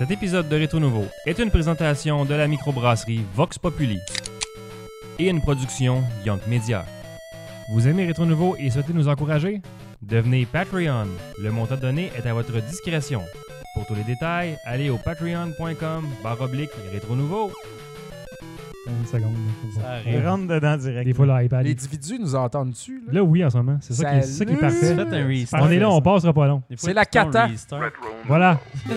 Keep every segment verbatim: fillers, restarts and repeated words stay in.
Cet épisode de Rétro Nouveau est une présentation de la microbrasserie Vox Populi et une production Young Media. Vous aimez Rétro Nouveau et souhaitez nous encourager? Devenez Patreon. Le montant donné est à votre discrétion. Pour tous les détails, allez au patreon.com barre oblique Rétro Nouveau. Une seconde. Ça arrive. Il rentre dedans direct. Des fois, l'iPad. Les individus nous entendent-tu? Là? Là, oui, en ce moment. C'est ça, qui est, c'est ça qui est parfait. Faites un restart. On est là, on passera pas long. C'est la cata. Voilà.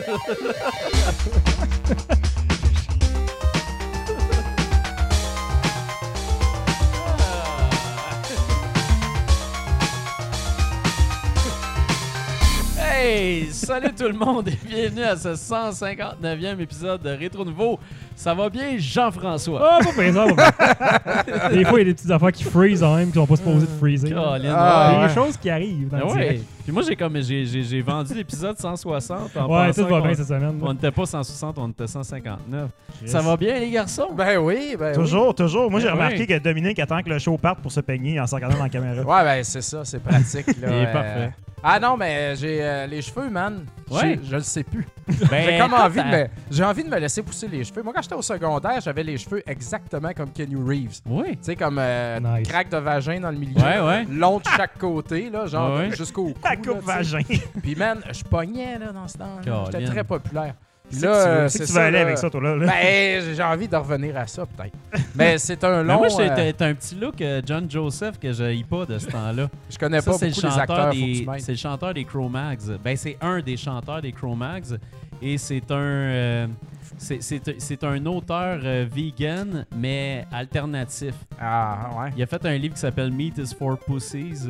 Hey! Salut tout le monde et bienvenue à ce cent cinquante-neuvième épisode de Rétro Nouveau. Ça va bien, Jean-François? Ah, pas bien ça, pas bien. Des fois, il y a des petites affaires qui freeze en même, qui sont pas supposées de freezer. Colin, Ah, Il y a ouais. des choses qui arrivent dans Ah le ouais. direct. Puis moi, j'ai comme j'ai, j'ai, j'ai vendu l'épisode cent soixante en Ouais, pensant tout va qu'on- bien cette semaine. on n'était pas cent soixante, on était cent cinquante-neuf. Yes. Ça va bien, les garçons? Ben oui, ben Toujours, toujours. Moi, j'ai Ben remarqué oui. que Dominique attend que le show parte pour se peigner en se regardant dans la caméra. oui. Ouais, ben c'est ça, c'est pratique. Là, Il est euh. parfait. Ah non, mais j'ai euh, les cheveux, man. Ouais. Je, je le sais plus. Ben, J'ai comme envie de attends. me, j'ai envie de me laisser pousser les cheveux. Moi, quand j'étais au secondaire, j'avais les cheveux exactement comme Keanu Reeves. Oui. Tu sais, comme euh, Nice. craque de vagin dans le milieu. Ouais, ouais. Long de chaque côté, là, genre Ouais. jusqu'au cou. La là, coupe tu sais. vagin. Puis, man, je pognais là, dans ce temps-là. J'étais Colin. très populaire. Puis C'est là, que tu veux- euh, c'est que c'est tu vas ça, aller là. avec ça, toi, là. là. Ben, j'ai envie de revenir à ça, peut-être. Mais c'est un Ben long. moi, j'ai- euh, t'as, t'as un petit look euh, John Joseph que je pas de ce temps-là. je connais Ça, pas c'est beaucoup le les chanteur acteurs, faut que des, tu m'aides. c'est le chanteur des Cro-Mags. Ben, c'est un des chanteurs des Cro-Mags. Et c'est un, euh, c'est, c'est, c'est un auteur euh, vegan, mais alternatif. Ah, ouais. Il a fait un livre qui s'appelle Meat is for Pussies.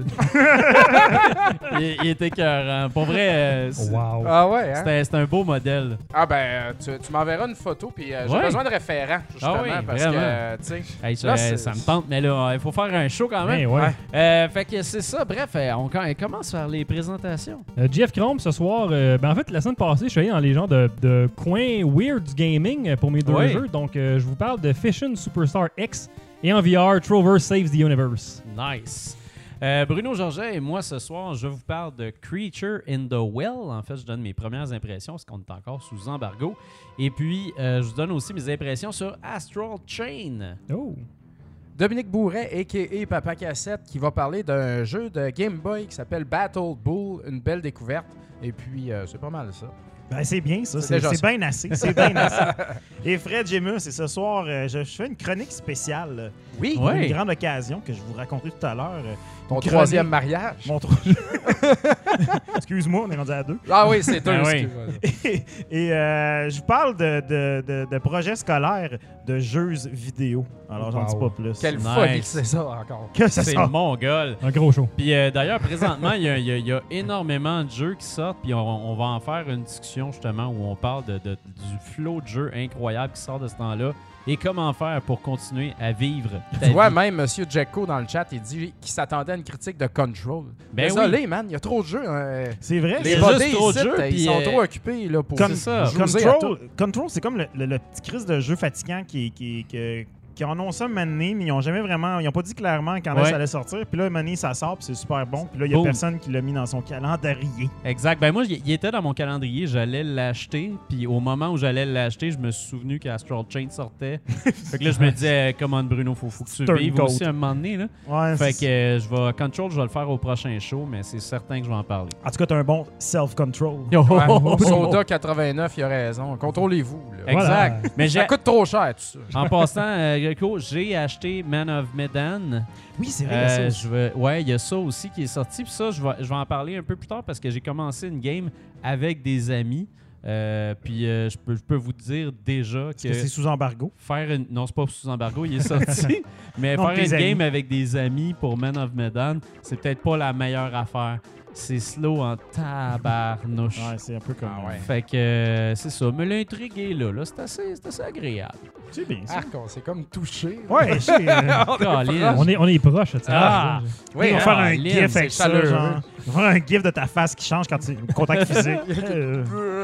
il, il était écœurant. Pour vrai, euh, c'est- Wow. Ah, ouais, hein? c'était, c'était un beau modèle. Ah, ben, euh, tu, tu m'enverras une photo, puis euh, j'ai Ouais. besoin de référents, justement, Ah oui, parce vraiment. que, euh, tu sais. Hey, ça, Là, euh, c'est- ça me tente, mais là, il faut faire un show quand même. Ben ouais. Ouais. Euh, fait que c'est ça. Bref, euh, on, on commence par les présentations. Euh, Jeff Cromb, ce soir, euh, ben en fait, la semaine passée, je suis allé dans les genres de, de coins weird du gaming euh, pour mes deux Ouais. jeux. Donc, euh, je vous parle de Fission Superstar X et en V R, Trover Saves the Universe. Nice. Euh, Bruno Georget et moi, ce soir, je vous parle de Creature in the Well. En fait, je donne mes premières impressions parce qu'on est encore sous embargo. Et puis, euh, je vous donne aussi mes impressions sur Astral Chain. Oh! Dominique Bourret, a k a. Papa Cassette, qui va parler d'un jeu de Game Boy qui s'appelle Battle Bull, une belle découverte. Et puis, euh, c'est pas mal ça. Ben, c'est bien, ça. C'est C'est déjà c'est ça. bien assez. C'est bien assez. Et Fred Gemus, et ce soir, euh, je, je fais une chronique spéciale. euh, Oui, pour Ouais. une grande occasion que je vous raconterai tout à l'heure. euh, ton une troisième chronique- mariage. Mon tro- Excuse-moi, on est rendu à deux. Ah oui, c'est Ben un. oui. excuse-moi. Et euh, je vous parle de, de, de, de projets scolaires de jeux vidéo. Alors, j'en Wow. dis pas plus. Quelle Nice. folie que c'est ça encore. Que ça C'est sort. mongol. Un gros show. Puis euh, d'ailleurs, présentement, il y, a- il y a- il y a énormément de jeux qui sortent. Puis on, on va en faire une discussion justement où on parle de, de- du flot de jeux incroyable qui sort de ce temps-là. Et comment faire pour continuer à vivre ta Tu vois, vie. même M. Jacko dans le chat, il dit qu'il s'attendait à une critique de Control. Ben Désolé, man, il y a trop de jeux. hein. C'est vrai. Les Il y a c'est- juste bodés trop de ici, jeux, ils puis, sont euh, trop occupés là, pour Con- C'est ça. jouer à Control, tout. Control, c'est comme le, le- le petit crise de jeu fatigant qui, qui, qui, qui en ont ça mané, mais ils ont jamais vraiment, ils ont pas dit clairement quand Ouais. ça allait sortir. Puis là, mané, ça sort, puis c'est super bon. Puis là, il y a Boom. personne qui l'a mis dans son calendrier. Exact. Ben moi, il il était dans mon calendrier. J'allais l'acheter. Puis au moment où j'allais l'acheter, je me suis souvenu qu'Astral Chain sortait. Fait que là, je me disais, comment Bruno, faut, faut que tu Turn vives coat. aussi un moment donné. Là. Ouais, Fait c'est- que euh, je vais Control, je vais le faire au prochain show, mais c'est certain que je vais en parler. En tout cas, t'as un bon self-control. Ouais, Soda quatre-vingt-neuf, il a raison. Contrôlez-vous. là. Exact. Voilà. Mais j'ai, Ça coûte trop cher, tout ça. en passant, euh, Greco, j'ai acheté Man of Medan. Oui, c'est vrai. Euh, ça. je vais, ouais, il y a ça aussi qui est sorti. Puis ça, je vais, je vais en parler un peu plus tard parce que j'ai commencé une game avec des amis. Euh, puis euh, je, peux, je peux vous dire déjà Parce que, que c'est sous embargo. faire une... Non, c'est pas sous embargo, il est sorti. mais Non, faire tes une amis. game avec des amis pour Man of Medan, c'est peut-être pas la meilleure affaire. C'est slow en tabarnouche. Ouais, c'est un peu comme. Ah ouais. Fait que euh, c'est ça. Mais l'intrigue est là. là. C'est assez, c'est assez agréable. C'est bien ça. Arc, on s'est comme touché. Ouais, je sais, euh, Colin. On est, on est proche, tu sais. Ah! Oui, on va hein, faire un Lynn, gif c'est avec ça, chaleureux. genre. On va faire un gif de ta face qui change quand tu es contact physique. Euh,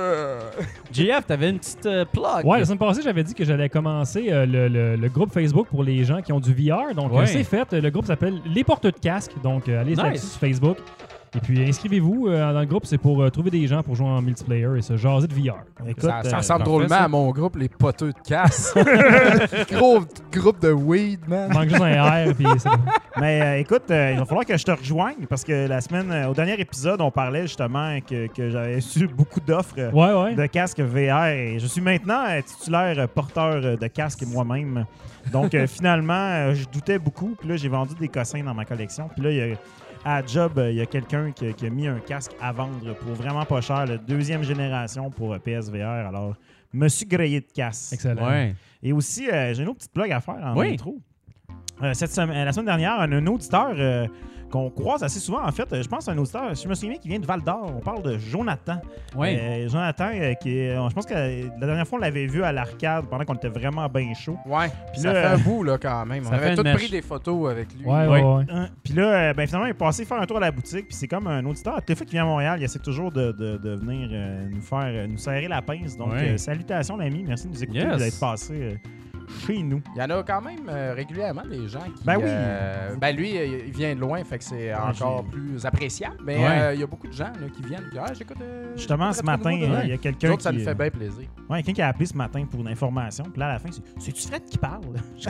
J F, t'avais une petite euh, plug. Ouais, la semaine passée, j'avais dit que j'allais commencer euh, le, le- le groupe Facebook pour les gens qui ont du V R. Donc, Ouais. euh, c'est fait. Le groupe s'appelle Les Porteurs de casque. Donc, euh, allez Nice. là-dessus sur Facebook. Et puis, inscrivez-vous euh, dans le groupe, c'est pour euh, trouver des gens pour jouer en multiplayer et se jaser de V R. Donc, Écoute, Ça, ça euh, ressemble parfait, drôlement ça. à mon groupe, les poteux de casse. Gros groupe de weed, man. il manque juste un R, puis c'est bon. Mais euh, écoute, euh, il va falloir que je te rejoigne parce que la semaine, euh, au dernier épisode, on parlait justement que, que j'avais su beaucoup d'offres euh, Ouais, ouais. de casques V R et je suis maintenant euh, titulaire euh, porteur euh, de casques moi-même. Donc euh, finalement, euh, je doutais beaucoup. Puis là, j'ai vendu des cossins dans ma collection. Puis là, il y a, à Job, euh, il y a quelqu'un qui, a- qui a mis un casque à vendre pour vraiment pas cher, la deuxième génération pour euh, P S V R. Alors, me suis grillé de casse. Excellent. Ouais. Et aussi, euh, j'ai une autre petite blague à faire en Oui. intro. Euh, cette semaine, la semaine dernière, un, un auditeur euh, qu'on croise assez souvent, en fait, euh, je pense à un auditeur, si je me souviens, qui vient de Val d'Or. On parle de Jonathan. Ouais. Euh, Jonathan, euh, qui est, euh, je pense que euh, la dernière fois, on l'avait vu à l'arcade pendant qu'on était vraiment bien chaud. Ouais, Puis ça là, fait euh, un bout, là, quand même. On ça fait avait une tous mèche. pris des photos avec lui. Ouais, Oui. ouais, ouais. Hein? Puis là, euh, ben, finalement, il est passé faire un tour à la boutique. Puis c'est comme un auditeur. Toutes les fois qu'il vient à Montréal, il essaie toujours de, de- de venir euh, nous faire, euh, nous serrer la pince. Donc, Ouais. euh, salutations, l'ami. Merci de nous écouter Yes. et d'être passé euh, chez nous. Il y en a quand même euh, régulièrement des gens qui. Ben oui. euh, ben lui, euh, il vient de loin, fait que c'est encore j'ai- plus appréciable. Mais Ouais. euh, il y a beaucoup de gens là, qui viennent. Qui disent, ah, j'écoute. euh, Justement, j'écoute ce matin, Rétro Nouveau euh, il y de- a Nous quelqu'un autres, ça qui... nous fait bien plaisir. Ouais, quelqu'un qui a appelé ce matin pour une information. Puis là, à la fin, c'est c'est-tu Fred qui parle?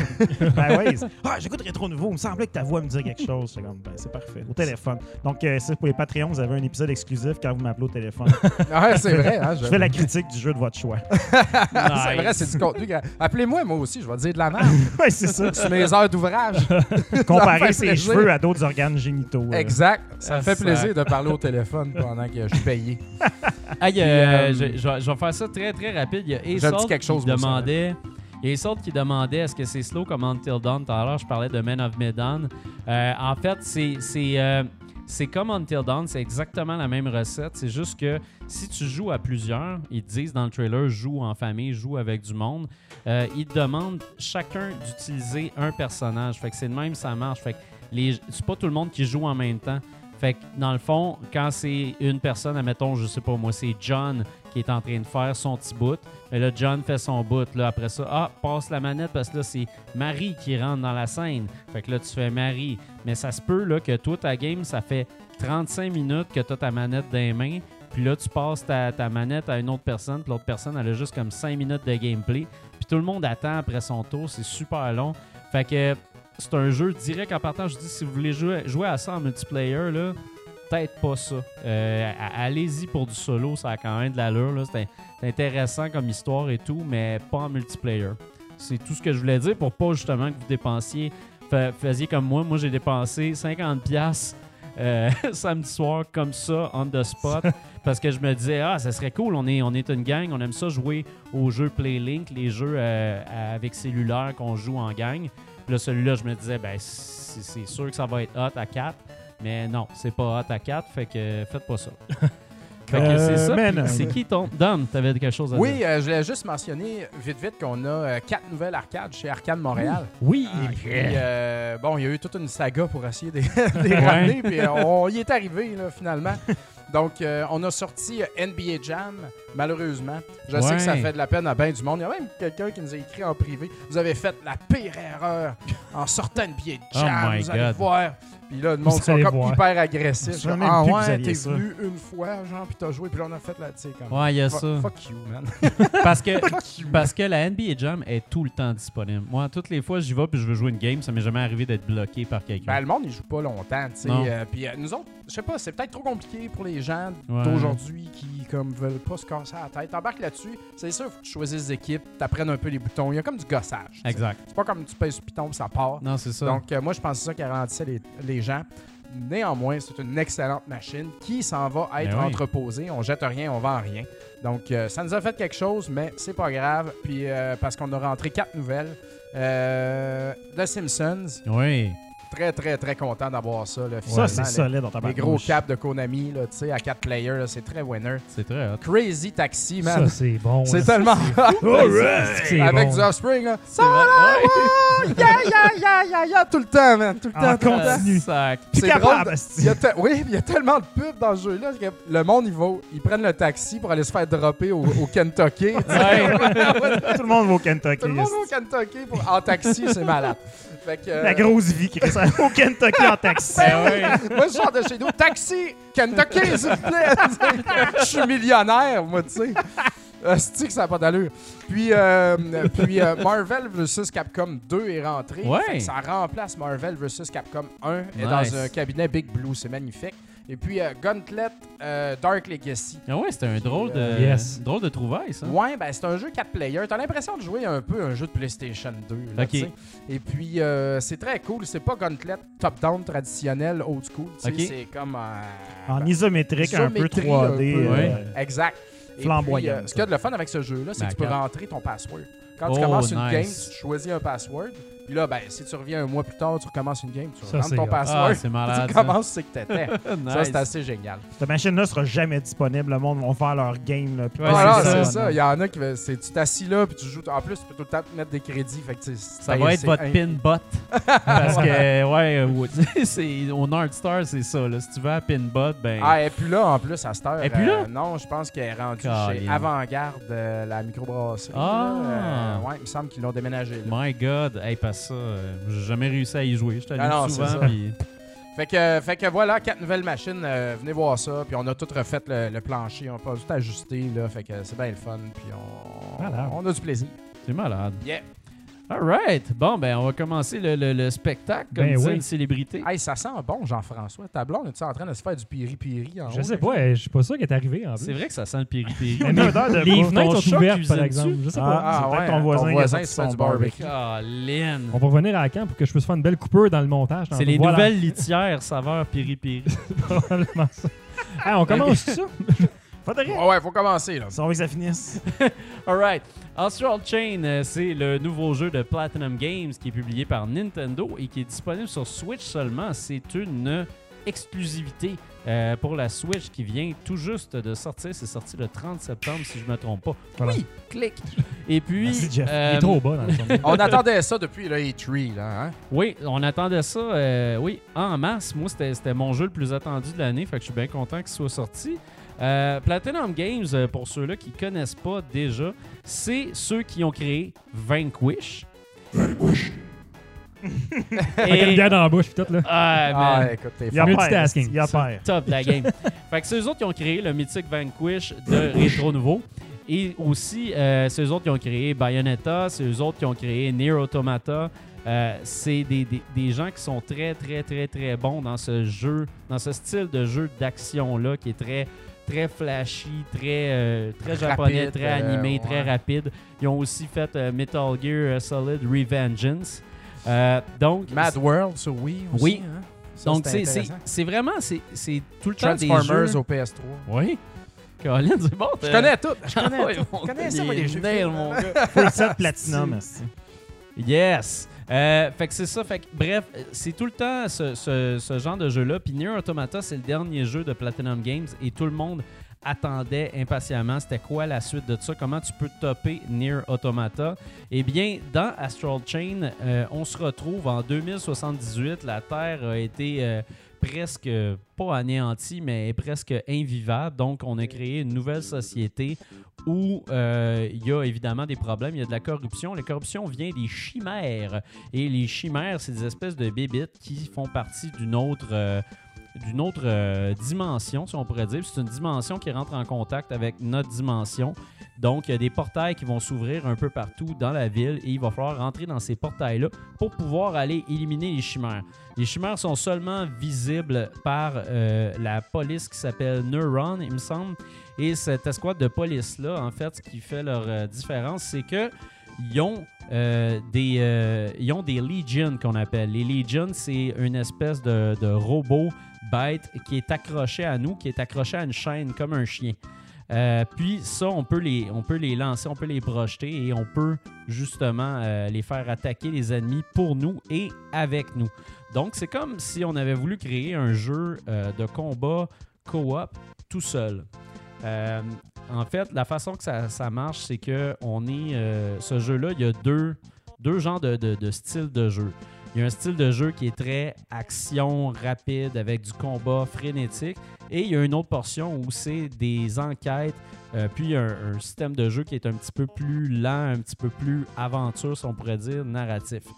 Ben oui. c'est- Ah, j'écoute Rétro Nouveau. Il me semblait que ta voix me disait quelque chose. C'est comme, ben, c'est parfait. Au téléphone. Donc, euh, c'est pour les Patreons, vous avez un épisode exclusif quand vous m'appelez au téléphone. Ouais, c'est vrai. Hein, Je fais la critique du jeu de votre choix. C'est vrai, c'est du contenu. gra- Appelez-moi, moi aussi, je vais dire de la merde. Oui, c'est ça. Sur mes heures d'ouvrage. Comparer fait ses plaisir. cheveux à d'autres organes génitaux. euh. Exact. Ça me Ah, fait ça. plaisir de parler au téléphone pendant que je suis payé. Hey, euh, euh, je, je vais- je vais faire ça très très rapide. Il y a J'ai un petit Aesop quelque chose, qui moi, ça, demandait. Il y a Aesop qui demandait est-ce que c'est slow comme Until Dawn. Tout à l'heure, je parlais de Men of Medan. Euh, en fait, c'est c'est euh, c'est comme Until Dawn, c'est exactement la même recette. C'est juste que si tu joues à plusieurs, ils te disent dans le trailer joue en famille, joue avec du monde. Euh, ils te demandent chacun d'utiliser un personnage. Fait que c'est de même, ça marche. Fait que les, c'est pas tout le monde qui joue en même temps. Fait que dans le fond, quand c'est une personne, admettons, je sais pas moi, c'est John qui est en train de faire son petit bout. Mais là, John fait son bout. Là, après ça, ah, passe la manette parce que là, c'est Marie qui rentre dans la scène. Fait que là, tu fais Marie. Mais ça se peut là, que toi, ta game, ça fait trente-cinq minutes que tu as ta manette dans les mains. Puis là, tu passes ta, ta manette à une autre personne. Puis l'autre personne, elle a juste comme cinq minutes de gameplay. Puis tout le monde attend après son tour. C'est super long. Fait que c'est un jeu direct en partant. Je dis, si vous voulez jouer, jouer à ça en multiplayer, là, peut-être pas ça. Euh, a- allez-y pour du solo, ça a quand même de l'allure. là. C'est, c'est intéressant comme histoire et tout, mais pas en multiplayer. C'est tout ce que je voulais dire pour pas justement que vous dépensiez, fa- faisiez comme moi. Moi, j'ai dépensé cinquante dollars euh, samedi soir comme ça, on the spot, parce que je me disais, ah, ça serait cool, on est, on est une gang, on aime ça jouer aux jeux Playlink, les jeux euh, avec cellulaire qu'on joue en gang. Puis là, celui-là, je me disais, ben, c'est, c'est sûr que ça va être hot à quatre. Mais non, c'est pas hot à quatre, fait que faites pas ça. Fait que Euh, c'est ça. man, puis c'est euh, qui ton. Dom, t'avais quelque chose à dire? Oui, euh, je voulais juste mentionner vite vite qu'on a euh, quatre nouvelles arcades chez Arcade Montréal. Oui. Et puis, euh, bon, il y a eu toute une saga pour essayer de de les ramener, puis euh, on y est arrivé, là, finalement. Donc, euh, on a sorti euh, N B A Jam, malheureusement. Je sais Ouais. que ça fait de la peine à bien du monde. Il y a même quelqu'un qui nous a écrit en privé. Vous avez fait la pire erreur en sortant N B A Jam. Oh my vous allez God. voir. Puis là, le monde Vous sont allez comme voir. hyper agressifs. Je sais Genre, même ah plus que vous ouais, aviez t'es ça. venu une fois, genre, puis t'as joué, puis là, on a fait la, tu sais, comme... Ouais, il y a Fu- ça. Fuck you, man. Parce que, parce que la N B A Jam est tout le temps disponible. Moi, toutes les fois, j'y vais puis je veux jouer une game, ça m'est jamais arrivé d'être bloqué par quelqu'un. Ben, le monde, il joue pas longtemps, tu sais. Non. euh, Puis euh, nous autres, je sais pas, c'est peut-être trop compliqué pour les gens Ouais. d'aujourd'hui qui, comme, veulent pas se casser la tête. T'embarques là-dessus, c'est sûr, faut que tu choisisses des équipes, t'apprennes un peu les boutons. Il y a comme du gossage. tu sais. Exact. C'est pas comme tu pèses sur piton puis ça part. Non, c'est ça. Donc, euh, moi, je pense que c'est ça qui ralentissait les, les gens. Néanmoins, c'est une excellente machine qui s'en va être Ben oui. entreposée. On jette rien, on vend rien. Donc, euh, ça nous a fait quelque chose, mais c'est pas grave. Puis, euh, parce qu'on a rentré quatre nouvelles. Euh, The Simpsons, Oui. très, très, très content d'avoir ça. Là, Ça, finalement, c'est là. solide dans ta Les gros caps de Konami, là, tu sais, à quatre players, là, c'est très winner. C'est très hot. Crazy Taxi, Ça, man. c'est bon. C'est là. tellement C'est avec bon. du Offspring, là. C'est vrai. Ya, ya, ya, ya, ya, tout le temps, man. Tout le Ah, temps, tout le temps. continue. Sac. Plus C'est capable, drôle. esti. Il y a te- Oui, il y a tellement de pubs dans ce jeu-là que le monde, ils vont, ils prennent le taxi pour aller se faire dropper au, au Kentucky. tu sais. Ouais. Tout le monde va au Kentucky. Tout le monde va au Kentucky pour- en taxi, c'est malade. Fait que, euh, La grosse vie, Chris. au Kentucky en taxi. Ben ouais. Moi, je sors de chez nous. Taxi! Kentucky, s'il vous plaît! Je suis millionnaire, moi, tu sais. C'est que ça n'a pas d'allure. Puis, euh, puis euh, Marvel versus. Capcom deux est rentré. Ouais. Fait que ça remplace Marvel versus. Capcom un. Nice. Et dans un cabinet Big Blue. C'est magnifique. Et puis euh, Gauntlet euh, Dark Legacy. Ah ouais, c'était un drôle de, Euh, yes. drôle de trouvaille, ça. Ouais, ben c'est un jeu quatre players. T'as l'impression de jouer un peu un jeu de PlayStation deux. Là, Ok. tu sais. Et puis, euh, c'est très cool. C'est pas Gauntlet top-down traditionnel, old school. tu sais. Ok. C'est comme... euh, En ben, isométrique, un peu isométrie trois un D. peu, euh, ouais. Exact. Et Flamboyant, puis, euh, ce qu'il y a de le fun avec ce jeu-là, c'est Ben, que tu peux regarde. rentrer ton password. Quand tu Oh, commences une nice. game, tu choisis un password. Puis là, ben, si tu reviens un mois plus tard, tu recommences une game, tu Ça, rentres c'est ton hot. password, Ah, c'est malade, tu ça. commences ce que t'étais. Nice. Ça, c'est assez génial. Cette machine-là sera jamais disponible. Le monde va faire leur game. Là, puis Ouais, Voilà, c'est c'est ça. ça. Il y en a qui... veulent- c'est- Tu t'assis là, puis tu joues... En plus, tu peux tout le temps te mettre des crédits. Fait que, tu sais, Ça c'est- va être c'est votre in- pin bot. Parce que, ouais, euh, ouais, c'est, au Northstar, c'est ça. Là. Si tu veux à pin bot, ben. Ah, et puis là, en plus, à cette heure... Elle est plus là? euh, non, je pense qu'elle est rendue Colin. chez Avant-Garde, euh, la microbrasserie. Ah! là. Euh, ouais, il me semble qu'ils l'ont déménagé. là. My God. Hey, pas ça. euh, j'ai jamais réussi à y jouer. Je Ah non, allé c'est souvent. ça. Puis... Fait que, fait que voilà, quatre nouvelles machines. euh, venez voir ça. Puis on a tout refait le, le plancher. On a pas tout ajusté. Là, fait que c'est bien le fun. Puis on, Malade. on a du plaisir. C'est malade. Yeah. All right. Bon, ben, on va commencer le, le- le spectacle, comme Ben disait oui. une célébrité. Hey, ça sent bon, Jean-François. Ta blonde, es-tu en train de se faire du piri-piri en Je haut, sais quelque pas, euh, je suis pas sûr qu'elle est arrivée en plus. C'est vrai que ça sent le piri-piri. Il y a une odeur de Les bouffe. fenêtres Ton sont chat ouvertes, cuisine par dessus. exemple. Je sais Ah, pas. c'est peut-être ton ton voisin qui a voisin sorti se fait son du barbecue. Colin. Ah. Ah, On va revenir à la camp pour que je puisse faire une belle coupure dans le montage. C'est les Voilà. nouvelles litières saveur piri-piri. Probablement ça. Ah, on commence ça? Faudrait. Ouais, ouais, faut commencer, là. Si on veut que ça finisse. Alright. Astral Chain, euh, c'est le nouveau jeu de Platinum Games qui est publié par Nintendo et qui est disponible sur Switch seulement. C'est une exclusivité euh, pour la Switch qui vient tout juste de sortir. C'est sorti le trente septembre, si je ne me trompe pas. Voilà. Oui, clic. Et puis... Merci, Jeff. Il euh, est trop bas dans le son. On attendait ça depuis le E trois, là, hein? Oui, on attendait ça, euh, oui, en masse. Moi, c'était c'était mon jeu le plus attendu de l'année, fait que je suis bien content qu'il soit sorti. Euh, Platinum Games, euh, pour ceux-là qui connaissent pas déjà, c'est ceux qui ont créé Vanquish. Vanquish. Avec une bière dans la bouche puis tout, là. Ah, man. Ah, écoute, t'es Il y a fort. peur. Multitasking. Il y a C'est peur. top de la game. Fait que c'est eux autres qui ont créé le mythique Vanquish de Rétro Nouveau. Et aussi, euh, c'est eux autres qui ont créé Bayonetta, c'est eux autres qui ont créé Nier Automata. Euh, c'est des, des, des gens qui sont très, très, très, très bons dans ce jeu, dans ce style de jeu d'action-là qui est très, très flashy, très, euh, très Rapide, japonais, très euh, animé, ouais. très rapide. Ils ont aussi fait euh, Metal Gear Solid Revengeance. Euh, donc, Mad World sur Wii aussi, Oui. hein? Ça, donc c'était c'est, c'est, intéressant. c'est vraiment, c'est, c'est tout le temps des Transformers jeux... au P S trois. Oui. Colin, c'est bon. Je connais tout. Je Ah connais ouais, tout. mon Je connais gars, ça, moi, il les est jeux nail, vidéo. mon gars. Full set Platinum. esti. Yes! Euh, fait que c'est ça. Fait que, bref, c'est tout le temps ce, ce- ce genre de jeu-là. Puis Nier Automata, c'est le dernier jeu de Platinum Games et tout le monde attendait impatiemment c'était quoi la suite de ça, comment tu peux topper Nier Automata. Eh bien, dans Astral Chain, euh, on se retrouve en deux mille soixante-dix-huit. La Terre a été euh, presque, pas anéantie, mais presque invivable. Donc, on a créé une nouvelle société où euh, il y a évidemment des problèmes, il y a de la corruption. La corruption vient des chimères. Et les chimères, c'est des espèces de bébites qui font partie d'une autre... euh, d'une autre euh, dimension, si on pourrait dire. C'est une dimension qui rentre en contact avec notre dimension. Donc, il y a des portails qui vont s'ouvrir un peu partout dans la ville et il va falloir rentrer dans ces portails-là pour pouvoir aller éliminer les chimères. Les chimères sont seulement visibles par euh, la police qui s'appelle Neuron, il me semble. Et cette escouade de police-là, en fait, ce qui fait leur euh, différence, c'est que ils ont, euh, des, euh, ils ont des Legions qu'on appelle. Les Legions, c'est une espèce de, de robot bête qui est accroché à nous, qui est accroché à une chaîne comme un chien. Euh, puis ça, on peut, les, on peut les lancer, on peut les projeter et on peut justement euh, les faire attaquer les ennemis pour nous et avec nous. Donc, c'est comme si on avait voulu créer un jeu euh, de combat co-op tout seul. Euh, en fait, la façon que ça, ça marche, c'est que on est euh, ce jeu-là, il y a deux, deux genres de, de, de styles de jeu. Il y a un style de jeu qui est très action rapide avec du combat frénétique et il y a une autre portion où c'est des enquêtes euh, puis un, un système de jeu qui est un petit peu plus lent, un petit peu plus aventure, si on pourrait dire, narratif.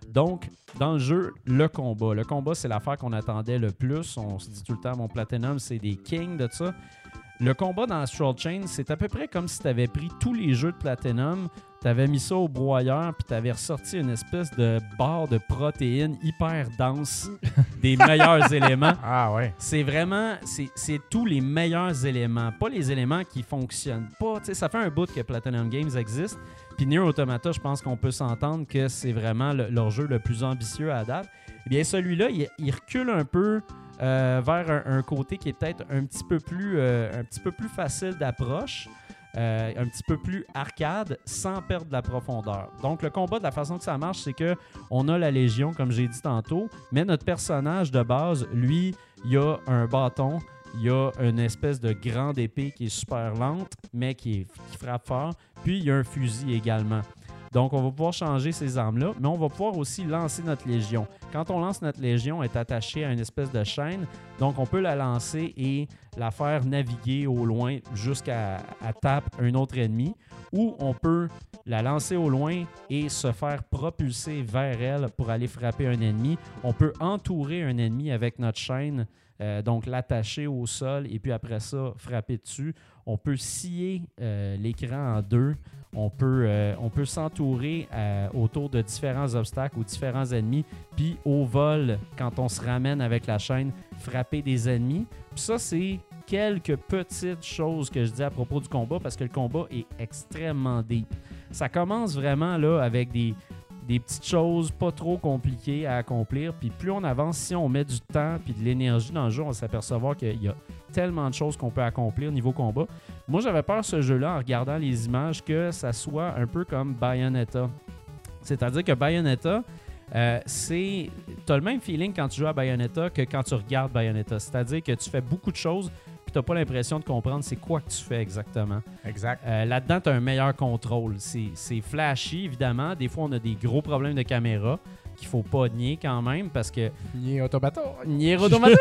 Donc, dans le jeu, le combat. Le combat, c'est l'affaire qu'on attendait le plus. On se dit tout le temps, mon Platinum, c'est des kings de ça. Le combat dans Astral Chain, c'est à peu près comme si tu avais pris tous les jeux de Platinum, tu avais mis ça au broyeur, puis tu avais ressorti une espèce de barre de protéines hyper dense des meilleurs éléments. Ah ouais. C'est vraiment, c'est, c'est tous les meilleurs éléments, pas les éléments qui fonctionnent pas. T'sais, ça fait un bout que Platinum Games existe. Puis Nier Automata, je pense qu'on peut s'entendre que c'est vraiment le, leur jeu le plus ambitieux à date. Eh bien, celui-là, il, il recule un peu euh, vers un, un côté qui est peut-être un petit peu plus, euh, un petit peu plus facile d'approche. Euh, un petit peu plus arcade sans perdre de la profondeur. Donc le combat, de la façon que ça marche, c'est que on a la Légion, comme j'ai dit tantôt, mais notre personnage de base, lui, il a un bâton, il y a une espèce de grande épée qui est super lente, mais qui, est, qui frappe fort, puis il y a un fusil également. Donc, on va pouvoir changer ces armes-là, mais on va pouvoir aussi lancer notre Légion. Quand on lance notre Légion, elle est attachée à une espèce de chaîne, donc on peut la lancer et la faire naviguer au loin jusqu'à à tape un autre ennemi, ou on peut la lancer au loin et se faire propulser vers elle pour aller frapper un ennemi. On peut entourer un ennemi avec notre chaîne, euh, donc l'attacher au sol et puis après ça, frapper dessus. On peut scier euh, l'écran en deux. On peut, euh, on peut s'entourer euh, autour de différents obstacles ou différents ennemis, puis au vol, quand on se ramène avec la chaîne, frapper des ennemis. Puis ça, c'est quelques petites choses que je dis à propos du combat, parce que le combat est extrêmement deep. Ça commence vraiment là avec des, des petites choses pas trop compliquées à accomplir, puis plus on avance, si on met du temps puis de l'énergie dans le jeu, on va s'apercevoir qu'il y a tellement de choses qu'on peut accomplir niveau combat. Moi, j'avais peur ce jeu-là en regardant les images que ça soit un peu comme Bayonetta. C'est-à-dire que Bayonetta, euh, c'est... tu as le même feeling quand tu joues à Bayonetta que quand tu regardes Bayonetta. C'est-à-dire que tu fais beaucoup de choses puis tu n'as pas l'impression de comprendre c'est quoi que tu fais exactement. Exact. Euh, là-dedans, tu as un meilleur contrôle. C'est, c'est flashy, évidemment. Des fois, on a des gros problèmes de caméra qu'il faut pas nier quand même parce que... Nier Automata. Nier Automata!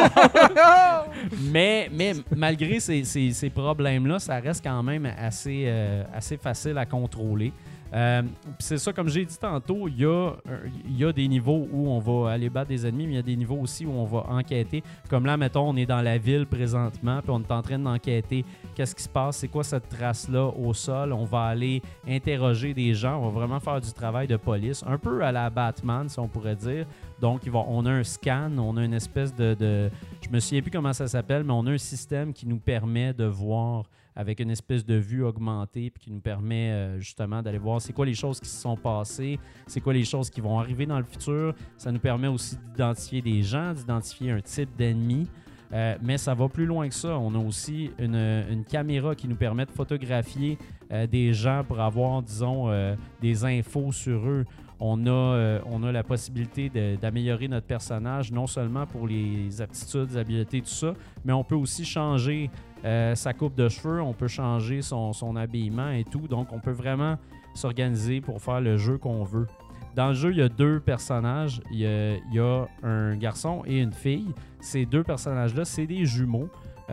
mais, mais malgré ces, ces, ces problèmes-là, ça reste quand même assez, euh, assez facile à contrôler. Euh, c'est ça, comme j'ai dit tantôt, il y, a, il y a des niveaux où on va aller battre des ennemis, mais il y a des niveaux aussi où on va enquêter. Comme là, mettons, on est dans la ville présentement, puis on est en train d'enquêter. Qu'est-ce qui se passe? C'est quoi cette trace-là au sol? On va aller interroger des gens. On va vraiment faire du travail de police. Un peu à la Batman, si on pourrait dire. Donc, il va, on a un scan, on a une espèce de, de... Je me souviens plus comment ça s'appelle, mais on a un système qui nous permet de voir avec une espèce de vue augmentée puis qui nous permet euh, justement d'aller voir c'est quoi les choses qui se sont passées, c'est quoi les choses qui vont arriver dans le futur. Ça nous permet aussi d'identifier des gens, d'identifier un type d'ennemi. Euh, mais ça va plus loin que ça. On a aussi une, une caméra qui nous permet de photographier euh, des gens pour avoir, disons, euh, des infos sur eux. On a, euh, on a la possibilité de, d'améliorer notre personnage, non seulement pour les aptitudes, les habiletés, tout ça, mais on peut aussi changer euh, sa coupe de cheveux, on peut changer son, son habillement et tout. Donc, on peut vraiment s'organiser pour faire le jeu qu'on veut. Dans le jeu, il y a deux personnages. Il y a, il y a un garçon et une fille. Ces deux personnages-là, c'est des jumeaux.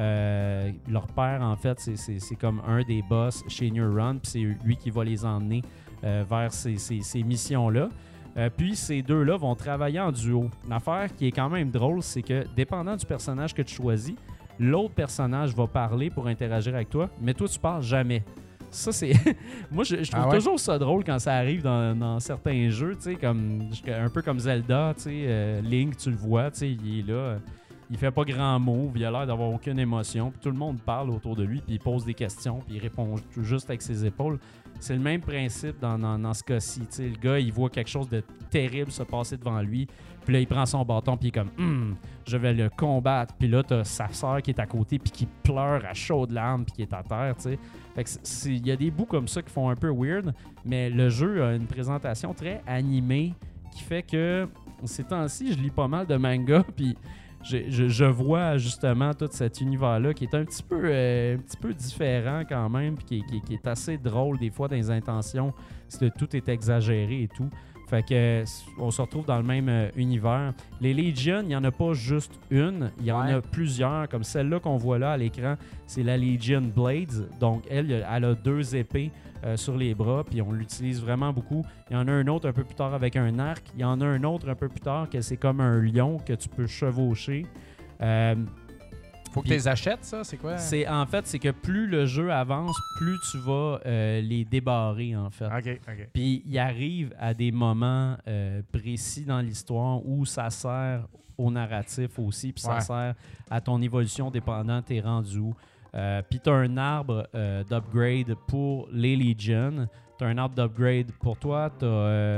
Euh, leur père, en fait, c'est, c'est, c'est comme un des boss chez Neuron, puis c'est lui qui va les emmener euh, vers ces, ces, ces missions-là. Euh, puis ces deux-là vont travailler en duo. L'affaire qui est quand même drôle, c'est que dépendant du personnage que tu choisis, l'autre personnage va parler pour interagir avec toi, mais toi, tu parles jamais. Ça, c'est. Moi, je, je trouve ah ouais? toujours ça drôle quand ça arrive dans, dans certains jeux, tu sais, comme un peu comme Zelda, tu sais, euh, Link, tu le vois, tu sais, il est là, euh, il fait pas grand mot, il a l'air d'avoir aucune émotion, puis tout le monde parle autour de lui, puis il pose des questions, puis il répond tout juste avec ses épaules. C'est le même principe dans, dans, dans ce cas-ci, tu sais, le gars, il voit quelque chose de terrible se passer devant lui, puis là, il prend son bâton, puis il est comme hm, je vais le combattre. Puis là, t'as sa sœur qui est à côté, puis qui pleure à chaudes larmes, puis qui est à terre, tu sais. Fait que il y a des bouts comme ça qui font un peu weird, mais le jeu a une présentation très animée qui fait que ces temps-ci, je lis pas mal de mangas, puis je, je, je vois justement tout cet univers-là qui est un petit peu, euh, un petit peu différent quand même, puis qui, qui, qui est assez drôle des fois dans les intentions, c'est que tout est exagéré et tout. Fait que euh, on se retrouve dans le même euh, univers. Les Legion, il n'y en a pas juste une, il y en Ouais. a plusieurs. Comme celle-là qu'on voit là à l'écran, c'est la Legion Blades. Donc elle, elle a deux épées euh, sur les bras, puis on l'utilise vraiment beaucoup. Il y en a un autre un peu plus tard avec un arc. Il y en a un autre un peu plus tard que c'est comme un lion que tu peux chevaucher. Euh, Faut que Puis- tu les achètes, ça? C'est quoi? c'est en fait, c'est que plus le jeu avance, plus tu vas euh, les débarrer en fait. OK, OK. Puis il arrive à des moments euh, précis dans l'histoire où ça sert au narratif aussi, puis ça Ouais. sert à ton évolution dépendant t'es rendu où. Euh, puis tu as un arbre euh, d'upgrade pour les Legion. Tu as un arbre d'upgrade pour toi. Tu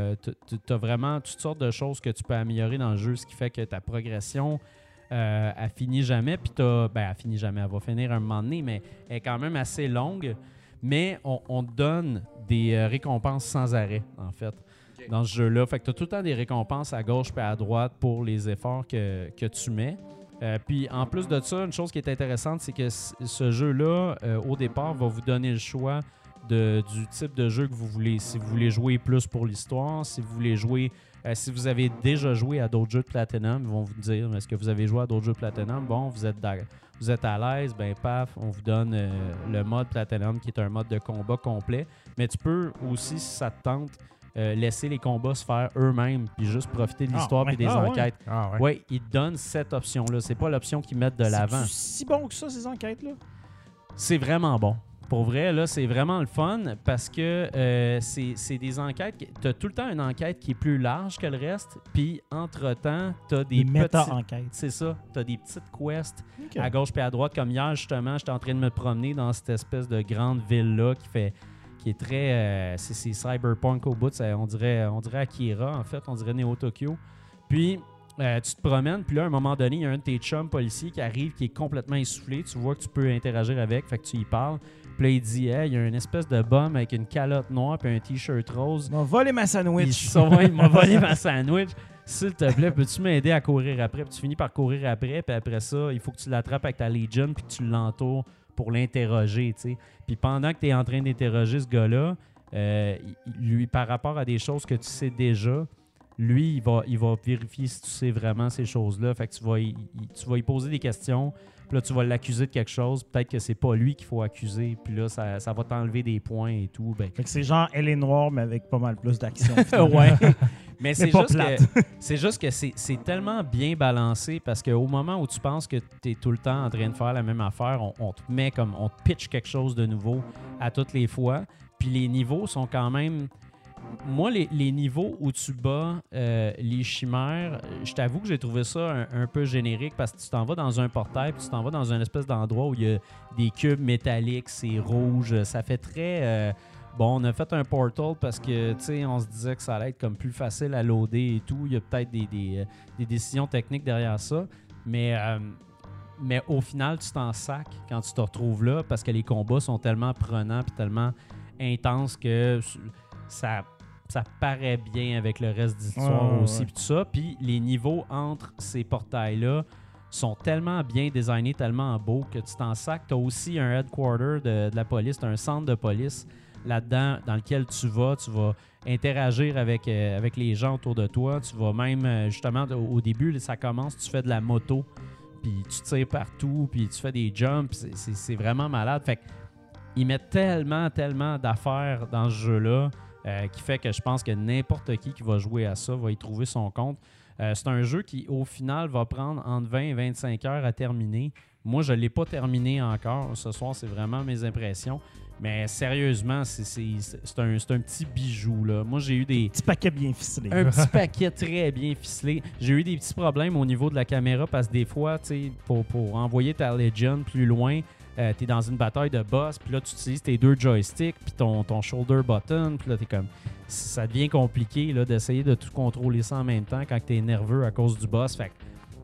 as vraiment toutes sortes de choses que tu peux améliorer dans le jeu, ce qui fait que ta progression euh, elle finit jamais. Puis t'as- ben, elle finit jamais, elle va finir un moment donné, mais elle est quand même assez longue. Mais on, on te donne des euh, récompenses sans arrêt, en fait, Ok. dans ce jeu-là. Fait que tu as tout le temps des récompenses à gauche et à droite pour les efforts que, que tu mets. Euh, puis en plus de ça, une chose qui est intéressante, c'est que c- ce jeu-là, euh, au départ, va vous donner le choix de, du type de jeu que vous voulez. Si vous voulez jouer plus pour l'histoire, si vous voulez jouer... euh, si vous avez déjà joué à d'autres jeux de Platinum, ils vont vous dire, est-ce que vous avez joué à d'autres jeux de Platinum? Bon, vous êtes dans- vous êtes à l'aise, ben paf, on vous donne euh, le mode Platinum qui est un mode de combat complet. Mais tu peux aussi, si ça te tente, euh, laisser les combats se faire eux-mêmes puis juste profiter de Ah, l'histoire ouais. et des Ah, ouais. enquêtes. Ah, ouais. Oui, ils te donnent cette option-là. C'est pas l'option qu'ils mettent de l'avant. C'est si bon que ça, ces enquêtes-là? C'est vraiment bon. Pour vrai, là, c'est vraiment le fun parce que euh, c'est c'est des enquêtes. Tu as tout le temps une enquête qui est plus large que le reste, puis entre-temps, tu as des Des petites... méta-enquêtes. C'est ça. Tu as des petites quests Ok. à gauche puis à droite. Comme hier, justement, j'étais en train de me promener dans cette espèce de grande ville-là qui fait qui est très... euh, c'est c'est cyberpunk au bout. Ça- on, dirait, on dirait Akira, en fait. On dirait Neo Tokyo. Puis... euh, tu te promènes, puis là, à un moment donné, il y a un de tes chums policiers qui arrive, qui est complètement essoufflé. Tu vois que tu peux interagir avec, fait que tu y parles. Puis là, il dit, hey, il y a une espèce de bum avec une calotte noire puis un t-shirt rose. On va voler ma Il, sandwich. sont- il m'a volé ma sandwich. S'il te plaît, peux-tu m'aider à courir après? Puis tu finis par courir après, puis après ça, il faut que tu l'attrapes avec ta Legion, puis que tu l'entoures pour l'interroger, tu sais. Puis pendant que tu es en train d'interroger ce gars-là, euh, il- lui, par rapport à des choses que tu sais déjà, lui, il va, il va vérifier si tu sais vraiment ces choses-là. Fait que tu vas, y, y- tu vas y poser des questions, puis là, tu vas l'accuser de quelque chose. Peut-être que c'est pas lui qu'il faut accuser, puis là, ça, ça va t'enlever des points et tout. Ben, Fait que c'est genre Elle est noire, mais avec pas mal plus d'action. ouais. Mais c'est pas juste, plate. que, c'est juste que c'est c'est tellement bien balancé parce qu'au moment où tu penses que tu es tout le temps en train de faire la même affaire, on, on te met comme, on te pitch quelque chose de nouveau à toutes les fois. Puis les niveaux sont quand même... Moi, les, les niveaux où tu bats euh, les chimères, je t'avoue que j'ai trouvé ça un, un peu générique parce que tu t'en vas dans un portail puis tu t'en vas dans un espèce d'endroit où il y a des cubes métalliques, c'est rouge, ça fait très... euh, bon, on a fait un portal parce que, tu sais, on se disait que ça allait être comme plus facile à loader et tout. Il y a peut-être des, des, euh, des décisions techniques derrière ça, mais... euh, mais au final, tu t'en sacs quand tu te retrouves là parce que les combats sont tellement prenants puis tellement intenses que ça, ça paraît bien avec le reste de l'histoire Ouais, ouais, aussi ouais. puis tout ça. Puis les niveaux entre ces portails-là sont tellement bien designés, tellement beaux que tu t'en sacs. Tu as aussi un headquarter de, de la police, tu as un centre de police là-dedans dans lequel tu vas. Tu vas interagir avec, euh, avec les gens autour de toi. Tu vas même, euh, justement, au, au début, ça commence, tu fais de la moto, puis tu tires partout, puis tu fais des jumps. C'est, c'est, c'est vraiment malade. Fait que ils mettent tellement, tellement d'affaires dans ce jeu-là euh, qui fait que je pense que n'importe qui qui va jouer à ça va y trouver son compte. Euh, c'est un jeu qui, au final, va prendre entre vingt et vingt-cinq heures à terminer. Moi, je ne l'ai pas terminé encore. Ce soir, c'est vraiment mes impressions. Mais sérieusement, c'est, c'est, c'est, un, c'est un petit bijou, là. Moi, j'ai eu des... Petit paquet bien ficelé. Un petit paquet très bien ficelé. J'ai eu des petits problèmes au niveau de la caméra parce que des fois, tu sais, pour, pour envoyer ta Legion plus loin, euh, tu es dans une bataille de boss, puis là, tu utilises tes deux joysticks, puis ton, ton shoulder button, puis là, tu es comme... Ça devient compliqué là, d'essayer de tout contrôler ça en même temps quand tu es nerveux à cause du boss. Fait que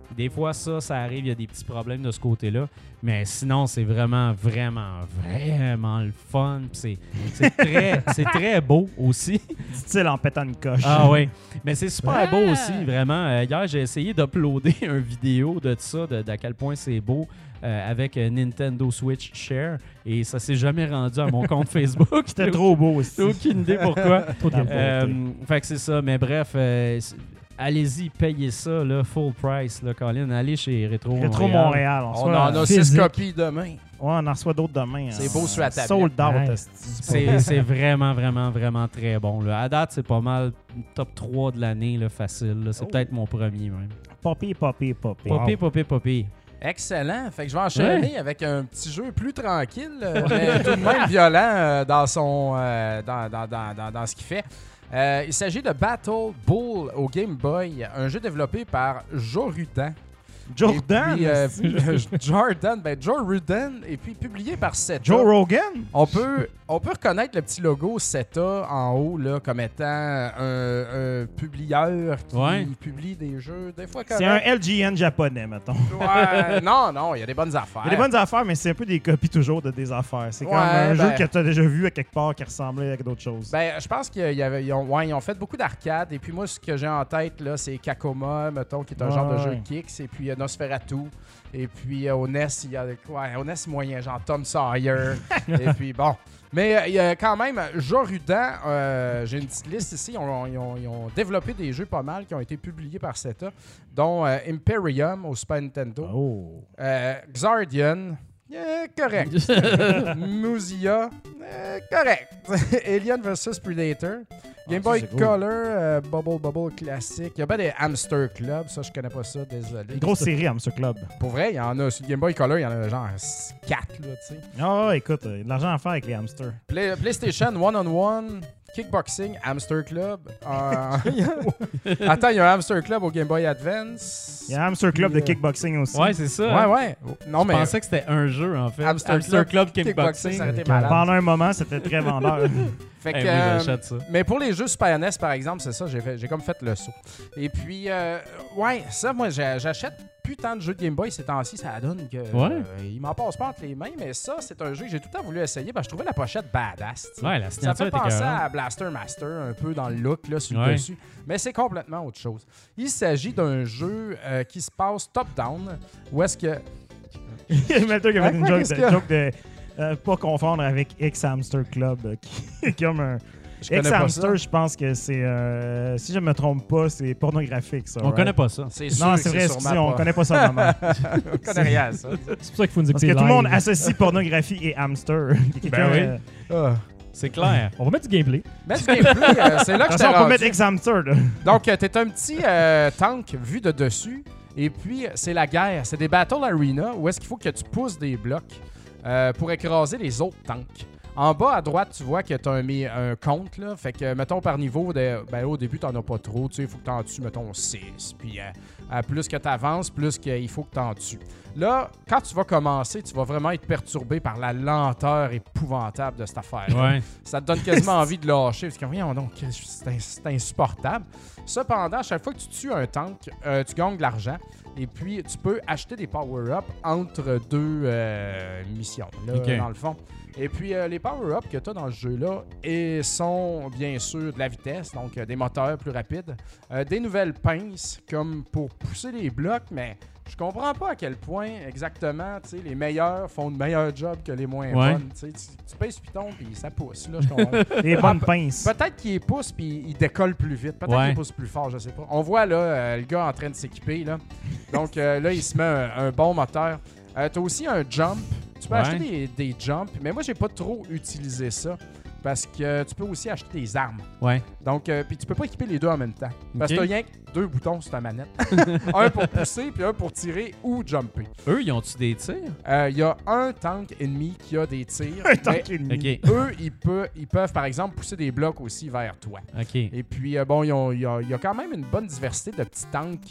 Des fois, ça, ça arrive, il y a des petits problèmes de ce côté-là. Mais sinon, c'est vraiment, vraiment, vraiment le fun. Puis C'est c'est très, c'est très beau aussi. Dit-il en pétant une coche. Ah oui. Mais c'est super beau aussi, vraiment. Euh, hier, j'ai essayé d'uploader une vidéo de ça, de, d'à quel point c'est beau. Euh, avec euh, Nintendo Switch Share et ça s'est jamais rendu à mon compte Facebook. C'était trop beau aussi. J'ai aucune idée pourquoi. Trop de Euh, beauté. fait que c'est ça, mais bref, euh, c- allez-y, payez ça, là, full price, là, Colin. Allez chez Retro Rétro Montréal. Montréal. On, On reçoit en a six physique. copies demain. Ouais, on en reçoit d'autres demain. C'est hein. beau sur la tablette. Sold out. Ouais. esti. C'est c'est vraiment, vraiment, vraiment très bon. Là. À date, c'est pas mal top trois de l'année, là, facile. là. C'est Oh. peut-être mon premier même. Poppy, poppy, poppy. Popé, popé, popé. Excellent. Fait que je vais enchaîner avec un petit jeu plus tranquille, euh, mais tout de même violent euh, dans, son, euh, dans, dans, dans, dans, dans ce qu'il fait. Euh, il s'agit de Battle Bull au Game Boy, un jeu développé par Joe Rudan. Jordan. Et puis, euh, esti. Jordan, ben Joe Rudan, et puis publié par Seta. Joe Rogan. On peut, on peut reconnaître le petit logo Seta en haut là, comme étant un, un publieur qui Ouais. publie des jeux, des fois C'est un corrects. L G N japonais, mettons. Ouais, non, non, il y a des bonnes affaires. Il y a des bonnes affaires, mais c'est un peu des copies toujours de des affaires. C'est comme Ouais, un ben- jeu que tu as déjà vu à quelque part qui ressemblait à d'autres choses. Ben, je pense qu'ils avaient- ils ont, ouais, ils ont fait beaucoup d'arcades. Et puis moi, ce que j'ai en tête, là, c'est Kakoma, mettons, qui est un Ouais, genre de jeu ouais. de kicks. Et puis euh, Nosferatu. Et puis euh, au N E S, il y a ouais, au N E S moyen, genre Tom Sawyer. Et puis bon. Mais euh, il y a quand même, Joe Rudan, euh, j'ai une petite liste ici. Ils ont, ils ont- ils ont développé des jeux pas mal qui ont été publiés par Seta, dont euh, Imperium au Super Nintendo, Oh. euh, Xardian, euh, correct. Musia, euh, correct. Alien versus Predator. Game Ah, ça, Boy c'est cool. Color, euh, Bubble Bubble classique. Il y a pas des Hamster Club, ça je connais pas ça, désolé. Une grosse série, Hamster Club. Pour vrai, il y en a. Sur Game Boy Color, il y en a genre quatre, là, tu sais. Ah, ouais, écoute, il y a de l'argent à faire avec les hamsters. Play- PlayStation One-on-One, Kickboxing, Hamster Club. euh, Attends, il y a un Hamster Club au Game Boy Advance. Il y a un Hamster Club de Puis, euh, kickboxing aussi. Ouais, c'est ça. Ouais, ouais. Non, Je mais. pensais que c'était un jeu, en fait. Hamster Club, Club Kickboxing, Kickboxing. ça aurait été Ok. malade. Pendant un moment, c'était très vendeur. Fait que, Hey, moi, euh, j'achète ça. mais pour les jeux Super N E S, par exemple, c'est ça, j'ai, fait- j'ai comme fait le saut. Et puis, euh, ouais, ça, moi, j'a- j'achète plus tant de jeux de Game Boy ces temps-ci, ça donne que Ouais. euh, il m'en passe pas entre les mains, mais ça, c'est un jeu que j'ai tout le temps voulu essayer parce que je trouvais la pochette badass. tu sais. Ouais, la Ça signature fait était penser écœurante. à Blaster Master, un peu dans le look, là, sur Ouais. le dessus. Mais c'est complètement autre chose. Il s'agit d'un jeu euh, qui se passe top-down, où est-ce que... Melter qui a Ouais, fait une quoi, joke qu'est-ce de, qu'il y a? joke de euh, pas confondre avec X Hamster Club, euh, qui est comme un. Je connais X pas Hamster, ça. je pense que c'est. euh, si je me trompe pas, c'est pornographique, ça. On right? connaît pas ça. C'est sûr Non, que c'est vrai, sûrement excusez, on pas- connaît pas ça vraiment. On connaît rien à ça. C'est pour ça qu'il faut nous Parce écouter que tout le monde live. associe pornographie et hamster. Quelqu'un, Ben oui. euh, C'est clair. On va mettre du gameplay. Mais du gameplay, euh, c'est là De que toute je façon, on peut t'ai mettre X Hamster, là. Donc, euh, t'es un petit euh, tank vu de dessus. Et puis, c'est la guerre. C'est des Battle Arena où est-ce qu'il faut que tu pousses des blocs euh, pour écraser les autres tanks. En bas à droite, tu vois que tu as un, mi- un compte. Là. Fait que, mettons, par niveau, de, ben, au début, tu n'en as pas trop. Il faut que tu en tues, mettons, six. Puis, euh, euh, plus que tu avances, plus qu'il faut que tu en tues. Là, quand tu vas commencer, tu vas vraiment être perturbé par la lenteur épouvantable de cette affaire. Ouais. Ça te donne quasiment envie de lâcher. Parce que, voyons donc, c'est ins- c'est insupportable. Cependant, à chaque fois que tu tues un tank, euh, tu gagnes de l'argent. Et puis, tu peux acheter des power-ups entre deux euh, missions, là, Ok. dans le fond. Et puis, euh, les power-ups que tu as dans ce jeu-là et sont bien sûr de la vitesse, donc euh, des moteurs plus rapides, euh, des nouvelles pinces comme pour pousser les blocs, mais je comprends pas à quel point exactement tu sais, les meilleurs font de meilleurs jobs que les moins Ouais. bonnes. Tu, sais, tu, tu pèses piton puis ça pousse. Là, je comprends. Les bonnes pinces. Peut-être qu'il pousse puis il décolle plus vite. Peut-être Ouais. qu'il pousse plus fort, je sais pas. On voit là euh, le gars en train de s'équiper. Là. Donc euh, là, il se met un, un bon moteur. Euh, tu as aussi un jump. Tu peux Ouais. acheter des, des jumps, mais moi, j'ai pas trop utilisé ça parce que tu peux aussi acheter des armes. Ouais. Donc, euh, puis tu peux pas équiper les deux en même temps. Parce Ok. que t'as rien que deux boutons sur ta manette. Un pour pousser, puis un pour tirer ou jumper. Eux, ils ont-tu des tirs? Euh, Il y a un tank ennemi qui a des tirs. Un mais tank ennemi. OK. eux, ils, peuvent, ils peuvent, par exemple, pousser des blocs aussi vers toi. OK. Et puis, euh, bon, ils ont- il y, a, il y a quand même une bonne diversité de petits tanks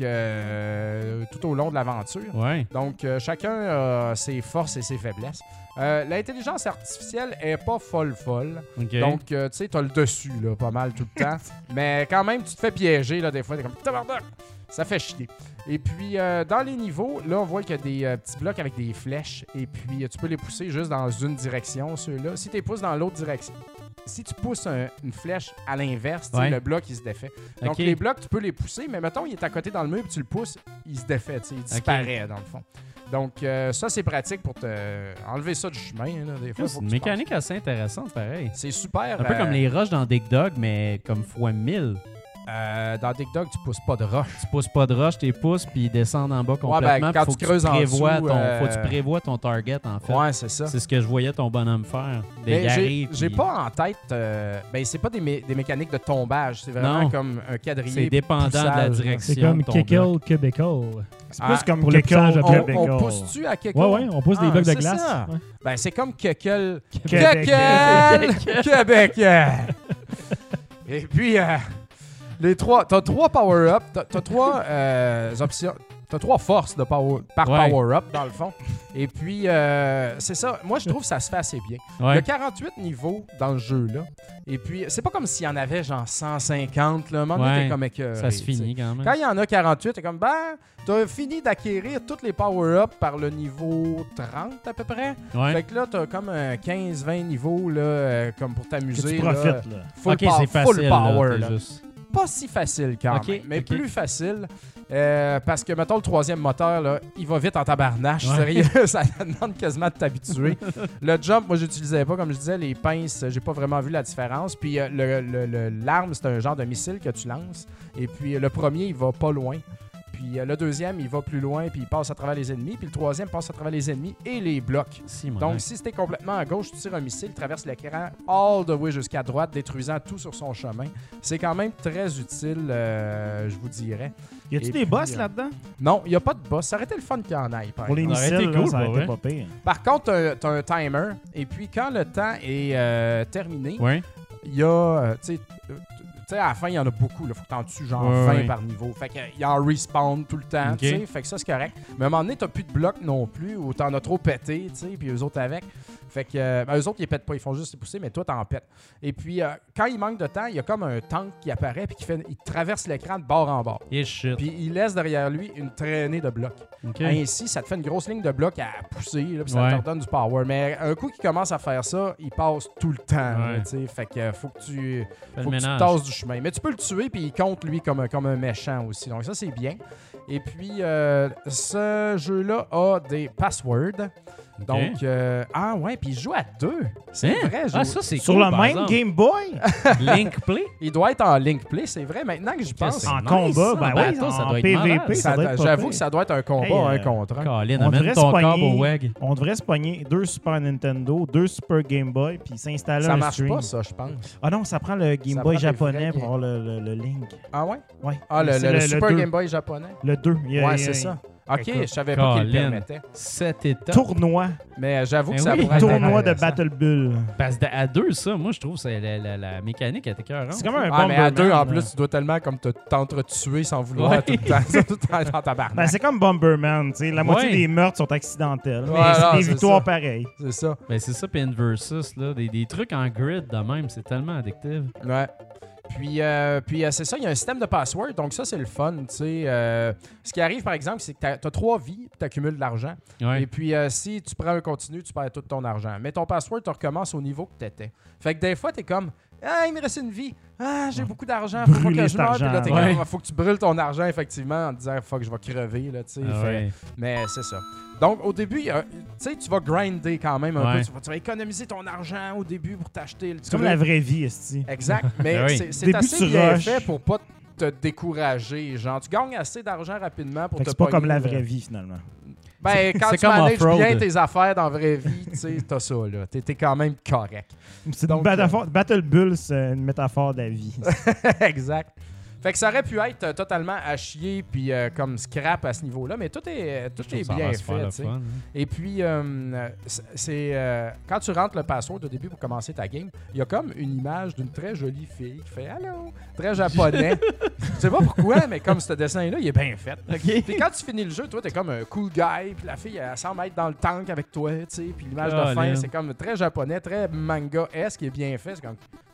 euh, tout au long de l'aventure. Ouais. Donc, euh, chacun a ses forces et ses faiblesses. Euh, L'intelligence artificielle est pas folle-folle. OK. Donc, euh, tu sais, t'as le dessus, là, pas mal tout le temps. Mais quand même, tu te fais piéger, là, des fois. T'es comme, tabarnak! Ça fait chier. Et puis, euh, dans les niveaux, là, on voit qu'il y a des euh, petits blocs avec des flèches. Et puis, euh, tu peux les pousser juste dans une direction, ceux-là. Si tu les pousses dans l'autre direction, si tu pousses un- une flèche à l'inverse, tu sais, Ouais. le bloc, il se défait. Donc, Ok. les blocs, tu peux les pousser, mais mettons, il est à côté dans le mur, puis tu le pousses, il se défait, tu sais, il disparaît, dans le fond. Donc, euh, ça, c'est pratique pour te enlever ça du chemin. Là, des fois, C'est faut une que tu mécanique assez intéressante, pareil. penses. C'est super. Un peu euh, comme les roches dans Dig Dog, mais comme fois mille. euh, dans Dig Dog, tu pousses pas de roche. Tu pousses pas de roches, tu les pousses, puis ils descendent en bas Ouais, ben, complètement. quand puis faut tu que creuses en prévois dessous, ton, euh, faut que tu prévois ton target, en fait. Ouais, c'est ça. C'est ce que je voyais ton bonhomme faire. Mais Des j'ai j'ai puis pas en tête. euh, ben, c'est pas des, mé- des mécaniques de tombage. C'est vraiment Non. comme un quadrillé. C'est dépendant de la poussage, là. direction. C'est comme de ton bloc. Kickle Cubicle. C'est Ah, plus comme pour le Kekel poussage à que On, Québec. Beagle. on pousse-tu à quelque Ouais, ouais, on pousse des Ah, blocs de c'est glace. ça. Ouais. Ben, c'est comme Kekel. Québec. Kekel! Québec! Et puis, euh, les trois. T'as trois power-up. T'as t'as trois euh, options. T'as trois forces de power, par Ouais. power-up, dans le fond. Et puis, euh, c'est ça. Moi, je trouve que ça se fait assez bien. Il y Ouais. a quarante-huit niveaux dans le jeu, là. Et puis, c'est pas comme s'il y en avait genre cent cinquante, là. À un moment donné, Ouais. t'es comme écœuré, Ça se tu sais. finit quand même. Quand il y en a quarante-huit, t'es comme, ben, t'as fini d'acquérir tous les power-up par le niveau trente à peu près. Ouais. Fait que là, t'as comme un quinze vingt niveaux, là, euh, comme pour Que t'amuser. tu là. profites, là. Full, Ok, pow- c'est full facile. power, là, là. t'es juste- Pas si facile quand Ok, même, mais ok. plus facile. euh, parce que, mettons, le troisième moteur, là, il va vite en tabarnache. Ouais. Sérieux, ça demande quasiment de t'habituer. Le jump, moi, j'utilisais pas, comme je disais, les pinces, j'ai pas vraiment vu la différence. Puis euh, le- le- le- l'arme, c'est un genre de missile que tu lances. Et puis euh, le premier, il va pas loin. Puis euh, le deuxième, il va plus loin, puis il passe à travers les ennemis. Puis le troisième passe à travers les ennemis et les blocs. Si, mon Donc, gars. si c'était complètement à gauche, tu tires un missile, traverse l'écran all the way jusqu'à droite, détruisant tout sur son chemin. C'est quand même très utile, euh, je vous dirais. Y a-tu Et des puis, boss euh, là-dedans? Non, il n'y a pas de boss. Ça aurait été le fun qu'il y en aille, par Pour les exemple. Ça aurait missiles, été là, cool, ça aurait pour été vrai. pas pire. Par contre, tu as un timer, et puis quand le temps est euh, terminé, Ouais. il y a, euh, tu sais, euh, tu sais, à la fin, il y en a beaucoup. Il faut que t'en tues genre Ouais, vingt ouais. par niveau. Fait qu'il y en respawn tout le temps, Ok. tu sais. Fait que ça, c'est correct. Mais à un moment donné, t'as plus de blocs non plus, ou t'en as trop pété, tu sais, puis eux autres avec. Fait que, euh, ben, eux autres, ils pètent pas, ils font juste les pousser, mais toi, t'en pètes. Et puis, euh, quand il manque de temps, il y a comme un tank qui apparaît, puis qui fait, il traverse l'écran de bord en bord. Et shit. Puis il laisse derrière lui une traînée de blocs. Ok. Ainsi, ça te fait une grosse ligne de blocs à pousser, là, puis ça Ouais. te redonne du power. Mais un coup qu'il commence à faire ça, il passe tout le temps. là, Ouais. tu sais. Fait que euh, faut que tu, Fais faut le que tu te ménage. tasses du chemin. Mais tu peux le tuer, puis il compte lui comme un, comme un méchant aussi. Donc ça, c'est bien. Et puis, euh, ce jeu-là a des passwords. Ok. Donc, euh, ah ouais, puis il joue à deux. C'est Hein? vrai. Ah, je- ça, c'est Sur cool, le par même exemple. Game Boy? Link Play? Il doit être en link play, c'est vrai. Maintenant que j'y pense, c'est En nice, combat, ça. ben Ben, oui, attends, ça en doit être P V P, malade. ça ça- doit être pas j'avoue pire. que ça doit être un combat Hey, euh, un contre un. Colin, On amène devrait ton se corps pogner- au WEG. On devrait se pogner deux Super Nintendo, deux Super Game Boy, puis s'installer Ça un marche stream. pas, ça, je pense. Ah non, ça prend le Game Ça Boy prend des japonais vrais pour Game- avoir le, le- le Link. Ah ouais? Ouais. Ah, le, C'est le- le Super deux. Game Boy japonais? Le deux. Il y a- Ouais, il y a- c'est ça. Ok, Écoute, je savais pas qu'il le Colin. permettait. Sept étapes. Tournoi. Mais euh, j'avoue que Ben ça oui, pourrait être Tournoi de intéressant. Battle Bull. Parce que à deux, ça, moi, je trouve que la, la, la mécanique était écœurante. C'est comme un Ah, mais à deux, en Bomberman, plus, là. tu dois tellement comme te t'entretuer sans vouloir Ouais. tout le temps. tout le temps dans ta Ben, barnaque. c'est comme Bomberman, tu sais. La moitié Ouais. des meurtres sont accidentels. Mais Ouais, c'est non, des c'est victoires ça. pareilles. C'est ça. Ben, c'est ça, puis Inversus, là, des, des trucs en grid de même, c'est tellement addictif. Ouais. Puis, euh, puis euh, c'est ça, il y a un système de password, donc ça, c'est le fun, tu sais. Euh, ce qui arrive, par exemple, c'est que tu as trois vies, puis tu accumules de l'argent. Ouais. Et puis, euh, si tu prends un continu, tu perds tout ton argent. Mais ton password, tu recommences au niveau que tu étais. Fait que des fois, tu es comme, ah, il me reste une vie. Ah, j'ai beaucoup d'argent, faut pas Brûler que je cet meure. Puis là, argent. t'es Ouais. comme, faut que tu brûles ton argent, effectivement, en te disant, fuck, je vais crever, là, tu sais. Ah Fait- ouais. Mais c'est ça. Donc, au début, il y a- tu sais, tu vas grinder quand même un Ouais. peu. Tu vas, tu vas économiser ton argent au début pour t'acheter le C'est comme truc. la vraie vie, esti. Exact. Mais Ben oui. c'est, c'est Début, assez tu bien rushes. fait pour pas te décourager. Genre, tu gagnes assez d'argent rapidement pour Fait que te c'est pas pogner, comme la là. vraie vie, finalement. Ben, C'est- quand c'est tu comme manages off-road. bien tes affaires dans la vraie vie, tu sais, t'as ça, là. T'es, t'es quand même correct. C'est Donc, une métaphore- Battle Bull, c'est une métaphore de la vie. Exact. Fait que ça aurait pu être euh, totalement à chier puis euh, comme scrap à ce niveau-là, mais tout est, tout Je trouve est ça bien va se faire fait, le tu sais. fun, hein. Et puis, euh, c'est- c'est euh, quand tu rentres le password au début pour commencer ta game, il y a comme une image d'une très jolie fille qui fait « Allô », très japonais. Je sais pas pourquoi, mais comme ce dessin-là, il est bien fait. Puis quand tu finis le jeu, toi, t'es comme un cool guy, puis la fille, elle semble être dans le tank avec toi, tu sais, puis l'image de fin, Colin. c'est comme très japonais, très manga-esque, qui est bien fait. C'est comme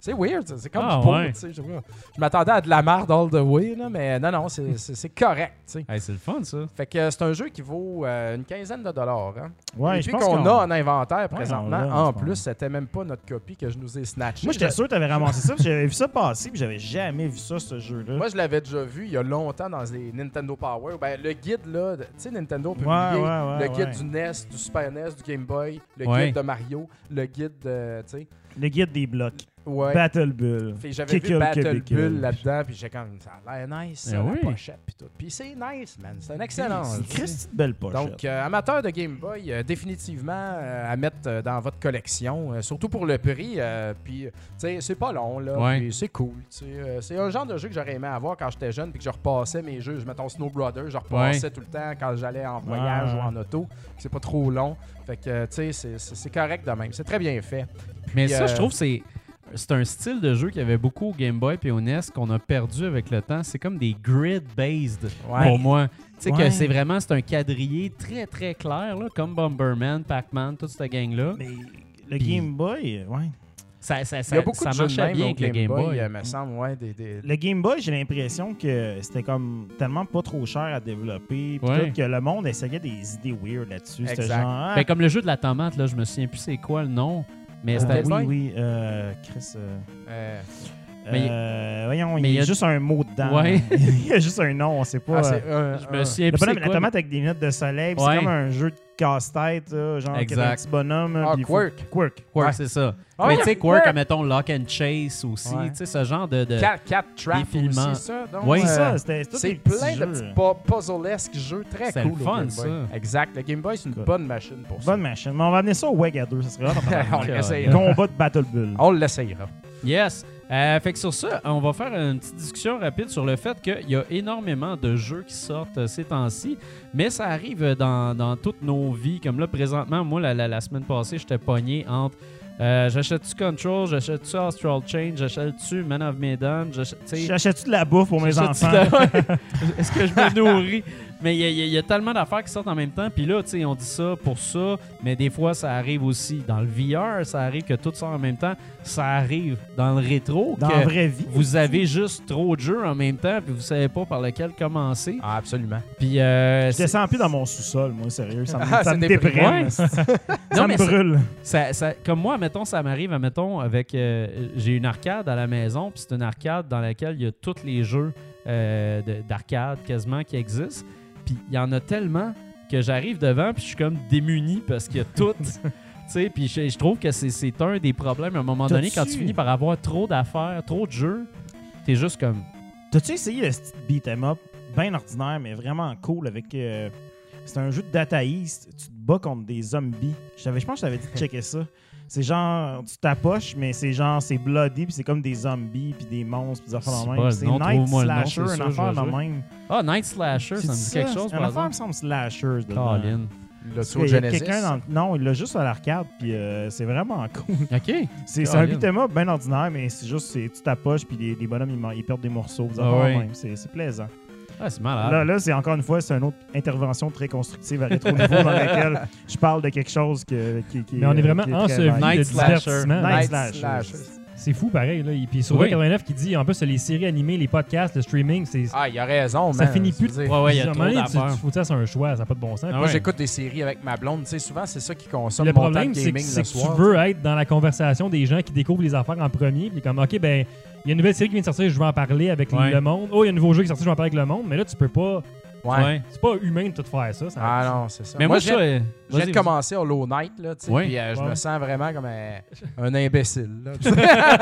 C'est weird, ça. C'est comme Ah, du pot, ouais. tu sais. Je, je m'attendais à de la marde all the way, là, mais non, non, c'est, c'est, c'est correct, tu sais. Hey, c'est le fun, ça. Fait que euh, c'est un jeu qui vaut euh, une quinzaine de dollars. Hein. Ouais, Et je puis pense qu'on qu'on a en inventaire présentement. on l'a, en je plus, pense. c'était même pas notre copie que je nous ai snatché. Moi, j'étais sûr que tu avais ramassé ça, parce que j'avais vu ça passer, puis j'avais jamais vu ça, ce jeu-là. Moi, je l'avais déjà vu il y a longtemps dans les Nintendo Power. Ben, le guide, là, de- tu sais, Nintendo a publié Ouais, ouais, ouais, le guide ouais. du N E S, du Super N E S, du Game Boy, le Ouais. guide de Mario, le guide de, tu sais, Le guide des blocs. ouais. Battle Bull. Fait que j'avais vu Kickle, Battle Kickle. Bull là-dedans, puis j'ai comme, ça a l'air nice, ça, Eh la oui. pochette, puis tout. Puis c'est nice, man, c'est un excellent C'est jeu. une Christy de belle pochette. Donc, euh, amateur de Game Boy, euh, définitivement euh, à mettre euh, dans votre collection, euh, surtout pour le prix. euh, puis, tu sais, c'est pas long, là. Ouais. Puis c'est cool. tu sais, euh, c'est un genre de jeu que j'aurais aimé avoir quand j'étais jeune, puis que je repassais mes jeux. Je mettons Snow Brothers, je repassais Ouais. tout le temps quand j'allais en voyage Ouais. ou en auto. C'est pas trop long. Fait que, euh, tu sais, c'est- c'est c'est correct de même. C'est très bien fait. Mais Puis, ça, euh, je trouve que c'est. C'est un style de jeu qu'il y avait beaucoup au Game Boy et au N E S qu'on a perdu avec le temps. C'est comme des grid-based Ouais. pour moi. Tu sais Ouais. que c'est vraiment c'est un quadrillé très très clair, là, comme Bomberman, Pac-Man, toute cette gang-là. Mais le Puis- Game Boy, ouais. Ça, ça, Il y ça, a beaucoup ça de jeux de marchait même bien au avec le Game, Game Boy, Boy. euh, me semble. Ouais, des, des... Le Game Boy, j'ai l'impression que c'était comme tellement pas trop cher à développer. Puis Ouais. tout, que le monde essayait des idées weird là-dessus. C'était Exact. genre. ah, Ben, comme le jeu de la tomate, là, je me souviens plus c'est quoi le nom. Mais euh, c'était. Game Boy? oui, oui. Euh, Chris. euh, Euh, Mais- euh, voyons, mais il y il y a a- juste un mot dedans. Ouais. Il y a juste un nom, on sait pas. ah, c'est, euh, euh, Je me euh, souviens le plus bonhomme, c'est la quoi. tomate avec des lunettes de soleil, puis Ouais. c'est comme un jeu de casse-tête, là, genre Exact. qu'il y a un petit bonhomme. Ah, puis il faut- Quirk. Quirk. Quirk, Ouais. c'est ça. Ah, mais oui, tu sais, Quirk. Quirk, mettons Lock and Chase aussi. Ouais. Tu sais, ce genre de. de... Cat, Cat Trap des filmants. aussi, ça. Donc, Oui. C'est euh, ça, c'était c'était tous C'est des petits plein de jeux. petits pu- puzzlesques jeux très C'est cool. le au fun, Game Boy. ça. Exact. Le Game Boy, c'est une Écoute. bonne machine pour ça. Bonne machine. Mais on va amener ça au W E G à deux, ça serait vraiment On pas mal. l'essayera. Combat de Battle Bull. On l'essayera. Yes. Euh, fait que sur ça, on va faire une petite discussion rapide sur le fait qu'il y a énormément de jeux qui sortent euh, ces temps-ci, mais ça arrive dans, dans toutes nos vies. Comme là, présentement, moi, la, la, la semaine passée, j'étais pogné entre euh, j'achète-tu Control, j'achète-tu Astral Chain, j'achète-tu Man of Medan, j'achète- tu sais, J'achète-tu de la bouffe pour mes j'achète-tu enfants? de- Est-ce que je me nourris? Mais il y, a- il y a- il y a tellement d'affaires qui sortent en même temps. Puis là, tu sais, on dit ça pour ça, mais des fois, ça arrive aussi dans le V R. Ça arrive que tout sort en même temps. Ça arrive dans le rétro. Dans que la vraie vie. vous avez juste trop de jeux en même temps, puis vous savez pas par lequel commencer. Ah, absolument. Puis euh, Je descends plus dans mon sous-sol, moi, sérieux. Ça me, Ah, ça c'est me déprimant. déprime. Ouais. ça Non, me mais ça- brûle. ça, ça- comme moi, mettons, ça m'arrive, mettons, avec euh, j'ai une arcade à la maison, puis c'est une arcade dans laquelle il y a tous les jeux euh, de- d'arcade quasiment qui existent. Puis il y en a tellement que j'arrive devant, puis je suis comme démuni parce qu'il y a tout. Tu sais, puis je, je trouve que c'est- c'est un des problèmes à un moment donné quand tu T'as-tu- finis par avoir trop d'affaires, trop de jeux. T'es juste comme. T'as-tu essayé le petit beat'em up, bien ordinaire, mais vraiment cool avec. euh, c'est un jeu de Data East. Tu te bats contre des zombies. Je savais- je pense que je t'avais dit de checker ça. C'est genre, tu t'approches, mais c'est genre, c'est bloody, puis c'est comme des zombies, puis des monstres, puis des affaires C'est de pas même. le C'est nom, Night trouve-moi le nom, Slasher, c'est une sûr, je affaire vais de jouer. même. Ah, Night Slasher, ça me dit quelque chose, Une par affaire, il me exemple. semble, Slashers. dedans. Colin. Le Parce Tour qu'il y a Genesis. quelqu'un dans le- Non, il l'a juste à l'arcade, puis euh, c'est vraiment cool. OK. C'est c'est un Colin. beat'em up bien ordinaire, mais c'est juste, c'est- tu t'approches, puis les, les bonhommes, ils, man- ils perdent des morceaux. Des Ah affaires de ouais. même. C'est c'est plaisant. Ah, c'est malade. Là, là c'est encore une fois, c'est une autre intervention très constructive à Rétro Nouveau dans laquelle je parle de quelque chose que, qui, qui Mais on est vraiment qui enseveli très vague. Night de Slasher. divertissement. Night Night Slasher. Slasher. C'est fou, pareil. Là. Et puis sur Oui. deux quatre-vingt-neuf qui dit, en plus, les séries animées, les podcasts, le streaming, c'est Ah, il a raison, ça man. finit Je plus. veux dire, Ouais, ouais, il y a À un trop moment donné, tu- d'affaires. tu faut que ça, c'est un choix, ça n'a pas de bon sens. Ah Moi, ouais. j'écoute des séries avec ma blonde. Tu sais, souvent, c'est ça qui consomme Le mon temps de problème, c'est que, gaming c'est le que soir. tu veux être dans la conversation des gens qui découvrent les affaires en premier. Puis comme, OK, ben, il y a une nouvelle série qui vient de sortir, je vais en parler avec Ouais. le monde. Oh, il y a un nouveau jeu qui est sorti, je vais en parler avec le monde. Mais là, tu peux pas. Ouais. Ouais. C'est pas humain de tout faire ça. ça Ah non, c'est ça. Mais moi, je ça. viens, euh, je viens vas-y, de commencer Hollow Knight, là, tu sais, Ouais. puis euh, je Ouais. me sens vraiment comme un, un imbécile, là, tu sais.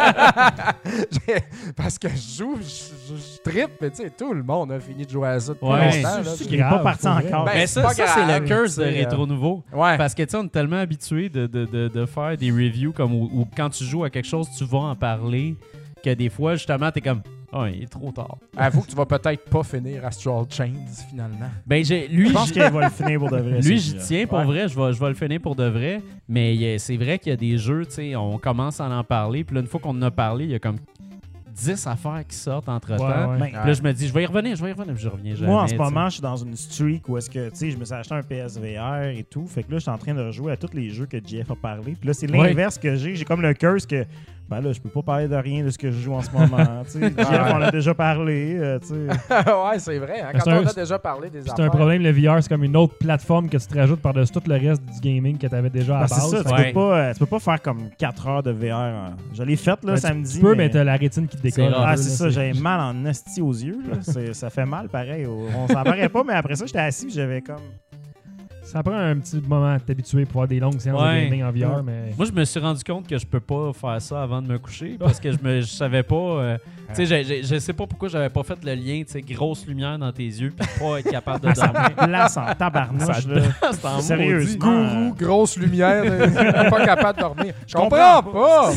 J'ai- Parce que je joue, je, je, je trippe, mais tu sais, tout le monde a fini de jouer à ça depuis Ouais. longtemps, là, C'est tu sais. Il n'est pas grave, parti pour vrai. encore. Ben, Mais c'est ça, pas ça, c'est grave, le curse de tu sais, Rétro Nouveau. Ouais. Parce que tu sais, on est tellement habitué de, de, de, de faire des reviews comme où, où quand tu joues à quelque chose, tu vas en parler, que des fois, justement, t'es comme oh, il est trop tard. Avoue que tu vas peut-être pas finir Astral Chains, finalement. Ben, j'ai, lui, Je pense j'- qu'il va le finir pour de vrai. lui, j'y celui-là. tiens pour Ouais. vrai, je vais, je vais le finir pour de vrai. Mais il y a- c'est vrai qu'il y a des jeux, tu sais, on commence à en parler. Puis là, une fois qu'on en a parlé, il y a comme dix affaires qui sortent entre temps. Ouais, ouais. Ben, Puis là, je me dis, je vais y revenir, je vais y revenir, puis je reviens jamais. Moi, en ce tu sais. moment, je suis dans une streak où est-ce que, tu sais, je me suis acheté un P S V R et tout. Fait que là, je suis en train de rejouer à tous les jeux que Jeff a parlé. Puis là, c'est Ouais. l'inverse que j'ai. J'ai comme le curse que Ben là, je peux pas parler de rien de ce que je joue en ce moment. Tu sais, Jeff, on a déjà parlé. Euh, tu sais. Ouais, c'est vrai. Hein, Mais quand c'est on un- a déjà parlé des C'est affaires. un problème, le V R, c'est comme une autre plateforme que tu te rajoutes par-dessus tout le reste du gaming que tu avais déjà à Ben, la c'est base. ça, tu, Ouais. peux pas, euh, tu peux pas faire comme quatre heures de V R. hein. Je l'ai fait là, Ben, tu- samedi. Tu peux, mais t'as la rétine qui te décolle. C'est rare. Ah, un peu, c'est là, ça, j'avais mal en esti aux yeux. Là. C'est- ça fait mal pareil. On s'en paraît pas, mais après ça, j'étais assis j'avais comme. Ça prend un petit moment à t'habituer pour faire des longues séances Ouais. de gaming en V R, mais... Moi, je me suis rendu compte que je peux pas faire ça avant de me coucher parce que je me je savais pas. euh, tu sais, je- je- je sais pas pourquoi j'avais pas fait le lien, tu sais, grosse lumière dans tes yeux puis pas être capable de dormir. Place en tabarnouche. Ça là. C'est en Sérieusement. Gourou, grosse lumière, euh, pas capable de dormir. Je comprends comprends pas.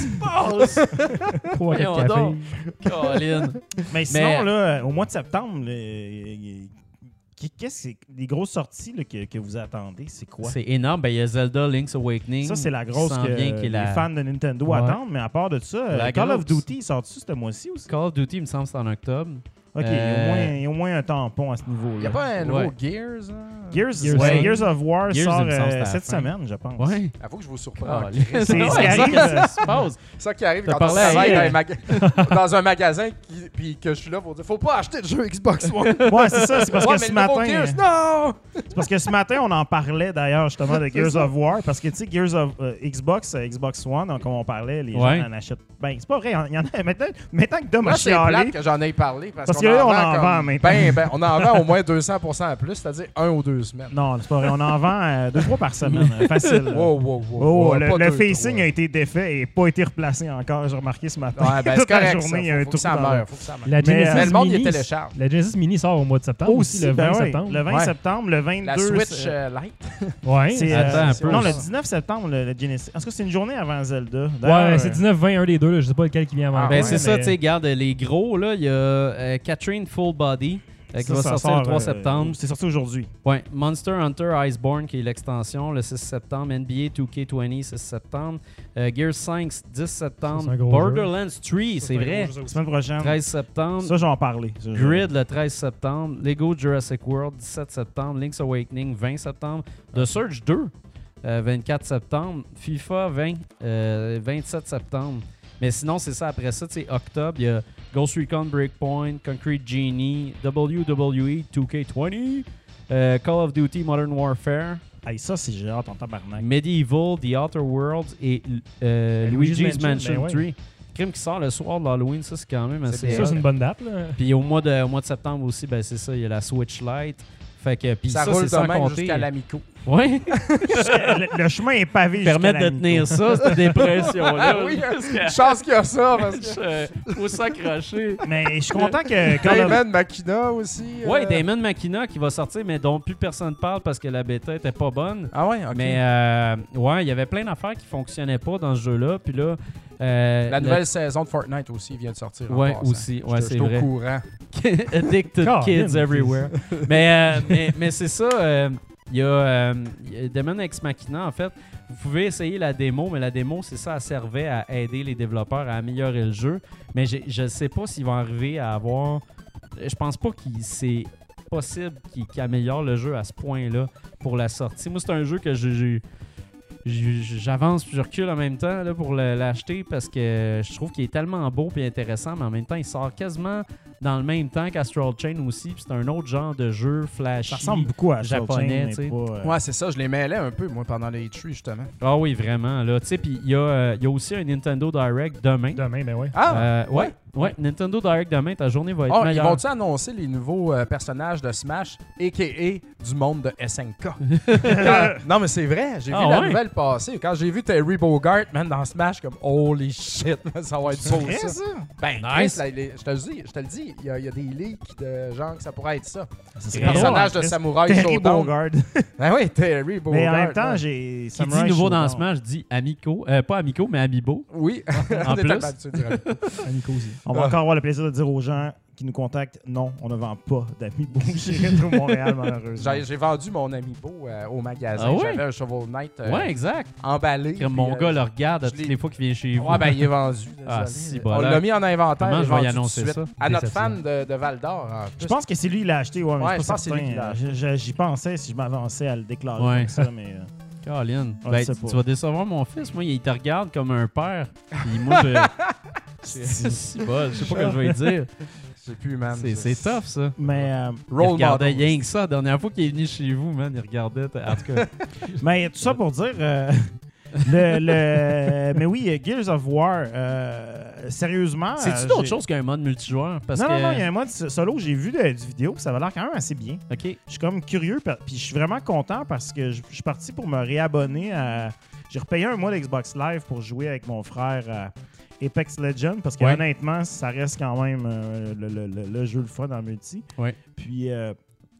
Trois, quatre Voyons cafés. donc. Colin. Mais sinon, Mais- là, euh, au mois de septembre, là, euh, qu'est-ce que c'est les grosses sorties là, que, que vous attendez? C'est quoi? C'est énorme. Ben, il y a Zelda Link's Awakening. Ça, c'est la qui grosse s'en que vient, qui est les la- fans de Nintendo Ouais. attendent, mais à part de ça, euh, La Call of grosse. Duty, il sort-tu ce mois-ci aussi? Call of Duty, il me semble, c'est en octobre. OK, il, y a Euh, au moins, il y a au moins un tampon à ce niveau-là. Il n'y a pas un nouveau Ouais. Gears? Hein? Gears, Gears, ouais, ouais. Gears of War Gears, sort il me semble, euh, c'est à la cette fin. semaine, je pense. Ouais. Avoue que je vous surprends. Colin. C'est ce qui Ouais, arrive. c'est ça qui se passe. C'est ça qui arrive T'as quand on parlé à travaille dans, elle. un maga- dans un magasin qui- puis que je suis là pour dire faut pas acheter de jeu Xbox One. Ouais, c'est ça. C'est parce Ouais, que mais ce le nouveau matin, Gears, non! c'est parce que ce matin, on en parlait d'ailleurs justement de Gears ça. of War, parce que tu sais, Gears of euh, Xbox, euh, Xbox One, donc, comme on parlait, les Ouais. gens en achètent. Ben, c'est pas vrai. Il y en a maintenant. Maintenant que Dom a Moi, c'est chialé. plate que j'en ai parlé parce, Parce qu'on que là, en on vend en comme- vend maintenant. Ben, ben, on en vend au moins deux cents pour cent en plus, c'est-à-dire un ou deux semaines. Non, c'est pas vrai. On en vend euh, deux, trois par semaine. euh, facile. là. Wow, wow, wow. Oh, wow, le, pas le deux, facing trois. a été défait et n'a pas été replacé encore. J'ai remarqué ce matin. Ouais, ben, c'est Toute la correct. journée, ça. il y a un Faut, faut que trou ça dans le- meure. Faut que ça meure. La Mais, Genesis euh, Mais le monde, il Mini, télécharge. La Genesis Mini sort au mois de septembre aussi, Aussi, le ben vingt ouais, septembre. le vingt Ouais. septembre, le vingt-deux. La Switch c'est- euh, Lite. Ouais. c'est, Attends euh, un c'est- peu. Non, le dix-neuf septembre, le, le Genesis. En tout cas, c'est une journée avant Zelda. Ouais, D'ailleurs, c'est euh, dix-neuf vingt, un des deux. Là. Je sais pas lequel qui vient avant. Ah, Ben, ouais, c'est ça, mais- tu sais, regarde, les gros, là, il y a euh, Catherine Full Body euh, qui ça, va ça sortir le trois euh, septembre. C'est sorti aujourd'hui. Ouais, Monster Hunter Iceborne qui est l'extension le six septembre, N B A deux K vingt six septembre, euh, Gears cinq dix septembre, Ça, c'est un gros Borderlands trois, c'est vrai, Semaine prochaine. treize septembre, Ça, je vais en parler. Ça, je- Grid le treize septembre, Lego Jurassic World dix-sept septembre, Link's Awakening vingt septembre, The Surge deux euh, vingt-quatre septembre, FIFA vingt euh, vingt-sept septembre. Mais sinon, c'est ça. Après ça, tu sais, octobre, il y a Ghost Recon Breakpoint, Concrete Genie, W W E deux K vingt, euh, Call of Duty Modern Warfare, Hey, ça, c'est j'ai hâte en tabarnak. Medieval, The Outer Worlds et euh, Ben, Luigi's Luigi's Mansion, Mansion, ben ouais. trois. Crime qui sort le soir de l'Halloween, ça, c'est quand même C'est assez... bien. Ça, hot. c'est une bonne date. Là. Puis au mois, de, au mois de septembre aussi, ben c'est ça, il y a la Switch Lite. Fait que, puis Ça ça, roule c'est de sans même compter. jusqu'à l'amico. Ouais, Jusqu'à- le, le chemin est pavé. permettre jusqu'à de la tenir ça, cette dépression-là. Ah oui, Parce que- chance qu'il y a ça. Parce que... Euh, faut s'accrocher. Mais je suis content que Call of- David Makina aussi. euh, Ouais, Damon Makina qui va sortir, mais dont plus personne parle parce que la bêta était pas bonne. Ah ouais, ok. Mais euh, ouais, il y avait plein d'affaires qui fonctionnaient pas dans ce jeu-là. Puis là, euh, La le- nouvelle saison de Fortnite aussi vient de sortir. en Ouais, passant. aussi. Ouais, J'étais- c'est j'étais vrai. au courant. Addicted Colin, Kids Everywhere. mais, euh, mais, mais c'est ça. euh, Il y a, euh, il y a Daemon Ex Machina, en fait. Vous pouvez essayer la démo, mais la démo, c'est ça, elle servait à aider les développeurs à améliorer le jeu. Mais j'ai- je ne sais pas s'ils vont arriver à avoir... Je pense pas que c'est possible qu'ils qu'ils améliorent le jeu à ce point-là pour la sortie. Moi, c'est un jeu que j'ai... j'ai- j'ai- j'avance puis je recule en même temps là, pour le- l'acheter parce que je trouve qu'il est tellement beau et intéressant, mais en même temps, il sort quasiment dans le même temps qu'Astral Chain aussi. Puis c'est un autre genre de jeu flashy. Ça ressemble beaucoup à Astral japonais, Chain, mais tu sais. pas, euh, Ouais, c'est ça. Je les mêlais un peu, moi, pendant les trois, justement. Ah oui, vraiment. Là. Tu sais, puis il y, a, euh, il y a aussi un Nintendo Direct demain. Demain, ben ouais. Ah! Euh, ouais, ouais. ouais, Nintendo Direct demain, ta journée va être Oh, ils meilleure. vont-tu annoncer les nouveaux euh, personnages de Smash, a k a du monde de S N K? Quand- Non, mais c'est vrai. J'ai Ah vu la ouais? nouvelle passer. Quand j'ai vu Terry Bogard, man, dans Smash, comme holy shit, ça va être C'est beau, vrai, ça. ça? Ben, Nice. Chris, là, les- je te le dis, je te le dis, il y, a- il y a des leaks de genre que ça pourrait être ça. Ça serait Le personnage drôle, de hein, Samurai Terry Showdown. Bogard. Ben oui, Terry Bogard. Mais en même temps, ouais. j'ai. Qui dit nouveau dans Smash dit Amico. Euh, pas Amico, mais Amiibo. Oui, En on est plus. tellement habitué de dire Amico. Amico aussi. On va encore avoir le plaisir de dire aux gens qui nous contactent non, on ne vend pas d'amis chez Retro Montréal, malheureusement. J'ai j'ai vendu mon Amiibo euh, au magasin. Ah ouais? J'avais un Shovel Knight euh, Ouais, exact. emballé. Comme puis, mon euh, gars le regarde à je toutes l'ai- les fois qu'il vient chez vous. Ouais, ben il est vendu. Ah, désolé. si, On voilà. l'a mis en inventaire. Comment il est je vais y vendu tout de annoncer suite. ça? À notre Déception. fan de, de Val d'Or. en Je plus. pense que c'est lui qui l'a acheté, ouais, mais Ouais, je je suis pas pense que c'est lui certain. qui l'a Je- je- J'y pensais si je m'avançais à le déclarer Ouais. comme ça, mais... euh, Caroline, On ben, le sait tu, pas. tu vas décevoir mon fils. Moi, il te regarde comme un père. Puis moi, je. C'est si bol, je sais pas ce que je vais lui dire. Je sais plus, man. C'est, c'est tough, ça. Mais, euh, Il Role regardait model. rien que ça. La dernière fois qu'il est venu chez vous, man, il regardait. t- En tout cas, mais tout ça pour dire. euh, le, le- mais oui, Gears of War, euh, sérieusement. c'est-tu euh, d'autres j'ai- choses qu'un mode multijoueur? Parce non, que... non, non, il y a un mode solo. J'ai vu de- du vidéo, puis ça va l'air quand même assez bien. OK. Je suis comme curieux, par- puis je suis vraiment content parce que je je suis parti pour me réabonner à. J'ai repayé un mois d'Xbox Live pour jouer avec mon frère à Apex Legends parce que Ouais. honnêtement, ça reste quand même euh, le, le- le- le jeu le fun en multi. Ouais. Puis euh,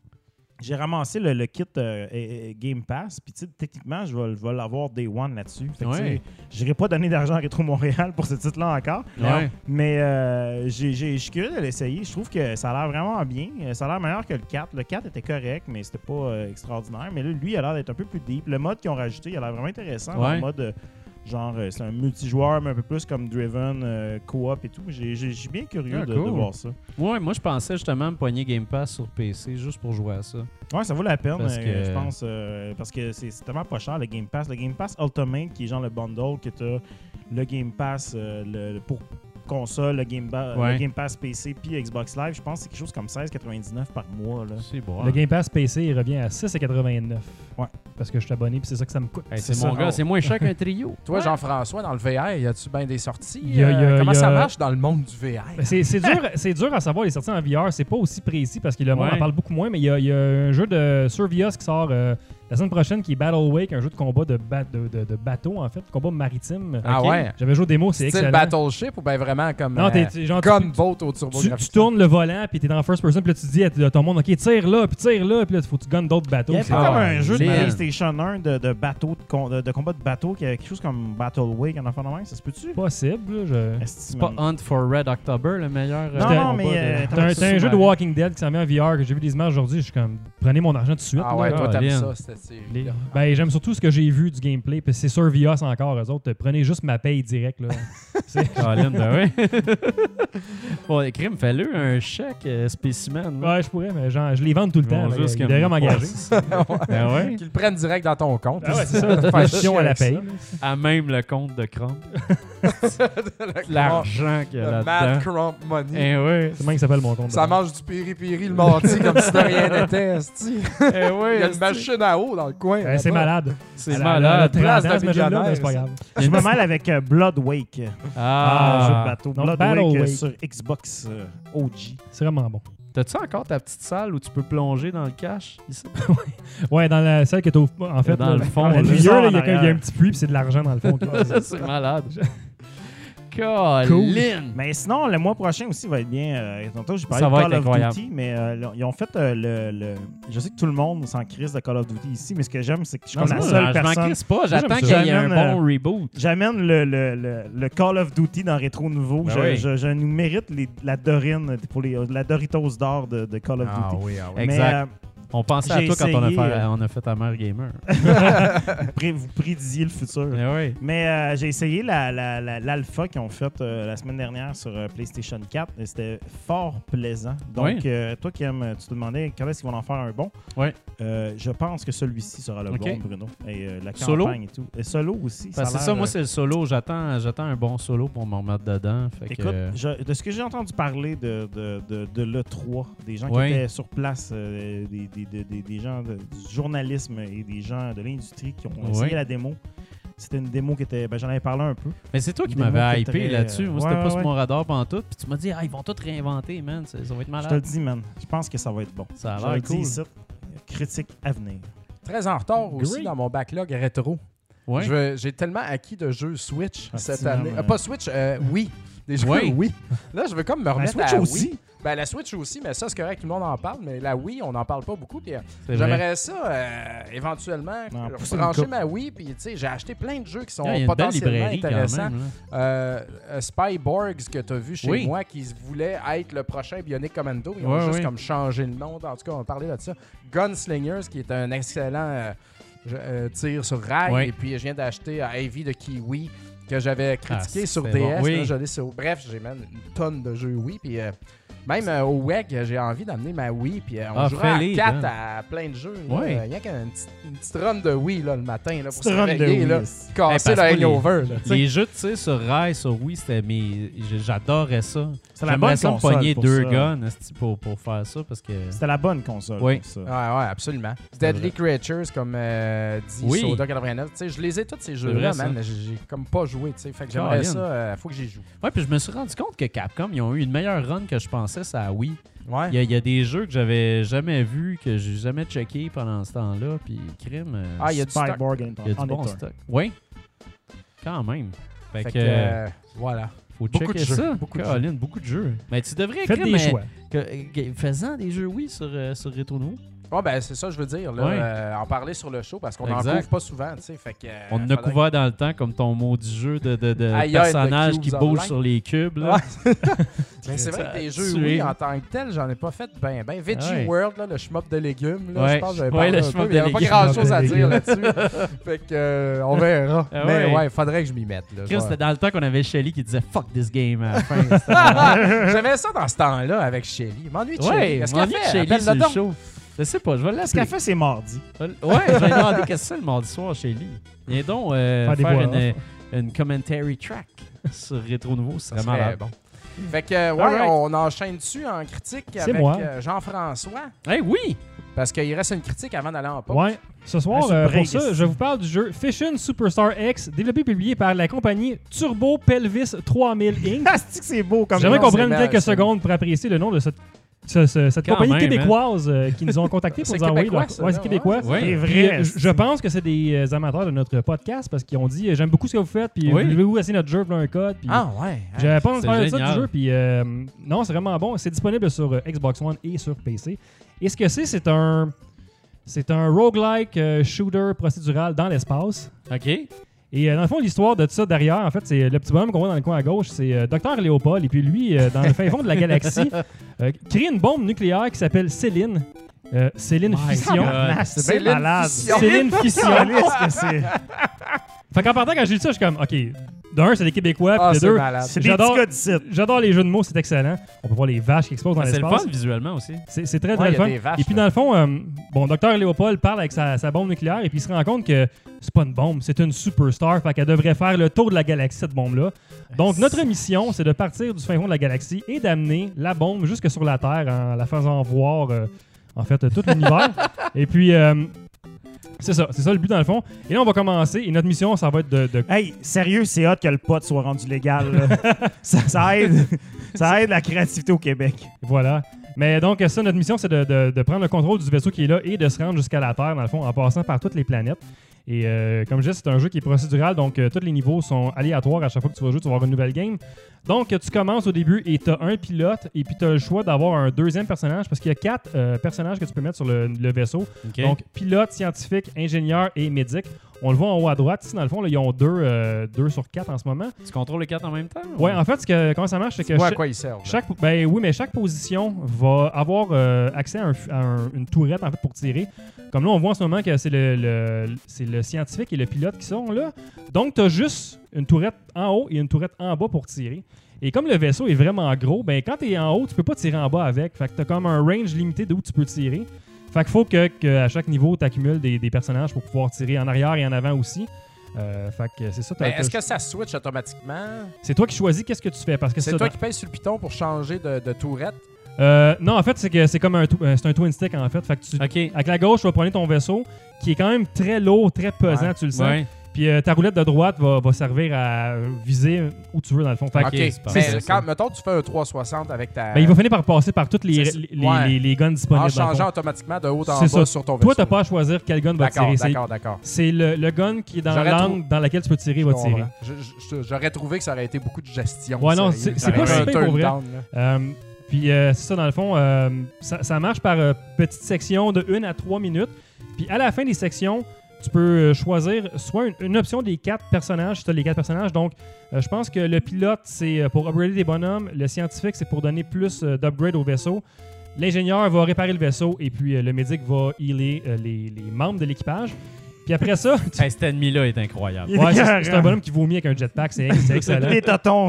j'ai ramassé le, le kit euh, euh, Game Pass, puis tu sais, techniquement, je vais, je vais l'avoir Day One là-dessus. Fait que, tu sais, Ouais. j'irai pas donner d'argent à Retro Montréal pour ce titre-là encore. Ouais. Mais euh, j'ai- j'ai- je suis curieux de l'essayer. Je trouve que ça a l'air vraiment bien. Euh, Ça a l'air meilleur que le quatre. Le quatre était correct, mais c'était pas euh, extraordinaire. Mais là, lui, il a l'air d'être un peu plus deep. Le mode qu'ils ont rajouté, il a l'air vraiment intéressant. Ouais. Le mode, euh, genre, euh, c'est un multijoueur, mais un peu plus comme Driven, euh, co-op et tout. J'ai- j'ai- Je suis bien curieux Ah, de, cool. de voir ça. Ouais, moi, je pensais justement me poigner Game Pass sur P C juste pour jouer à ça. Ouais, ça vaut la peine, Parce euh, que- je pense, euh, parce que c'est c'est tellement pas cher le Game Pass. Le Game Pass Ultimate, qui est genre le bundle, que tu le Game Pass euh, le, le- pour console, le Game, Ba- Ouais. le Game Pass P C puis Xbox Live, je pense que c'est quelque chose comme seize quatre-vingt-dix-neuf par mois. Là. C'est bon. Le Game Pass P C, il revient à six quatre-vingt-neuf. Ouais. Parce que je suis abonné, puis c'est ça que ça me coûte. Hey, c'est c'est mon ça. gars, c'est moins cher qu'un trio. Toi, Jean-François, dans le V R, y a-tu bien des sorties? Il y a- il y a- Euh, Comment il y a- ça marche dans le monde du V R? Ben, C'est c'est dur, c'est dur à savoir les sorties en V R. C'est pas aussi précis parce que le monde Ouais. en parle beaucoup moins, mais il y, a- il y a un jeu de Survios qui sort euh, la semaine prochaine qui est Battle Wake, un jeu de combat de, ba- de, de- de bateau, en fait, de combat maritime. Ah Ok. ouais? J'avais joué au démo, c'est Style excellent. Battleship ou bien vraiment comme Non, euh, t'es- t'es genre, tu- Gunboat au Tu, turbo-graphie? tu tournes le volant, puis t'es dans first person, puis là tu dis à ton monde, ok, tire là, puis tire là, puis là, il faut que tu gunnes d'autres bateaux. Il y a C'est- pas Ah, comme un jeu de man. PlayStation un de, de bateau, de, com- de, de combat de bateau, qui a quelque chose comme Battle Wake, en enfant de main, ça se peut-tu? possible. là, je- Esti, C'est pas man. Hunt for Red October, le meilleur. euh, Non, C'était- non, mais, combat de- euh, T'as un, t'as un jeu de sous-marin. Walking Dead qui s'en met en V R, que j'ai vu des images aujourd'hui, je suis comme, prenez mon argent tout de suite. Ah là. ouais, toi, t'aimes Colin. ça, cette série. Les- Ben, j'aime surtout ce que j'ai vu du gameplay, puis c'est sur V S encore, eux autres. Prenez juste ma paye direct, là. C'est- Colin, ben oui. Bon, crime, fais-le un chèque euh, spécimen. là. Ouais, je pourrais, mais genre, je les vends tout le Ils vont temps. là. juste Ils comme- devraient m'engager. Ben ouais. Qu'ils le prennent direct dans ton compte. Ah ouais, c'est ça. Faire Position chier à la avec ça. paye. À même le compte de Crump. L'argent qu'il y a Le Mad là-dedans. Crump Money. Eh oui. C'est même que s'appelle mon compte. Ça de- mange du piri-piri le mardi comme si de rien n'était. esti. Eh oui. Il y a une machine à eau dans le coin. Ouais, c'est là-bas. malade. C'est Elle a- elle a malade. trente Place ans, de ce jeu-là, millionnaire, mais c'est pas ça. grave. Je me mêle avec euh, Blood Wake, Ah. un jeu de bateau. donc Blood Battle Wake, euh, Wake. sur Xbox euh, O G. C'est vraiment bon. T'as-tu encore ta petite salle où tu peux plonger dans le cash ici? Ouais, dans la salle que t'ouvres pas, en fait. Dans là, le fond, Au là. milieu, là, il y, a Bizarre en il y a arrière. un petit puits, puis c'est de l'argent dans le fond. C'est malade. Colin! Mais sinon, le mois prochain aussi va être bien. Euh, tantôt, j'ai parlé Ça de va Call être of incroyable. Duty, mais euh, là, ils ont fait euh, le, le- Je sais que tout le monde s'en crisse de Call of Duty ici, mais ce que j'aime, c'est que je suis Non, comme la moi, seule je m'en personne. crisse pas. J'attends j'aime qu'il ça. y ait un J'amène, bon reboot. J'amène le, le, le, le Call of Duty dans Rétro Nouveau. Ben je, oui. je, je nous mérite les- la Dorine, pour les, la Doritos d'or de, de Call of Ah Duty. oui, ah oui. Exact. Mais euh, On pensait à j'ai toi quand on a, essayé, fait, euh, on a fait Hammer Gamer. vous, pré- vous prédisiez le futur. Eh oui. Mais euh, j'ai essayé la- la- la- l'alpha qu'ils ont faite euh, la semaine dernière sur euh, PlayStation quatre et c'était fort plaisant. Donc, Oui. euh, toi qui aimes, tu te demandais quand est-ce qu'ils vont en faire un bon. Oui. Euh, je pense que celui-ci sera le Ok. bon, Bruno. Et euh, la Solo? campagne et tout. Et solo aussi. Parce que a c'est l'air, ça, moi, euh, c'est le solo. J'attends, j'attends un bon solo pour m'en remettre dedans. Fait que, Écoute, euh, je- de ce que j'ai entendu parler de, de, de, de l'E trois, des gens Oui. qui étaient sur place, euh, des, des, des, des- des gens de- du journalisme et des gens de l'industrie qui ont Oui. essayé la démo. C'était une démo qui était. Ben, j'en avais parlé un peu. Mais c'est toi qui Démo m'avais qui hypé était, là-dessus. Moi, c'était ouais, pas sur ouais. mon radar pantoute. Puis tu m'as dit, ah, ils vont tout réinventer, man. Ça, ça va être Je te le malade. dis, man. Je pense que ça va être bon. Ça a Je l'air le dis cool. ici. Critique à venir. Très en retard aussi Great. dans mon backlog rétro. Ouais. Je veux- J'ai tellement acquis de jeux Switch Ah, cette c'est année. même, Euh, euh, pas Switch, euh, oui. Des jeux Oui. oui. Là, je veux comme me La remettre Switch à la aussi. Wii. Ben, la Switch aussi, mais ça, c'est correct, tout le monde en parle. Mais la Wii, on n'en parle pas beaucoup. Puis, euh, C'est vrai. j'aimerais ça, euh, éventuellement, Non, pousser une brancher coupe. ma Wii. Puis, tu sais, j'ai acheté plein de jeux qui sont Ah, il y a une belle potentiellement librairie quand intéressants. même. là. Euh, euh, Spyborgs que tu as vu chez Oui. moi, qui se voulait être le prochain Bionic Commando. Ils ont Ouais, juste ouais. comme changé le nom. En tout cas, on va parler de ça. Gunslingers, qui est un excellent euh, jeu- euh, tir sur rail. Ouais. Et puis, je viens d'acheter euh, Heavy de Kiwi, que j'avais critiqué Ah, sur c'est D S. bon. Oui. Là, je l'ai sur... Bref, j'ai même une tonne de jeux Wii. Puis, euh, Même euh, au W E G, j'ai envie d'amener ma Wii, puis euh, on Ah, jouera à fais-les, quatre hein. à plein de jeux. Ouais. Il y a qu'une petite, une petite run de Wii là, le matin là, pour Petite se run de réveiller, Wii. là, Hey, casser parce le que les- hangover. là, tu sais. Les jeux, tu sais, sur Rail, sur Wii, c'était mes... J'adorais ça. C'est la J'aimerais bonne ça me console pogner pour deux ça. guns esti, pour, pour faire ça, parce que... C'était la bonne console Oui. pour ça. Ouais, ouais, absolument. Deadly Creatures, comme euh, dit Oui. Soda quatre-vingt-neuf. Tu sais, je les ai tous ces jeux-là, vrai, ça. man, mais j'ai j'ai comme pas joué. tu sais. Fait que j'aimerais Colin. ça, euh, faut que j'y joue. Ouais, puis je me suis rendu compte que Capcom, ils ont eu une meilleure run que je pensais, ça à Wii. Ouais. Il y, a, il y a des jeux que j'avais jamais vus, que j'ai jamais checké pendant ce temps-là, puis crime, euh, Ah, il y a du stock. Spyborg and il y a du on bon Hector. stock. Oui, quand même. Fait, Fait que, que, euh, voilà. faut beaucoup de checker jeux, ça. beaucoup de Colin, beaucoup de jeux. Mais tu devrais Faites crime, des mais choix. que- que- faisant des jeux Wii sur, euh, sur Retro Nouveau. Ouais, ben c'est ça, je veux dire. Là, Ouais. euh, en parler sur le show parce qu'on en Exact. couvre pas souvent. tu sais. Fait que, euh, On en a faudrait- couvert dans le temps comme ton maudit jeu de, de, de Aïe, aïe, de personnages Cubes qui Online. bougent sur les cubes. Là. Ouais. Mais c'est vrai Ça que des a jeux, tué. oui, en tant que tel, j'en ai pas fait ben ben. Veggie Ouais. World, là, le shmup de légumes, là, Ouais. je pense que j'avais Ouais, parlé le un shmup peu, de mais il y avait pas légumes. grand chose à De dire légumes. là-dessus. Fait que, euh, on verra. Ah Mais ouais. ouais, faudrait que je m'y mette. Là, Chris, Ouais. c'était dans le temps qu'on avait Shelly qui disait fuck this game à la fin. C'était- J'avais ça dans ce temps-là avec Shelly. M'ennuie de Shelly. ouais, Qu'est-ce m'ennuie qu'elle de fait? Shelly Appelle sur le le don. show. Je sais pas, je vais Ce qu'elle l'appeler. fait, c'est mardi. Ouais, je vais lui demander qu'est-ce que c'est le mardi soir chez lui. Viens donc euh, Faire des faire voix une, une commentary track sur Rétro Nouveau, c'est Ça vraiment serait malade. bon. Fait que, euh, ouais, Alright. on enchaîne dessus en critique C'est avec moi. euh, Jean-François. Hey, oui! Parce qu'il reste une critique avant d'aller en pause. Ouais. Ce soir, Ah, euh, pour surprise. ça, je vous parle du jeu Fission Superstar X, développé et publié par la compagnie Turbo Pelvis trois mille incorporée. Ah, Asti que c'est beau comme nom, J'aimerais qu'on c'est prenne mal, quelques c'est- secondes pour apprécier le nom de cette, ce- ce- cette Quand compagnie même, québécoise euh, qui nous ont contactés pour C'est nous envoyer québécois, leur- ça, Ouais, là, c'est québécois. ouais. C'est C'est vrai. vrai, euh, je, je pense que c'est des euh, amateurs de notre podcast parce qu'ils ont dit euh, j'aime beaucoup ce que vous faites, puis Oui. voulez-vous essayer notre jeu, voilà un code. Puis Ah ouais. j'avais pas envie de c'est parler de ça génial. du jeu, puis euh, non, c'est vraiment bon. C'est disponible sur euh, Xbox One et sur P C. Et ce que c'est, c'est un c'est un roguelike euh, shooter procédural dans l'espace. OK. Et euh, dans le fond, l'histoire de tout ça derrière, en fait, c'est le petit bonhomme qu'on voit dans le coin à gauche, c'est euh, Docteur Léopold. Et puis lui, euh, dans le fin fond de la galaxie, euh, crée une bombe nucléaire qui s'appelle Céline. Euh, Céline My Fission. God. Ah, c'est bien Céline malade. Fission. Céline Fission. Qu'est-ce que c'est? Fait qu'en partant, quand j'ai lu ça, je suis comme, OK, d'un, c'est des Québécois, Ah, puis de c'est deux, malade. c'est des petits gars d'ici. J'adore les jeux de mots, c'est excellent. On peut voir les vaches qui explosent dans C'est le l'espace. fun visuellement aussi. C'est c'est très, Ouais, très il y a fun. des vaches, Et puis, là. dans le fond, euh, bon, Docteur Léopold parle avec sa, sa bombe nucléaire et puis il se rend compte que c'est pas une bombe, c'est une superstar. Fait qu'elle devrait faire le tour de la galaxie, cette bombe-là. Donc, notre mission, c'est de partir du fin fond de la galaxie et d'amener la bombe jusque sur la Terre en la faisant voir, euh, en fait, tout l'univers. Et puis, euh, c'est ça, c'est ça le but dans le fond. Et là, on va commencer et notre mission, ça va être de. de... Hey, sérieux, c'est hot que le pot soit rendu légal. là. ça, ça aide, ça aide la créativité au Québec. Voilà. Mais donc, ça, notre mission, c'est de, de- de prendre le contrôle du vaisseau qui est là et de se rendre jusqu'à la Terre, dans le fond, en passant par toutes les planètes. Et euh, comme je disais, c'est un jeu qui est procédural, donc euh, tous les niveaux sont aléatoires. À chaque fois que tu vas jouer, tu vas avoir une nouvelle game. Donc, tu commences au début et tu as un pilote, et puis tu as le choix d'avoir un deuxième personnage, parce qu'il y a quatre euh, personnages que tu peux mettre sur le, le vaisseau. OK. Donc, pilote, scientifique, ingénieur et médic. On le voit en haut à droite. Ici, dans le fond, là, ils ont deux, euh, deux sur quatre en ce moment. tu contrôles les cartes en même temps? Ouais, en fait, ce que, comment ça marche, c'est que Tu vois à cha- quoi ils servent. là. chaque, ben oui, mais chaque position va avoir euh, accès à, un- à un- une tourette en fait pour tirer. Comme là, on voit en ce moment que c'est le, le- c'est le scientifique et le pilote qui sont là. Donc, tu as juste une tourette en haut et une tourette en bas pour tirer. Et comme le vaisseau est vraiment gros, ben quand tu es en haut, tu peux pas tirer en bas avec. Fait que tu as comme un range limité d'où tu peux tirer. Fait qu'il faut que, que à chaque niveau, tu accumules des, des personnages pour pouvoir tirer en arrière et en avant aussi. Euh, fait que c'est ça. t'as- Mais est-ce t'as- que ça switch automatiquement? C'est toi qui choisis qu'est-ce que tu fais. Parce que C'est ça, toi dans- qui payes sur le piton pour changer de, de tourette? Euh, non, en fait, c'est que c'est comme un, tw- euh, c'est un twin stick en fait. Fait que tu, OK. avec la gauche, tu vas prendre ton vaisseau qui est quand même très lourd, très pesant, Ouais. tu le sens. Ouais. Puis euh, ta roulette de droite va, va servir à viser où tu veux dans le fond. Fait que, Ok, OK. c'est pas Mais mal, ça. quand, mettons, tu fais un trois cent soixante avec ta... ben, il va finir par passer par toutes les, C'est- les, les- ouais. les- les guns en disponibles. dans le changeant fond. automatiquement de haut en C'est bas ça. sur ton vaisseau. Toi, t'as pas à choisir quel gun va D'accord, tirer. C'est, d'accord, d'accord. c'est le, le gun qui est dans J'aurais l'angle dans laquelle tu peux tirer, va Je tirer. comprends. Je- je- J'aurais trouvé que ça aurait été beaucoup de gestion. Ouais, non, sérieux. c'est- Ça c'est aurait pas été si un pire pour turn vrai. down, là. Euh, puis euh, c'est ça, dans le fond, euh, ça, ça marche par euh, petites sections de une à trois minutes. Puis à la fin des sections, tu peux euh, choisir soit une, une option des quatre personnages, si tu as les quatre personnages. Donc, euh, je pense que le pilote, c'est euh, pour upgrader des bonhommes. Le scientifique, c'est pour donner plus euh, d'upgrade au vaisseau. L'ingénieur va réparer le vaisseau et puis euh, le médic va healer euh, les, les membres de l'équipage. Puis après ça, tu- Hey, cet ennemi-là est incroyable. Il est ouais, c'est, écœurant. c'est un bonhomme qui vomit avec un jetpack. C'est, c'est excellent. Les totons.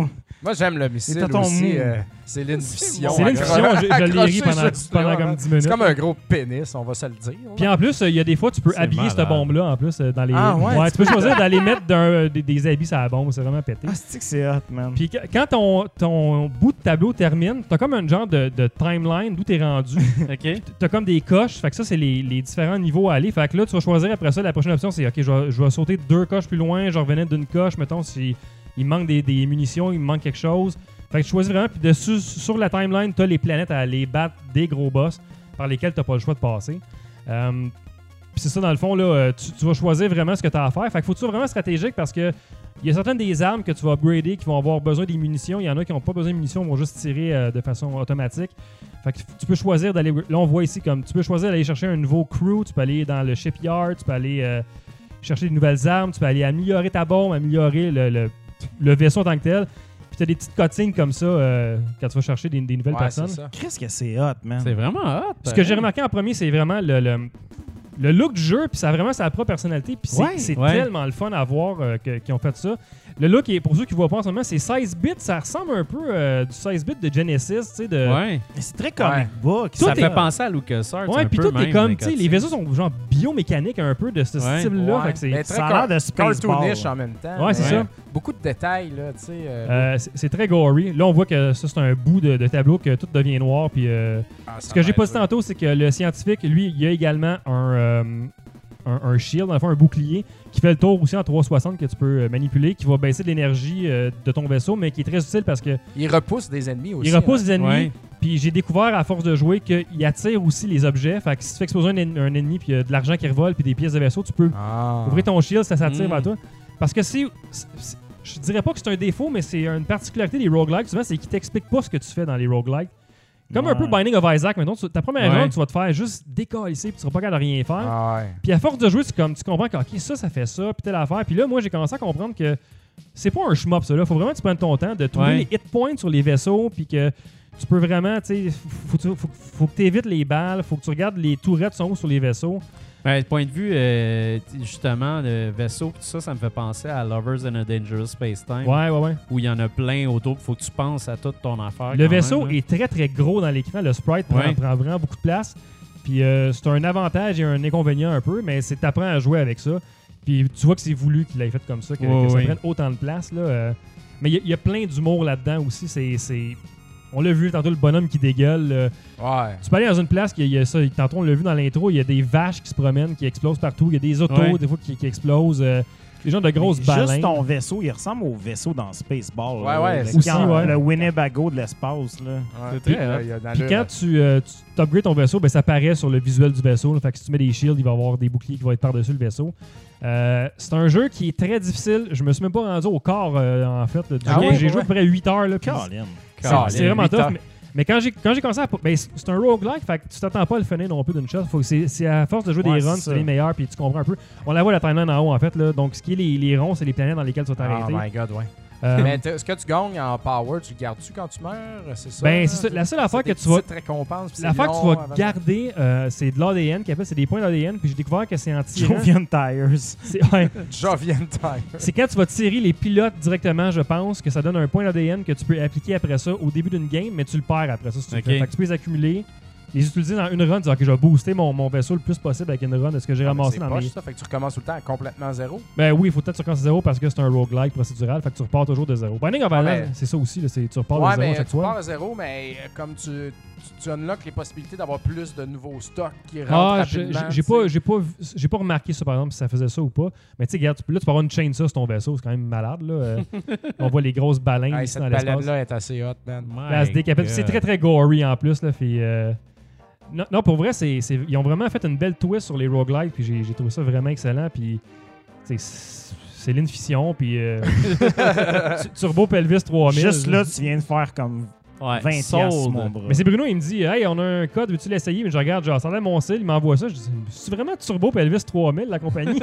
Moi, j'aime le missile t'as ton aussi. mou. Euh, Céline Dion. Céline accro- Dion, je, je l'ai ri accroché pendant, juste pendant là, comme hein. dix minutes. C'est comme un gros pénis, on va se le dire. Puis en plus, il y a des fois, tu peux C'est habiller malade. cette bombe-là en plus euh, dans les. Ah ouais, tu peux choisir d'aller mettre d'un- des, des habits sur la bombe, c'est vraiment pété. Ah, c'est que c'est hot, man. Puis qu- quand ton, ton bout de tableau termine, t'as comme un genre de, de timeline d'où t'es rendu. OK. T'as comme des coches, fait que ça, c'est les, les différents niveaux à aller. Fait que là, tu vas choisir après ça, la prochaine option, c'est OK, je vais, je vais sauter deux coches plus loin, je revenais d'une coche, mettons, si il me manque des, des munitions, il me manque quelque chose. Fait que tu choisis vraiment, puis dessus, sur la timeline, t'as les planètes à aller battre des gros boss par lesquels t'as pas le choix de passer. Euh, puis c'est ça, dans le fond, là, euh, tu, tu vas choisir vraiment ce que t'as à faire. Fait que faut que tu sois vraiment stratégique parce que il y a certaines des armes que tu vas upgrader qui vont avoir besoin des munitions. Il y en a qui n'ont pas besoin de munitions, vont juste tirer euh, de façon automatique. Fait que tu peux choisir d'aller. Là, on voit ici comme tu peux choisir d'aller chercher un nouveau crew. Tu peux aller dans le shipyard. Tu peux aller euh, chercher de nouvelles armes. Tu peux aller améliorer ta bombe, améliorer le, le, le vaisseau en tant que tel. Puis tu as des petites cutscenes comme ça euh, quand tu vas chercher des, des nouvelles Ouais, personnes. c'est ça. Qu'est-ce que c'est hot, man. C'est vraiment hot. Ce que j'ai remarqué en premier, c'est vraiment le, le, le look du jeu, puis ça a vraiment sa propre personnalité, puis c'est Ouais, c'est ouais. tellement le fun à voir euh, que- qu'ils ont fait ça. Le look, est, pour ceux qui ne voient pas en ce moment, c'est seize bits, ça ressemble un peu euh, du seize bits de Genesis, tu sais, de... Ouais. Mais c'est très comic Ouais. book. Tout Ça est- fait penser à LucasArts. Ouais, un puis peu tout est même, comme, les tu sais, les cutscenes. vaisseaux sont genre biomécaniques un peu de ce Ouais. style-là, Ouais. fait que c'est... Mais très Ça a l'air de car- Spaceball. cartoonish en même temps. Ouais, c'est mais ça. Beaucoup de détails, là, tu sais. euh, Euh, c'est c'est très gory. Là, on voit que ça, c'est un bout de, de tableau que tout devient noir, puis... euh, ah, ça Ce que j'ai va pas être dit tantôt, c'est que le scientifique, lui, il a également un, euh, un, un shield, dans le fond, un bouclier, qui fait le tour aussi en trois cent soixante que tu peux euh, manipuler, qui va baisser de l'énergie euh, de ton vaisseau, mais qui est très utile parce que Il repousse des ennemis aussi. il repousse hein. des ennemis. Ouais. Puis j'ai découvert à force de jouer qu'il attire aussi les objets. Fait que si tu fais exploser un, en- un ennemi, puis il y a de l'argent qui revole, puis des pièces de vaisseau, tu peux Ah. ouvrir ton shield, ça s'attire Mm. vers toi. Parce que c'est. c'est- c'est- Je dirais pas que c'est un défaut, mais c'est une particularité des roguelikes, souvent, c'est qu'ils t'expliquent pas ce que tu fais dans les roguelikes. Comme un Ouais. peu Binding of Isaac, maintenant, tu- ta première Ouais. run, tu vas te faire juste décalisser, puis tu seras pas capable de rien faire. Ah ouais. Puis à force de jouer, c'est comme tu comprends que ok, ça, ça fait ça, puis telle affaire. Puis là, moi, j'ai commencé à comprendre que c'est pas un shmup, ça. Là. Faut vraiment que tu prennes ton temps de trouver Ouais. les hit points sur les vaisseaux, puis que tu peux vraiment, tu sais, faut, faut, faut, faut que tu évites les balles, faut que tu regardes les tourrettes sont où sur les vaisseaux. Ben, du point de vue, euh, t- justement, le vaisseau, tout ça, ça me fait penser à Lovers in a Dangerous Space-Time, Ouais, ouais, ouais. où il y en a plein autour. Il faut que tu penses à toute ton affaire. Le quand vaisseau même, là. est très, très gros dans l'écran. Le sprite prend, Ouais. prend vraiment beaucoup de place. Puis euh, c'est un avantage et un inconvénient un peu, mais c'est t'apprends à jouer avec ça. Puis tu vois que c'est voulu qu'il l'ait fait comme ça, que, Ouais, que ça ouais. prenne autant de place. Là, euh. Mais il y a- il y, a plein d'humour là-dedans aussi. C'est, c'est... On l'a vu tantôt, le bonhomme qui dégueule. euh. Ouais. Tu peux aller dans une place, il y a, il y a ça, tantôt on l'a vu dans l'intro, il y a des vaches qui se promènent, qui explosent partout. Il y a des autos, Ouais. des fois, qui, qui explosent. euh, des gens de grosses Juste baleines. ton vaisseau, il ressemble au vaisseau dans Spaceball. Ouais, là. ouais, Le, c'est aussi, camp- ouais. le Winnebago de l'espace. Là. Ouais. C'est très Puis, hot. il y a dans Puis le- quand tu, euh, tu upgrades ton vaisseau, ben, ça apparaît sur le visuel du vaisseau. Là. Fait que si tu mets des shields, il va y avoir des boucliers qui vont être par-dessus le vaisseau. Euh, c'est un jeu qui est très difficile. Je me suis même pas rendu au corps, euh, en fait. là, du Ah jeu. ouais, J'ai joué ouais. à peu près huit heures. Là, puis Colin. c'est, Colin, c'est vraiment huit tough. heures. Mais, mais quand j'ai quand j'ai commencé à... Ben, c'est c'est un roguelike, fait que tu t'attends pas à le finir non plus d'une shot. Faut que c'est, c'est à force de jouer Ouais, des runs, c'est c'est ça. les meilleurs, puis tu comprends un peu. On la voit la timeline en haut, en fait. Là. Donc, ce qui est les, les ronds, c'est les planètes dans lesquelles tu vas Oh t'arrêter. my god, ouais. Euh, Mais t'as- ce que tu gagnes en power, tu le gardes-tu quand tu meurs? C'est ça? Ben, là? c'est ça. La seule affaire C'est que des tu vas... petites récompenses, puis c'est L'affaire que tu long vas avant- garder, euh, c'est de l'A D N, qui appelle, c'est des points d'A D N, puis j'ai découvert que c'est en tirant. Jovian Tires. C'est, ouais. Jovian Tire. C'est quand tu vas tirer les pilotes directement, je pense, que ça donne un point d'A D N que tu peux appliquer après ça au début d'une game, mais tu le perds après ça. Si tu le Ok. fais. Fait que tu peux les accumuler, les utiliser dans une run, dire ok, je vais booster mon, mon vaisseau le plus possible avec une run de ce que j'ai Ah, mais ramassé c'est dans poche, mes. ça, fait que tu recommences tout le temps à complètement zéro. Ben oui, il faut peut-être que tu recommences à zéro parce que c'est un roguelike procédural, fait que tu repars toujours de zéro. Binding of Isaac, mais- c'est ça aussi, là, c'est, tu repars Ouais, de zéro mais chaque tu pars fois. à zéro, mais euh, comme tu, tu, tu unlocks les possibilités d'avoir plus de nouveaux stocks qui rentrent Ah, j'ai, rapidement. j'ai tu pas, sais. j'ai, pas, vu- j'ai pas remarqué ça par exemple si ça faisait ça ou pas. Mais tu sais, regarde, tu peux- là tu peux avoir une chainsaw sur ton vaisseau, c'est quand même malade. Là. Euh, on voit les grosses baleines Hey, ici cette dans l'espace. baleine-là est assez hot, man. Là, elle se décapite. C'est très très gory en plus. Là, fait, euh, non, non, pour vrai, c'est, c'est- ils ont vraiment fait une belle twist sur les roguelites. Puis j'ai, j'ai trouvé ça vraiment excellent. Puis c'est Céline Fiction. Puis euh, Tu- Turbo Pelvis trois mille. Juste là, tu viens de faire comme Ouais, vingt sold. piastres, mon bras. Mais c'est Bruno, il me dit, hey, on a un code, veux-tu l'essayer? Mais je regarde, genre, ça a l'air mon style, il m'envoie ça. Je dis, c'est vraiment Turbo Pelvis trois mille, la compagnie?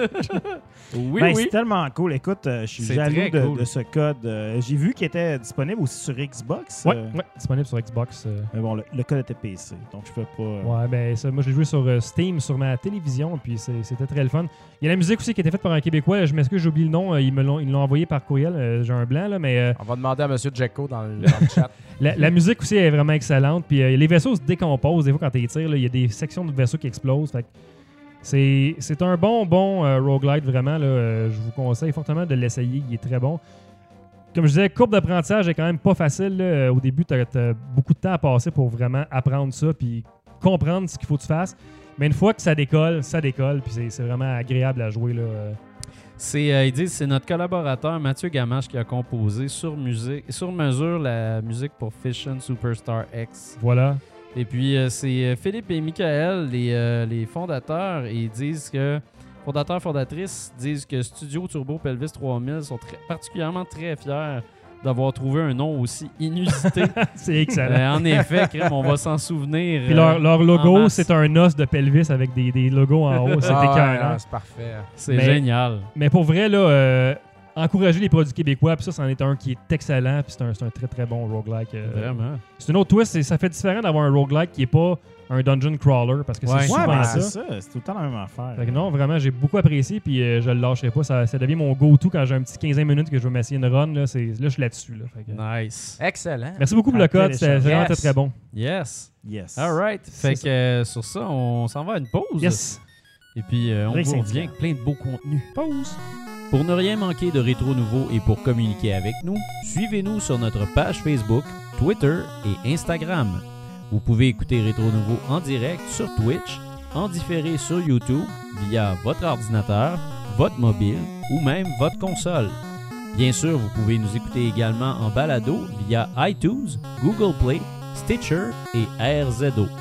Oui, Ben, oui. c'est tellement cool. Écoute, euh, je suis C'est jaloux très de, cool. de ce code. Euh, J'ai vu qu'il était disponible aussi sur Xbox. Ouais, euh, ouais, disponible sur Xbox. euh. Mais bon, le, le code était P C, donc je peux pas... euh, Ouais, ben ça, moi, je l'ai joué sur euh, Steam, sur ma télévision, puis c'est- c'était très le fun. Il y a la musique aussi qui a été faite par un Québécois. Je m'excuse, j'ai oublié le nom. euh, Ils me l'ont ils l'ont envoyé par courriel. euh, J'ai un blanc, là, mais euh, On va demander à M. Jacko dans le, dans le chat. la, la musique aussi est vraiment excellente. Puis euh, les vaisseaux se décomposent. Des fois, quand tu les tires, là, il y a des sections de vaisseaux qui explosent. Fait que c'est c'est un bon, bon euh, roguelite, vraiment. Là, euh, je vous conseille fortement de l'essayer. Il est très bon. Comme je disais, courbe d'apprentissage est quand même pas facile. Là. Euh, Au début, tu as beaucoup de temps à passer pour vraiment apprendre ça puis comprendre ce qu'il faut que tu fasses. Mais une fois que ça décolle, ça décolle. Puis c'est- c'est vraiment agréable à jouer. Là. euh. C'est, euh, ils disent c'est notre collaborateur Mathieu Gamache qui a composé sur, musique, sur mesure la musique pour Fission Superstar X. Voilà. Et puis, euh, c'est euh, Philippe et Michael, les, euh, les fondateurs, et ils disent que, fondateurs, fondatrices, disent que Studio Turbo Pelvis trois mille sont très- particulièrement très fiers d'avoir trouvé un nom aussi inusité. C'est excellent. Euh, en effet, crème, on va s'en souvenir. Puis leur, euh, leur en logo, masse. c'est un os de pelvis avec des, des logos en haut. C'est Ah, écœurant. ouais, c'est parfait. C'est mais- génial. Mais pour vrai, là, euh, encourager les produits québécois, puis ça, c'en est un qui est excellent, puis c'est un, c'est un très très bon roguelike. euh. Vraiment. C'est une autre twist, et ça fait différent d'avoir un roguelike qui est pas un dungeon crawler, parce que Ouais. c'est Ouais, souvent ben, ça. c'est ça. C'est tout le temps la même affaire. Fait que non, vraiment, j'ai beaucoup apprécié, puis euh, je le lâcherai pas. Ça, ça devient mon go-to quand j'ai un petit quinze minutes que je veux m'essayer une run. Là, c'est- là je suis là-dessus. Là. Fait que- Nice. Excellent. Merci beaucoup pour À le code, c'était télécharger. vraiment Yes. très très bon. Yes. Yes. All right. Fait que euh, sur ça, on s'en va à une pause. Yes! Et puis, euh, on Rick vous Saint-Pierre. revient avec plein de beaux contenus. Pause! Pour ne rien manquer de Rétro Nouveau et pour communiquer avec nous, suivez-nous sur notre page Facebook, Twitter et Instagram. Vous pouvez écouter Rétro Nouveau en direct sur Twitch, en différé sur YouTube via votre ordinateur, votre mobile ou même votre console. Bien sûr, vous pouvez nous écouter également en balado via iTunes, Google Play, Stitcher et R Z O.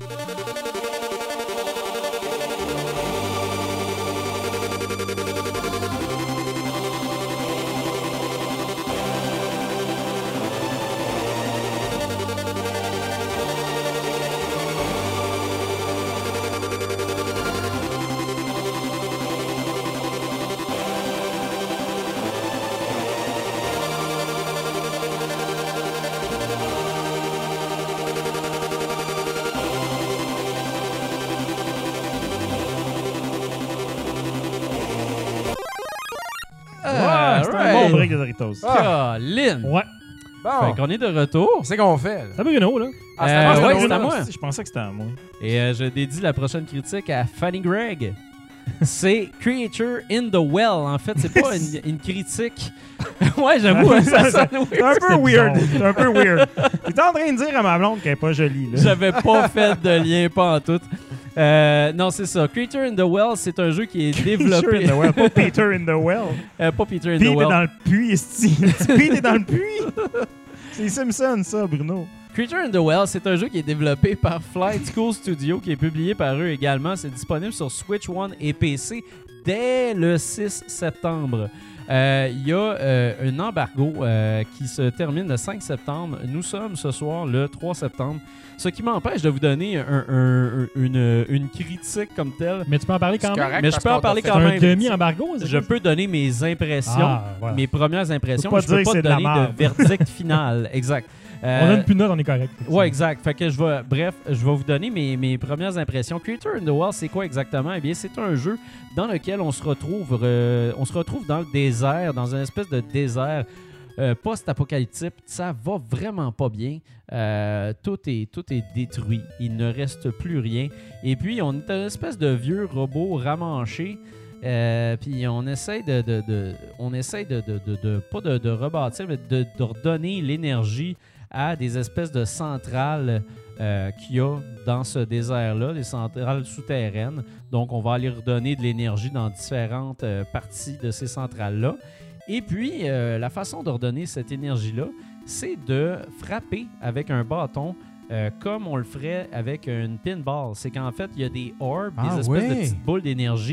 Ouais, c'était un bon break de Doritos. Ah. Colin! Ouais. Bon, Fait qu'on est de retour. c'est qu'on fait. là. Ça va, Bruno, là? Ah, c'est Euh, à moi, ouais, c'est à c'est moi. à moi. Je pensais que c'était à moi. Et euh, je dédie la prochaine critique à Fanny Gregg. C'est Creature in the Well. En fait, c'est pas une, une critique. Ouais, j'avoue, hein, ça sonne C'est un weird. peu weird. C'est un peu weird. T'es en train de dire à ma blonde qu'elle est pas jolie. Là. J'avais pas fait de lien, pas en tout. Euh, non, c'est ça. Creature in the Well, c'est un jeu qui est Peter développé. in the well, pas Peter in the well. Euh, pas Peter in Pete the est Well. dans le puits, esti. Pete est dans le puits. C'est les Simpsons, ça, Bruno. Creature in the Well, c'est un jeu qui est développé par Flight School Studio, qui est publié par eux également. C'est disponible sur Switch One et P C dès le six septembre. Euh, Il y a euh, un embargo euh, qui se termine le cinq septembre. Nous sommes ce soir le trois septembre. Ce qui m'empêche de vous donner un- un- une, une critique comme telle. Mais tu peux en parler quand C'est même. correct, Mais je parce peux en qu'on t'a parler fait- C'est quand un même. demi-embargo, c'est Je ça? peux donner mes impressions, Ah, voilà. mes premières impressions. Faut pas Je peux dire pas que c'est te de la donner de merde. verdict final. Exact. On Euh, a une plus note, on est correct. Ouais, exact. Fait que je vais, bref, je vais vous donner mes, mes premières impressions. Creature in the Wild, c'est quoi exactement? Eh bien, c'est un jeu dans lequel on se retrouve, euh, on se retrouve dans le désert, dans une espèce de désert euh, post-apocalyptique. Ça va vraiment pas bien. Euh, tout est, tout est détruit. Il ne reste plus rien. Et puis, on est une espèce de vieux robot ramanché. Euh, puis on essaye de, de, de- on essaye de, de, de- de- pas de, de rebâtir, mais de, de redonner l'énergie à des espèces de centrales euh, qu'il y a dans ce désert-là, des centrales souterraines. Donc, on va aller redonner de l'énergie dans différentes euh, parties de ces centrales-là. Et puis, euh, la façon de redonner cette énergie-là, c'est de frapper avec un bâton euh, comme on le ferait avec une pinball. C'est qu'en fait, il y a des orbes, Ah des espèces de ouais. petites boules d'énergie.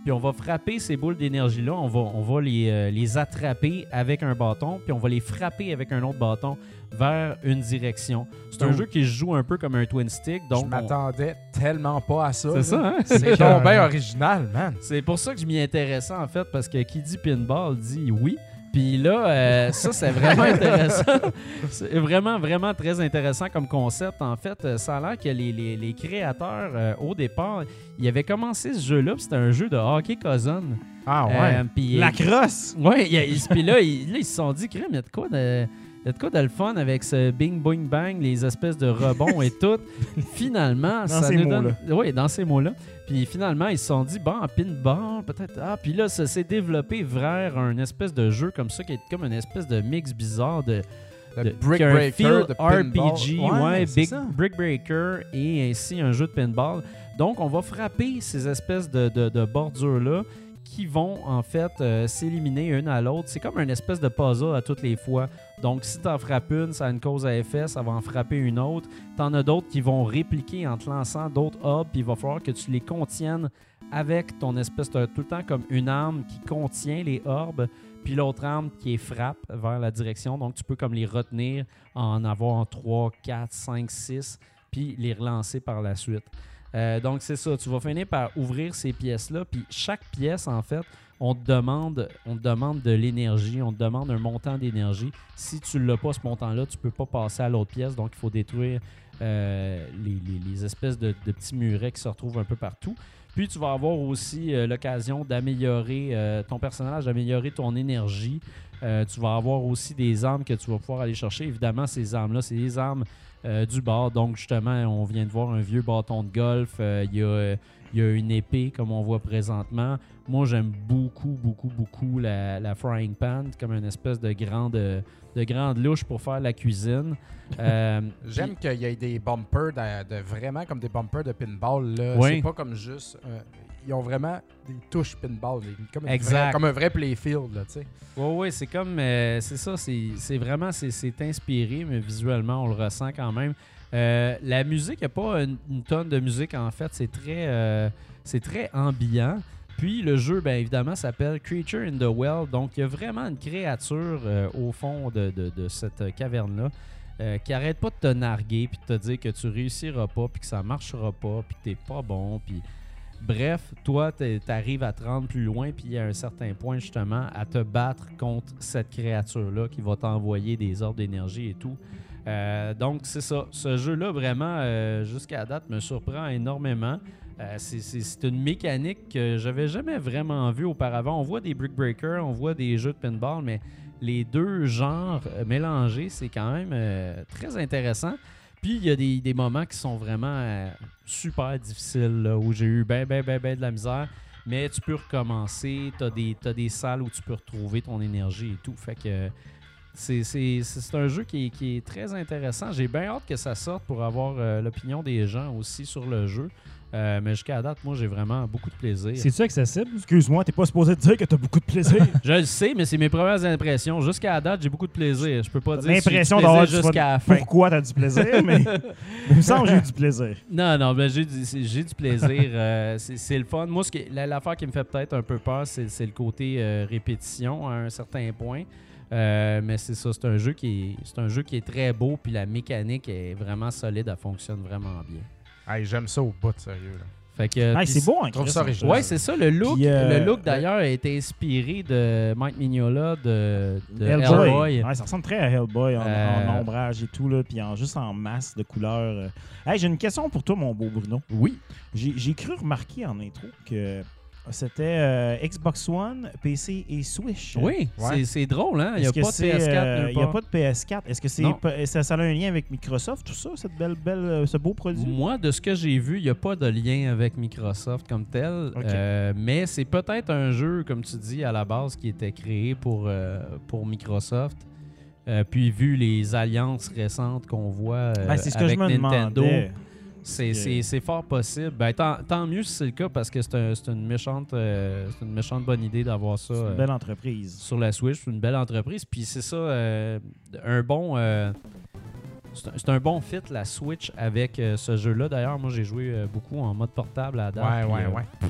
puis on va frapper ces boules d'énergie-là, on va, on va les, euh, les attraper avec un bâton, puis on va les frapper avec un autre bâton vers une direction. C'est un Oh. jeu qui se joue un peu comme un twin stick, donc Je on- m'attendais tellement pas à ça. C'est là. ça, hein? C'est donc bien original, man. C'est pour ça que je m'y intéressais, en fait, parce que qui dit pinball dit oui. Puis là, euh, ça, c'est vraiment intéressant. C'est vraiment, vraiment très intéressant comme concept. En fait, euh, ça a l'air que les, les, les créateurs, euh, au départ, ils avaient commencé ce jeu-là, puis c'était un jeu de hockey cousin. Ah ouais. Euh, puis- La crosse! Ouais, il y a- il- puis là, ils, là, ils se sont dit, crème, il y a de quoi de. Il y a de quoi de le fun avec ce bing, boing, bang, les espèces de rebonds et tout. Finalement, Dans ça ces nous mots-là. donne. Oui, dans ces mots-là. Puis finalement, ils se sont dit, bon, pinball, peut-être. Ah, puis là, ça s'est développé vers un espèce de jeu comme ça, qui est comme une espèce de mix bizarre de. Le de- Brick qui a un Breaker feel de R P pinball. G, Ouais, ouais, c'est Big ça. Brick Breaker et ainsi un jeu de pinball. Donc, on va frapper ces espèces de, de, de bordures-là qui vont en fait euh, s'éliminer une à l'autre. C'est comme une espèce de puzzle à toutes les fois. Donc, si tu en frappes une, ça a une cause à effet, ça va en frapper une autre. Tu en as d'autres qui vont répliquer en te lançant d'autres orbes, puis il va falloir que tu les contiennes avec ton espèce de tout le temps comme une arme qui contient les orbes, puis l'autre arme qui est frappe vers la direction. Donc, tu peux comme les retenir, en avoir trois, quatre, cinq, six, puis les relancer par la suite. Euh, donc, c'est ça. Tu vas finir par ouvrir ces pièces-là. Puis chaque pièce, en fait, on te demande, on te demande de l'énergie. On te demande un montant d'énergie. Si tu ne l'as pas, ce montant-là, tu ne peux pas passer à l'autre pièce. Donc, il faut détruire euh, les, les- les espèces de, de petits murets qui se retrouvent un peu partout. Puis, tu vas avoir aussi euh, l'occasion d'améliorer euh, ton personnage, d'améliorer ton énergie. Euh, tu vas avoir aussi des armes que tu vas pouvoir aller chercher. Évidemment, ces armes-là, c'est des armes euh, du bar. Donc, justement, on vient de voir un vieux bâton de golf. Euh, Il y, a, il y a une épée, comme on voit présentement. Moi, j'aime beaucoup, beaucoup, beaucoup la, la frying pan, comme une espèce de grande, de grande louche pour faire la cuisine. Euh, J'aime qu'il y ait des bumpers, de, de vraiment comme des bumpers de pinball. Là. Oui. C'est pas comme juste. euh, ils ont vraiment des touches pinball. des- Comme, une Exact. vraie- comme un vrai playfield. Là, tu sais. Oui, oui, c'est comme. euh, c'est ça, c'est c'est vraiment. C'est c'est inspiré, mais visuellement, on le ressent quand même. Euh, la musique, il n'y a pas une, une tonne de musique, en fait. C'est très, euh, c'est très ambiant. Puis le jeu, bien évidemment, s'appelle Creature in the Well. Donc, il y a vraiment une créature euh, au fond de, de- de cette caverne-là euh, qui arrête pas de te narguer puis de te dire que tu réussiras pas puis que ça marchera pas puis que t'es pas bon. Puis bref, toi, tu arrives à te rendre plus loin puis à un certain point, justement, à te battre contre cette créature-là qui va t'envoyer des ordres d'énergie et tout. Euh, donc, c'est ça. Ce jeu-là, vraiment, euh, jusqu'à date, me surprend énormément. Euh, c'est- c'est c'est une mécanique que j'avais jamais vraiment vue auparavant. On voit des Brick Breakers, on voit des jeux de pinball, mais les deux genres euh, mélangés, c'est quand même euh, très intéressant. Puis il y a des, des moments qui sont vraiment euh, super difficiles, là, où j'ai eu ben, ben, ben, ben de la misère. Mais tu peux recommencer, tu as des, t'as des salles où tu peux retrouver ton énergie et tout. Fait que euh, c'est c'est- c'est un jeu qui est, qui est très intéressant. J'ai bien hâte que ça sorte pour avoir euh, l'opinion des gens aussi sur le jeu. Euh, mais jusqu'à date, moi, j'ai vraiment beaucoup de plaisir. C'est-tu accessible? Excuse-moi, t'es pas supposé te dire que t'as beaucoup de plaisir. Je le sais, mais c'est mes premières impressions. Jusqu'à date, j'ai beaucoup de plaisir. Je peux pas dire si j'ai du L'impression plaisir d'avoir du jusqu'à la fin. Pourquoi t'as du plaisir, mais il me semble que j'ai eu du plaisir. Non, non, ben j'ai du, c'est- j'ai du plaisir. euh, c'est c'est le fun. Moi, ce qui, la- l'affaire qui me fait peut-être un peu peur, c'est c'est le côté euh, répétition à un certain point. Euh, mais c'est ça, c'est un jeu qui est, c'est un jeu qui est très beau, puis la mécanique est vraiment solide, elle fonctionne vraiment bien. Hey, j'aime ça au bout, sérieux. Là. Fait que, Hey, puis c'est beau, hein, trouve Chris, ça hein. original. Ouais, c'est ça. Le look, Puis, euh, le look d'ailleurs a été inspiré de Mike Mignola de, de Hellboy. Hellboy. Ouais, ça ressemble très à Hellboy en, Euh, en ombrage et tout, là, puis en, juste en masse de couleurs. Hey, j'ai une question pour toi, mon beau Bruno. Oui. J'ai j'ai cru remarquer en intro que c'était euh, Xbox One, P C et Switch. Oui, Ouais. c'est- c'est drôle, hein? Il n'y a Est-ce que pas de c'est, P S quatre euh, nulle Il n'y a part. pas de P S quatre. Est-ce que c'est Non. pas- ça, ça a un lien avec Microsoft, tout ça, cette belle, belle, euh, ce beau produit? Moi, de ce que j'ai vu, il n'y a pas de lien avec Microsoft comme tel. Ok. Euh, mais c'est peut-être un jeu, comme tu dis, à la base, qui était créé pour, euh, pour Microsoft. Euh, puis, vu les alliances récentes qu'on voit euh, Ben, c'est ce que avec je me Nintendo, demandais. c'est que- c'est- c'est fort possible. Ben, tant, tant mieux si c'est le cas, parce que c'est un- c'est une, méchante, euh, c'est une méchante bonne idée d'avoir ça. C'est une euh, belle entreprise. sur la Switch, c'est une belle entreprise. Puis c'est ça, euh, un bon. euh, c'est un, c'est un bon fit, la Switch, avec euh, ce jeu-là. D'ailleurs, moi, j'ai joué euh, beaucoup en mode portable à date. Ouais, puis, ouais, euh, ouais.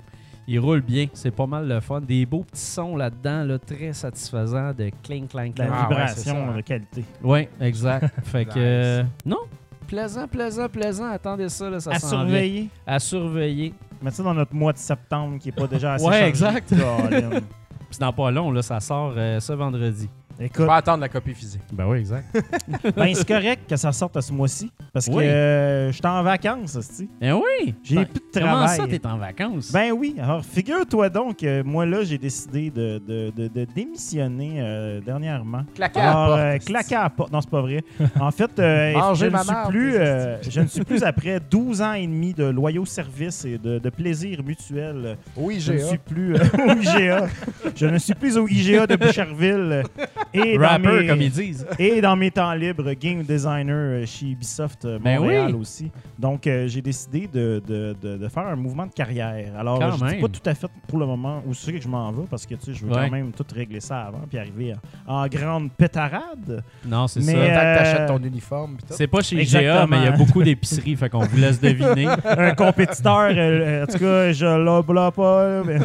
il roule bien. C'est pas mal le fun. Des beaux petits sons là-dedans, là, très satisfaisants de clink, clink, La clink. Ah, ouais, c'est vibration ça. de qualité. Oui, exact. Fait que. Nice. euh, non, plaisant, plaisant, plaisant. Attendez ça, là, ça À s'en vient. surveiller. À surveiller. Mettre ça dans notre mois de septembre qui n'est pas déjà assez Ouais, chargé. exact. Colin. Puis dans pas long, là, ça sort euh, ce vendredi. Écoute, Pas attendre la copie physique. Ben oui, exact. ben, c'est correct que ça sorte ce mois-ci. Parce que Oui. euh, je suis en vacances, hostie. Ben oui! J'ai Ben, plus de Comment travail. ça, t'es en vacances? Ben oui. Alors, figure-toi donc que moi, là, j'ai décidé de, de, de, de démissionner euh, dernièrement. Claquer à la Alors, porte. euh, claquer à la porte. Non, c'est pas vrai. En fait, euh, Manger je, ne ma suis marde, plus, les euh, je ne suis plus après douze ans et demi de loyaux services et de, de plaisir mutuel. Oui, Je ne j'ai suis plus euh, au I G A. Je ne suis plus au I G A de Boucherville. Et dans Rapper, mes- comme ils disent. Et dans mes temps libres, game designer euh, chez Ubisoft euh, Ben Montréal oui. aussi. Donc, euh, j'ai décidé de, de, de, de faire un mouvement de carrière. Alors, Quand euh, je ne dis même. pas tout à fait pour le moment où c'est que je m'en vais parce que tu sais, je veux Ouais. quand même tout régler ça avant puis arriver en, en grande pétarade. Non, c'est Mais, ça. Tant que euh, t'achètes ton uniforme. pis tout. C'est pas chez I G A, Exactement. mais il y a beaucoup d'épiceries, fait qu'on vous laisse deviner. Un compétiteur, euh, en tout cas, je l'obla pas. là, Mais,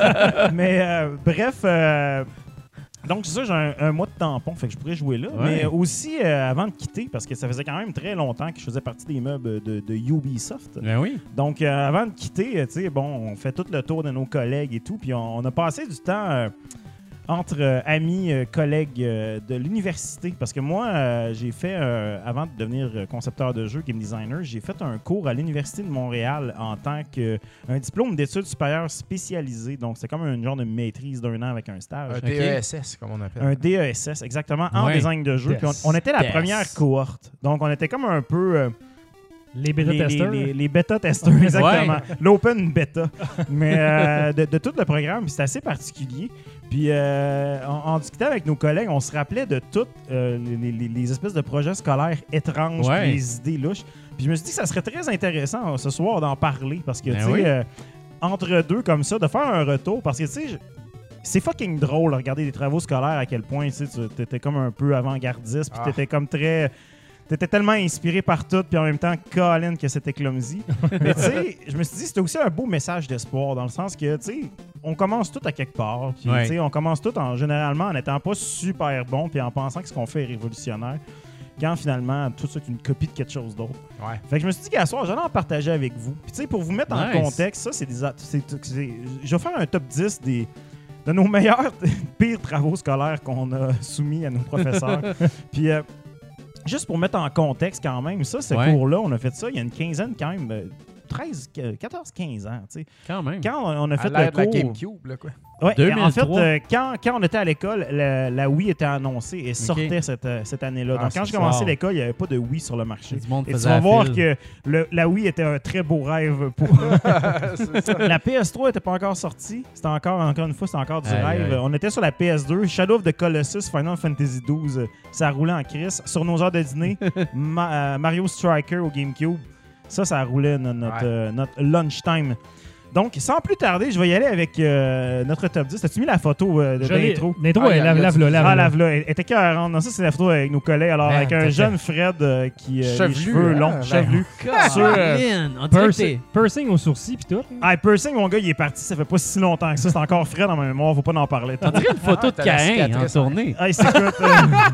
mais, euh, bref, euh, donc c'est ça, j'ai un, un mois de tampon, fait que je pourrais jouer là. Ouais. Mais aussi, euh, avant de quitter, parce que ça faisait quand même très longtemps que je faisais partie des meubles de, de Ubisoft. Ben oui. Donc, euh, avant de quitter, euh, tu sais, bon, on fait tout le tour de nos collègues et tout, puis on, on a passé du temps euh, entre euh, amis, euh, collègues euh, de l'université. Parce que moi, euh, j'ai fait, euh, avant de devenir euh, concepteur de jeux, game designer, j'ai fait un cours à l'Université de Montréal en tant qu'un diplôme d'études supérieures spécialisées. Donc, c'est comme un genre de maîtrise d'un an avec un stage. Un D E S S, comme on appelle. Un D E S S, exactement, en Ouais. design de jeu. Puis on, on était la Yes. première cohorte. Donc, on était comme un peu... euh, Les les, bêta-testeurs. les, les- les bêta-testeurs, exactement. L'open bêta. Mais euh, de, de tout le programme, puis c'est assez particulier. Puis euh, en, en discutant avec nos collègues, on se rappelait de toutes euh, les, les- les espèces de projets scolaires étranges, Ouais. puis les idées louches. Puis je me suis dit que ça serait très intéressant euh, ce soir d'en parler, parce que, Ben tu sais, oui. euh, entre deux comme ça, de faire un retour, parce que, tu sais, je- c'est fucking drôle de regarder des travaux scolaires à quel point, tu sais, tu étais comme un peu avant-gardiste, puis Ah. t'étais comme très... T'étais tellement inspiré par tout, puis en même temps, Colin, que c'était clumsy. Mais tu sais, je me suis dit, c'était aussi un beau message d'espoir, dans le sens que, tu sais, on commence tout à quelque part. Puis, Ouais. tu sais, on commence tout en généralement en n'étant pas super bon, puis en pensant que ce qu'on fait est révolutionnaire. Quand finalement, tout ça est une copie de quelque chose d'autre. Ouais. Fait que je me suis dit qu'à soir, j'allais en partager avec vous. Puis, tu sais, pour vous mettre en Nice. contexte, ça, c'est des. a- c'est- c'est- je vais faire un top dix des. De nos meilleurs, pires travaux scolaires qu'on a soumis à nos professeurs. Puis, euh, juste pour mettre en contexte quand même, ça, ce Ouais. cours-là, on a fait ça il y a une quinzaine quand même, euh, treize, quatorze, quinze ans, tu sais. Quand même. Quand on on a À fait l'ère le de la cours... GameCube, là, quoi. Ouais, deux mille en fait, trois. euh, quand, quand on était à l'école, la, la Wii était annoncée et sortait cette, euh, cette année-là. Ah, Donc, quand c'est je commençais ça. l'école, il n'y avait pas de Wii sur le marché. Du monde Et tu faisait vas la voir file. que le- la Wii était un très beau rêve pour C'est ça. la P S trois n'était pas encore sortie. C'était encore, encore une fois, c'était encore du Aïe, rêve. aïe. On était sur la P S deux. Shadow of the Colossus, Final Fantasy douze, euh, ça roulait en crise. Sur nos heures de dîner, Ma- euh, Mario Striker au GameCube, ça, ça roulait no- notre, Ouais. euh, notre lunchtime. Donc, sans plus tarder, je vais y aller avec euh, notre top dix. As-tu mis la photo euh, de Je l'ai- l'intro? L'intro, Ah, elle y a- lave, y a lave, du- lave, Ah, lave. lave-la. Elle était carrément. Non, ça, c'est la photo avec nos collègues. Alors, Ben, avec un t'étais- jeune Fred euh, qui a les Chevelu, cheveux hein? longs, Ben, chevelu. Colin, Sur, euh, on dirait que Piercing, t'es- piercing au sourcil puis tout. Ah, Piercing, mon gars, il est parti. Ça fait pas si longtemps que ça. C'est encore frais dans ma mémoire. Faut pas en parler. on dirait une photo Ah, de t'as la Caïn en cicatrice, tournée. Ah, c'est- écoute, euh,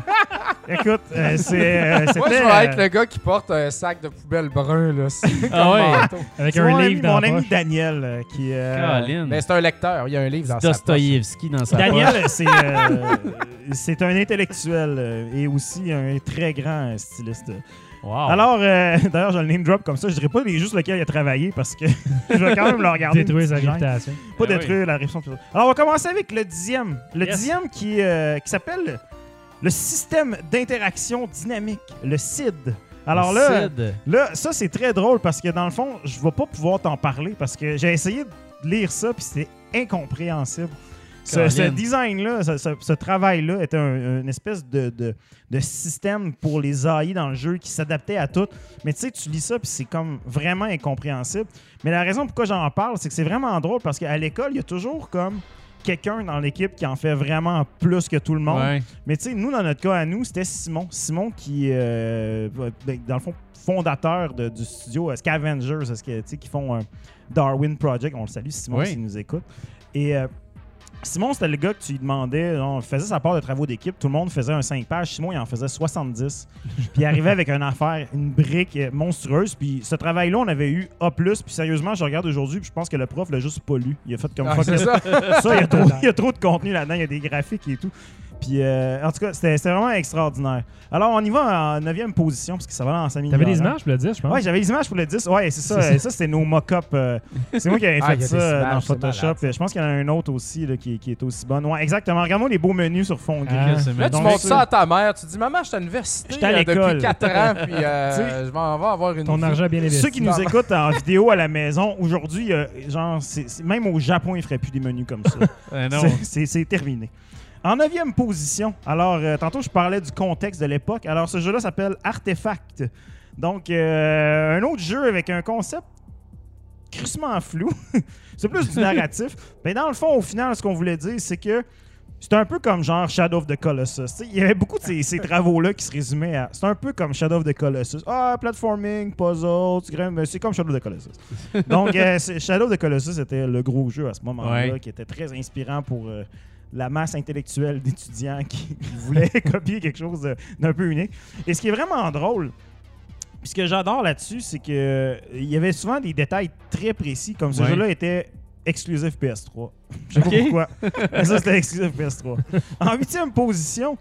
écoute, euh, c'est, euh, Moi, je c'était, vais être euh, le gars qui porte un sac de poubelle brun, là. C'est Ah comme ouais. manteau. Avec c'est un mon ami, livre dans mon la ami poche. Daniel euh, qui euh, Colin. Mais c'est un lecteur. Il y a un livre dans sa poche. Dostoïevski dans sa poche. Daniel, c'est euh, c'est un intellectuel euh, et aussi un très grand euh, styliste. Wow. Alors, euh, d'ailleurs, je le name drop comme ça. Je dirais pas les- juste lequel il a travaillé parce que je vais quand même le regarder. Détruire une sa petite gêne. réputation. Pas Ben détruire la réputation. Alors, on va commencer avec le dixième. Le Yes. dixième qui, euh, qui s'appelle le système d'interaction dynamique, le C I D. Alors Le là, Cid. là, ça, c'est très drôle parce que dans le fond, je vais pas pouvoir t'en parler parce que j'ai essayé de lire ça puis c'était incompréhensible. Ce, Colin. ce design-là, ce, ce- ce travail-là était un- une espèce de, de- de système pour les A I dans le jeu qui s'adaptait à tout. Mais tu sais, tu lis ça puis c'est comme vraiment incompréhensible. Mais la raison pourquoi j'en parle, c'est que c'est vraiment drôle parce qu'à l'école, il y a toujours comme quelqu'un dans l'équipe qui en fait vraiment plus que tout le monde. Ouais. Mais tu sais, nous, dans notre cas à nous, c'était Simon. Simon qui, euh, ben, dans le fond, fondateur de- du studio euh, Scavengers, est-ce que, tu sais, qui font un Darwin Project. On le salue, Simon, Oui. s'il nous écoute. Et euh, Simon, c'était le gars que tu lui demandais, on faisait sa part de travaux d'équipe, tout le monde faisait un cinq pages, Simon, il en faisait soixante-dix. Puis il arrivait avec une affaire, une brique euh, monstrueuse. Puis ce travail-là, on avait eu A plus. Puis sérieusement, je regarde aujourd'hui, puis je pense que le prof l'a juste pas lu. Il a fait comme Ah, fuck c'est it. ça. Ça, il y, a trop, il y a trop de contenu là-dedans, il y a des graphiques et tout. Puis, euh, en tout cas, c'était c'était vraiment extraordinaire. Alors, on y va en neuvième position, parce que ça va dans cinq minutes. T'avais des images pour le dire, je pense. Ouais, j'avais les images pour le dix. Ouais, c'est ça. C'est ça. Ça, c'était nos mock-up. euh, c'est moi qui avais Ah, fait il y a ça des euh, images, dans c'est Photoshop. malade, ça. Je pense qu'il y en a un autre aussi là, qui, qui est aussi bonne. Ouais, exactement. Regarde-moi les beaux menus sur fond gris. Ah. C'est Là, tu Donc, montres ça- ça à ta mère. Tu dis, maman, je suis à l'université J'étais à euh, l'école. depuis quatre ans, puis euh, Tu sais, je m'en vais avoir une Ton vie. argent bien investi. Ceux qui nous écoutent en vidéo à la maison, aujourd'hui, euh, genre, c'est- c'est- même au Japon, ils feraient plus des menus comme ça. Euh, non. C'est- C'est c'est terminé. En neuvième position, alors, euh, tantôt, je parlais du contexte de l'époque. Alors, ce jeu-là s'appelle Artefact. Donc, euh, un autre jeu avec un concept crissement flou. C'est plus du narratif. Mais dans le fond, au final, ce qu'on voulait dire, c'est que c'est un peu comme genre Shadow of the Colossus. T'sais, il y avait beaucoup de ces, ces travaux-là qui se résumaient à... C'est un peu comme Shadow of the Colossus. Ah, platforming, puzzle, tu grimpes, mais c'est comme Shadow of the Colossus. Donc, euh, c'est- Shadow of the Colossus était le gros jeu à ce moment-là, Ouais. qui était très inspirant pour euh, la masse intellectuelle d'étudiants qui voulaient copier quelque chose de- d'un peu unique. Et ce qui est vraiment drôle, puis ce que j'adore là-dessus, c'est que euh, il y avait souvent des détails très précis, comme ce Ouais. jeu-là était exclusif P S trois. Je sais Ok. pas pourquoi. Mais ça, c'était exclusif P S trois. En huitième position,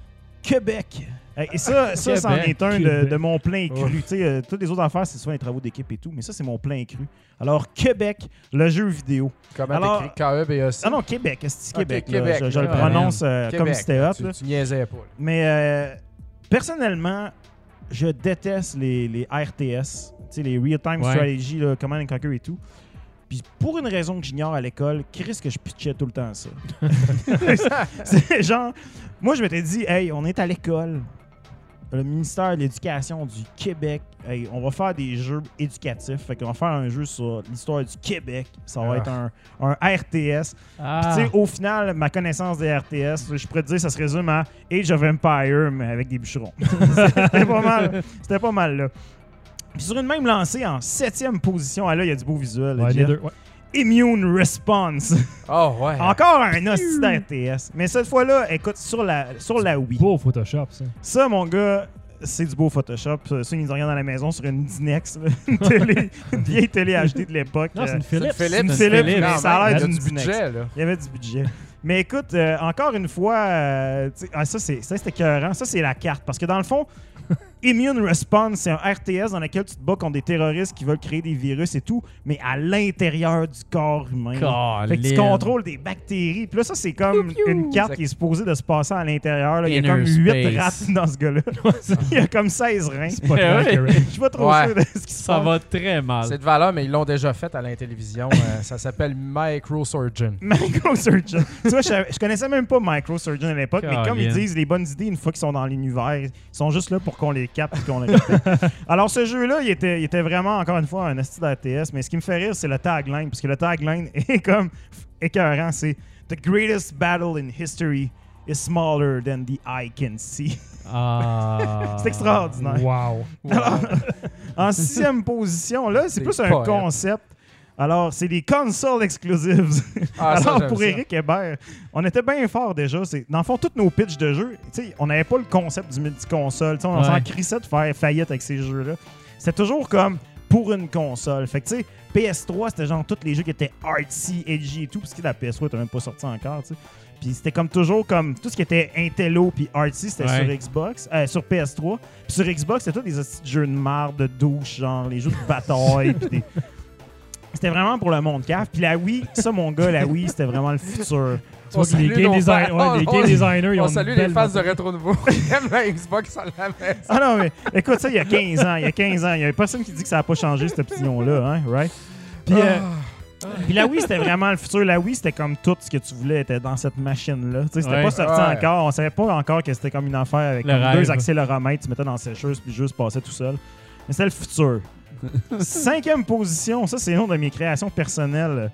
Québec. Et ça, ça, c'en Québec. est un de, Québec. de mon plein cru. Tu sais, euh, toutes les autres affaires, c'est souvent les travaux d'équipe et tout, mais ça, c'est mon plein cru. Alors, Québec, le jeu vidéo. Comment Alors- t'écris K E B E C? Ah non, Québec, c'est Ok, Québec. là. Québec, Je, je le là. prononce euh, Québec, comme si c'était hot. tu, là. tu niaisais pas. là. Mais euh, personnellement, je déteste les, les R T S, tu sais, les Real-Time Ouais. Strategy, là, Command and Conquer et tout. Puis pour une raison que j'ignore à l'école, Chris, que je pitchais tout le temps ça. C'est genre, moi je m'étais dit, hey, on est à l'école, le ministère de l'Éducation du Québec, hey, on va faire des jeux éducatifs. Fait qu'on va faire un jeu sur l'histoire du Québec. Ça va Ah. être un, un R T S. Ah. Puis, tu sais, au final, ma connaissance des R T S, je pourrais te dire, ça se résume à Age of Empire, mais avec des bûcherons. C'était pas mal. C'était pas mal, là. Puis sur une même lancée, en septième position, ah là, il y a du beau visuel. Ouais, Jeff. les deux. Ouais. Immune Response. Oh, ouais. Encore un hostie d'R T S. Mais cette fois-là, écoute, sur la, sur la Wii. Beau Photoshop, ça. Ça, mon gars, c'est du beau Photoshop. Ça, ceux qui nous regardent à la maison sur une Dinex, là, une, télé, une vieille télé H D de l'époque. Non, c'est euh, une Philips. C'est une C'est une Philips, Philips, Philips. mais ça a l'air Il y a d'une du Dinex. budget, là. Il y avait du budget. Mais écoute, euh, encore une fois, euh, tu sais, ah, ça, c'est, ça, c'était écœurant. Ça, c'est la carte. Parce que dans le fond, Immune Response, c'est un R T S dans lequel tu te bats contre des terroristes qui veulent créer des virus et tout, mais à l'intérieur du corps humain. Fait que tu Colin. contrôles des bactéries. Puis là, ça, c'est comme une carte Exact. qui est supposée de se passer à l'intérieur. là. Il y a Inner comme huit space. rats dans ce gars-là. Il y a comme seize reins. C'est pas Eh clair, oui. Karen. Je suis pas trop Ouais. sûr de ce qui se Ça passe. va très mal. C'est de valeur, mais ils l'ont déjà fait à la télévision. Euh, ça s'appelle Microsurgeon. Microsurgeon. Tu vois, je, savais- je connaissais même pas Microsurgeon à l'époque, mais comme ils Colin. disent les bonnes idées une fois qu'ils sont dans l'univers, ils sont juste là pour qu'on les capte et qu'on les répète. Alors, ce jeu-là, il était, il était vraiment, encore une fois, un esti d'R T S, mais ce qui me fait rire, c'est le tagline, parce que le tagline est comme écœurant, c'est « The greatest battle in history is smaller than the eye can see Ah. C'est extraordinaire. Wow. Alors, en sixième position, là, c'est C'est plus un poète. concept. Alors, c'est des consoles exclusives. Ah, ça, Alors, j'aime pour ça. Éric Hébert, on était bien fort déjà. C'est, dans le fond, tous nos pitchs de jeux, tu sais, on n'avait pas le concept du multi-console. Tu sais, on Ouais. s'en crissait de faire faillite avec ces jeux-là. C'était toujours comme pour une console. Fait que, tu sais, P S trois, c'était genre tous les jeux qui étaient artsy, edgy et tout, parce que la P S trois n'était même pas sortie encore, tu sais. Puis c'était comme toujours comme tout ce qui était intello puis artsy, c'était Ouais. sur Xbox, euh, sur P S trois. Puis sur Xbox, c'était tous des petits jeux de marde, de douche, genre les jeux de bataille. puis des... C'était vraiment pour le monde cave. Puis la Wii, ça, mon gars, la Wii, c'était vraiment le futur. Tu vois que les salue game, nos design- fans. ouais, les On- game on- designers, ils ont On une salue les belle fans de Retro Nouveau qui aiment la Xbox à la maison. Ah non, mais écoute, ça, il y a quinze ans. Il y a quinze ans. Il y a personne qui dit que ça n'a pas changé, cette opinion-là, hein, right? Puis, euh, puis la Wii, c'était vraiment le futur. La Wii, c'était comme tout ce que tu voulais était dans cette machine-là. Tu sais, c'était Ouais. pas sorti Ouais. encore. On savait pas encore que c'était comme une affaire avec Le comme rêve. deux accéléromètres. Tu mettais dans la sécheuse puis juste passait tout seul. Mais c'était le futur. Cinquième position, ça, c'est une de mes créations personnelles.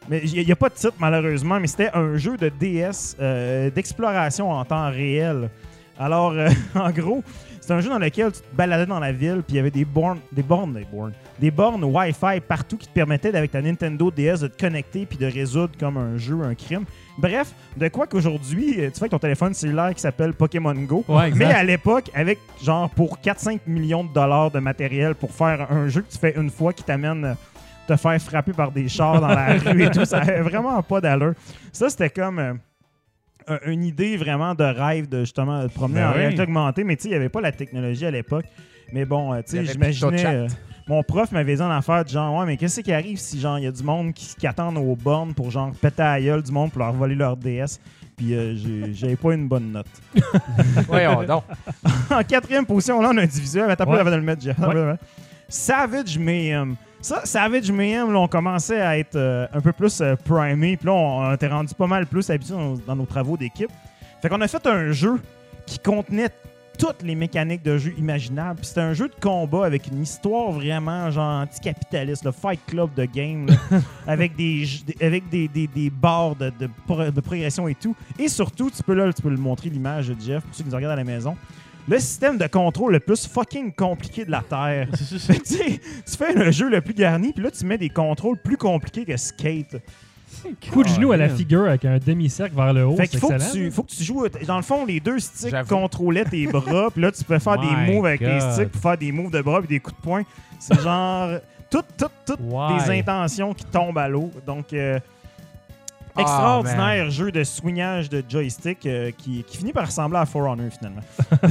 Mais il n'y a pas de titre, malheureusement, mais c'était un jeu de D S euh, d'exploration en temps réel. Alors, euh, en gros, c'est un jeu dans lequel tu te baladais dans la ville, puis il y avait des bornes, des bornes, des bornes, des bornes Wi-Fi partout qui te permettaient, avec ta Nintendo D S, de te connecter puis de résoudre comme un jeu, un crime. Bref, de quoi qu'aujourd'hui, tu fais avec ton téléphone cellulaire qui s'appelle Pokémon Go, Ouais, exact. mais à l'époque, avec genre pour quatre à cinq millions de dollars de matériel pour faire un jeu que tu fais une fois qui t'amène te faire frapper par des chars dans la rue et tout, ça avait vraiment pas d'allure. Ça, c'était comme... Euh, une idée vraiment de rêve de justement de promener Ben en oui. réalité augmentée, mais tu sais, il n'y avait pas la technologie à l'époque. Mais bon, euh, tu Il y sais, avait j'imaginais... PictoChat. euh, mon prof m'avait dit en affaire de genre, ouais, mais qu'est-ce qui arrive si genre il y a du monde qui, qui attendent aux bornes pour genre péter à la gueule du monde pour leur voler leur D S, puis euh, j'ai- j'avais pas une bonne note. Voyons donc. En quatrième position, là, on a un division. Attends, Ouais. avant de le mettre, Jeff. Ouais. Savage Mayhem. Ça, Savage Mayhem, là, on commençait à être euh, un peu plus euh, primé. Puis là, on, on était rendu pas mal plus habitué dans, dans nos travaux d'équipe. Fait qu'on a fait un jeu qui contenait toutes les mécaniques de jeu imaginables. Puis c'était un jeu de combat avec une histoire vraiment genre anticapitaliste, le Fight Club de game, là, avec des j- des- avec des, des, des barres de, de, pro- de progression et tout. Et surtout, tu peux là, tu peux le montrer l'image de Jeff pour ceux qui nous regardent à la maison. Le système de contrôle le plus fucking compliqué de la Terre. Fait que, tu sais, tu fais le jeu le plus garni, puis là, tu mets des contrôles plus compliqués que Skate. Coup de genou à la Colin. figure avec un demi-cercle vers le haut. Fait c'est qu'il faut que, excellent. tu, faut que tu joues. Dans le fond, les deux sticks J'avoue. contrôlaient tes bras, puis là, tu peux faire des My moves avec les God. sticks pour faire des moves de bras et des coups de poing. C'est genre. Toutes, toutes, toutes Why? des intentions qui tombent à l'eau. Donc. euh, Ah, extraordinaire jeu de swingage de joystick euh, qui, qui finit par ressembler à For Honor finalement.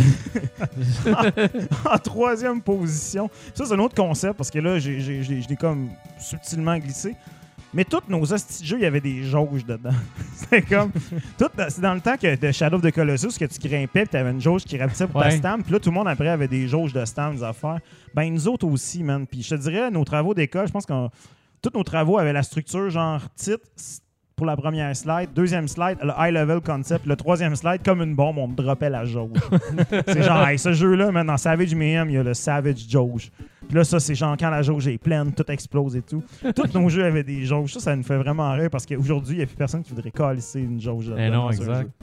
en, en troisième position, ça c'est un autre concept parce que là j'ai- j'ai- j'ai- je l'ai comme subtilement glissé. Mais tous nos hosties de jeux, il y avait des jauges dedans. c'est comme. tout- C'est dans le temps que de Shadow of the Colossus que tu grimpais et tu avais une jauge qui rapetissait pour ta Ouais. stamp. Puis là, tout le monde après avait des jauges de stamp, des affaires. Ben, nous autres aussi, man. Puis je te dirais, nos travaux d'école, je pense que tous nos travaux avaient la structure genre titre pour la première slide, deuxième slide, le high level concept, le troisième slide, comme une bombe, on droppait la jauge. c'est genre, hey, ce jeu-là, man, dans Savage Mayhem, il y a le Savage Jauge. Puis là, ça, c'est genre quand la jauge est pleine, tout explose et tout. Tous nos jeux avaient des jauges. Ça, ça nous fait vraiment rire parce qu'aujourd'hui, il n'y a plus personne qui voudrait calisser une jauge là-dedans Eh non, dans un exact. jeu.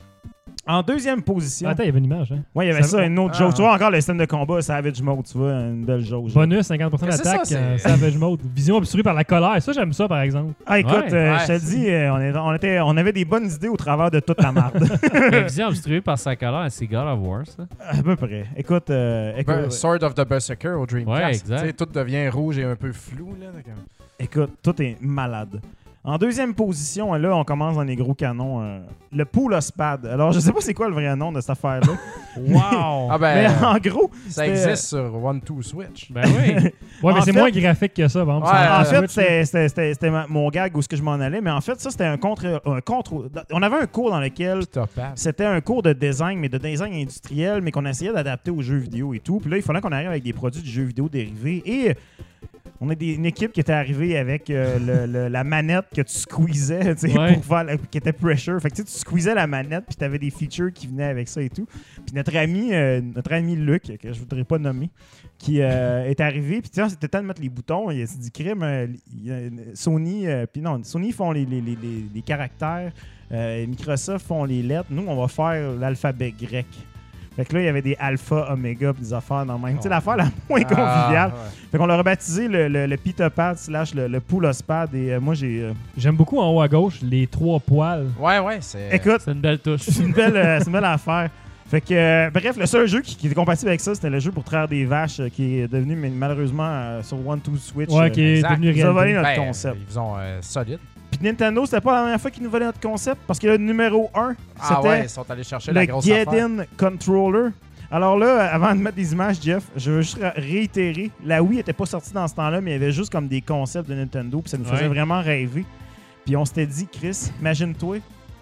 En deuxième position, Attends, il y avait une image. Hein? ouais, il y avait Ça- ça, une autre Ah. jauge. Tu vois encore le système de combat, Savage Mode, tu vois, une belle jauge. Bonus, cinquante pour cent Qu'est-ce que d'attaque, c'est ça, euh, c'est- Savage Mode. Vision obstruée par la colère. Ça, j'aime ça, par exemple. Ah, écoute, Ouais. euh, Ouais, je te le c'est- dis, euh, on, est- on était, on avait des bonnes idées au travers de toute la marde. La vision obstruée par sa colère, c'est God of War, ça. À peu près. Écoute, euh, écoute, Ber- Sword of the Berserker au Dreamcast. Ouais, exact. Tu sais, tout devient rouge et un peu flou. Là, donc, euh, écoute, tout est malade. En deuxième position, là, on commence dans les gros canons. euh, le Pool Spad. Alors, je sais pas c'est quoi le vrai nom de cette affaire-là. Wow! Ah Mais ben, en gros, ça c'était- existe sur One Two Switch. Ben oui! Ouais, mais En c'est fait- moins graphique que ça, par exemple. Ouais, sur en la fait, Switch, là. c'était- c'était c'était- c'était ma- mon gag où ce que je m'en allais. Mais en fait, ça, c'était un contre, un contre. On avait un cours dans lequel Topaz. c'était un cours de design, mais de design industriel, mais qu'on essayait d'adapter aux jeux vidéo et tout. Puis là, il fallait qu'on arrive avec des produits du jeu vidéo dérivés. Et on a des, une équipe qui était arrivée avec euh, le- le- la manette que tu squeezais, tu sais, Ouais. pour faire la- qui était pressure. Fait que tu sais, tu squeezais la manette, puis tu avais des features qui venaient avec ça et tout. Puis notre ami, euh, notre ami Luc, que je voudrais pas nommer, qui euh, est arrivé, puis tu sais, c'était temps de mettre les boutons. Il s'est dit, crime, euh, il y a- Sony, euh, puis non, Sony font les, les, les, les- les caractères, euh, Microsoft font les lettres. Nous, on va faire l'alphabet grec. Fait que là, il y avait des alpha, oméga, pis des affaires dans le même. Tu sais, l'affaire la moins conviviale. Ah, ouais. Fait qu'on l'a rebaptisé le, le, le Pitopad slash le, le Poulospad. Et euh, moi, j'ai. euh, J'aime beaucoup en haut à gauche les trois poils. Ouais, ouais, c'est. Écoute, C'est une belle touche. c'est une, belle, euh, c'est une belle affaire. Fait que, euh, bref, le seul jeu qui, qui était compatible avec ça, c'était le jeu pour traire des vaches euh, qui est devenu, mais malheureusement, euh, sur One Two Switch. Ouais, euh, qui est exact. devenu Ils ont volé réalité. notre Ben, concept. Ils ont euh, solide. Puis Nintendo, c'était pas la première fois qu'ils nous volaient notre concept, parce que le numéro un, Ah c'était ouais, ils sont allés chercher la le grosse affaire. Get-In Controller. Alors là, avant de mettre des images, Jeff, je veux juste ra- réitérer. La Wii était pas sortie dans ce temps-là, mais il y avait juste comme des concepts de Nintendo, puis ça nous faisait Ouais. vraiment rêver. Puis on s'était dit, Chris, imagine-toi,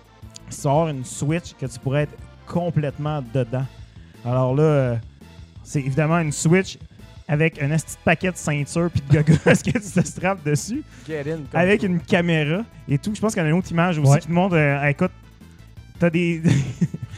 sort une Switch que tu pourrais être complètement dedans. Alors là, euh, c'est évidemment une Switch avec un esti de paquet de ceinture puis de gogos que tu te strappes dessus, Get in. avec une caméra et tout. Je pense qu'il y a une autre image aussi Ouais. qui te montre, euh, écoute, t'as des...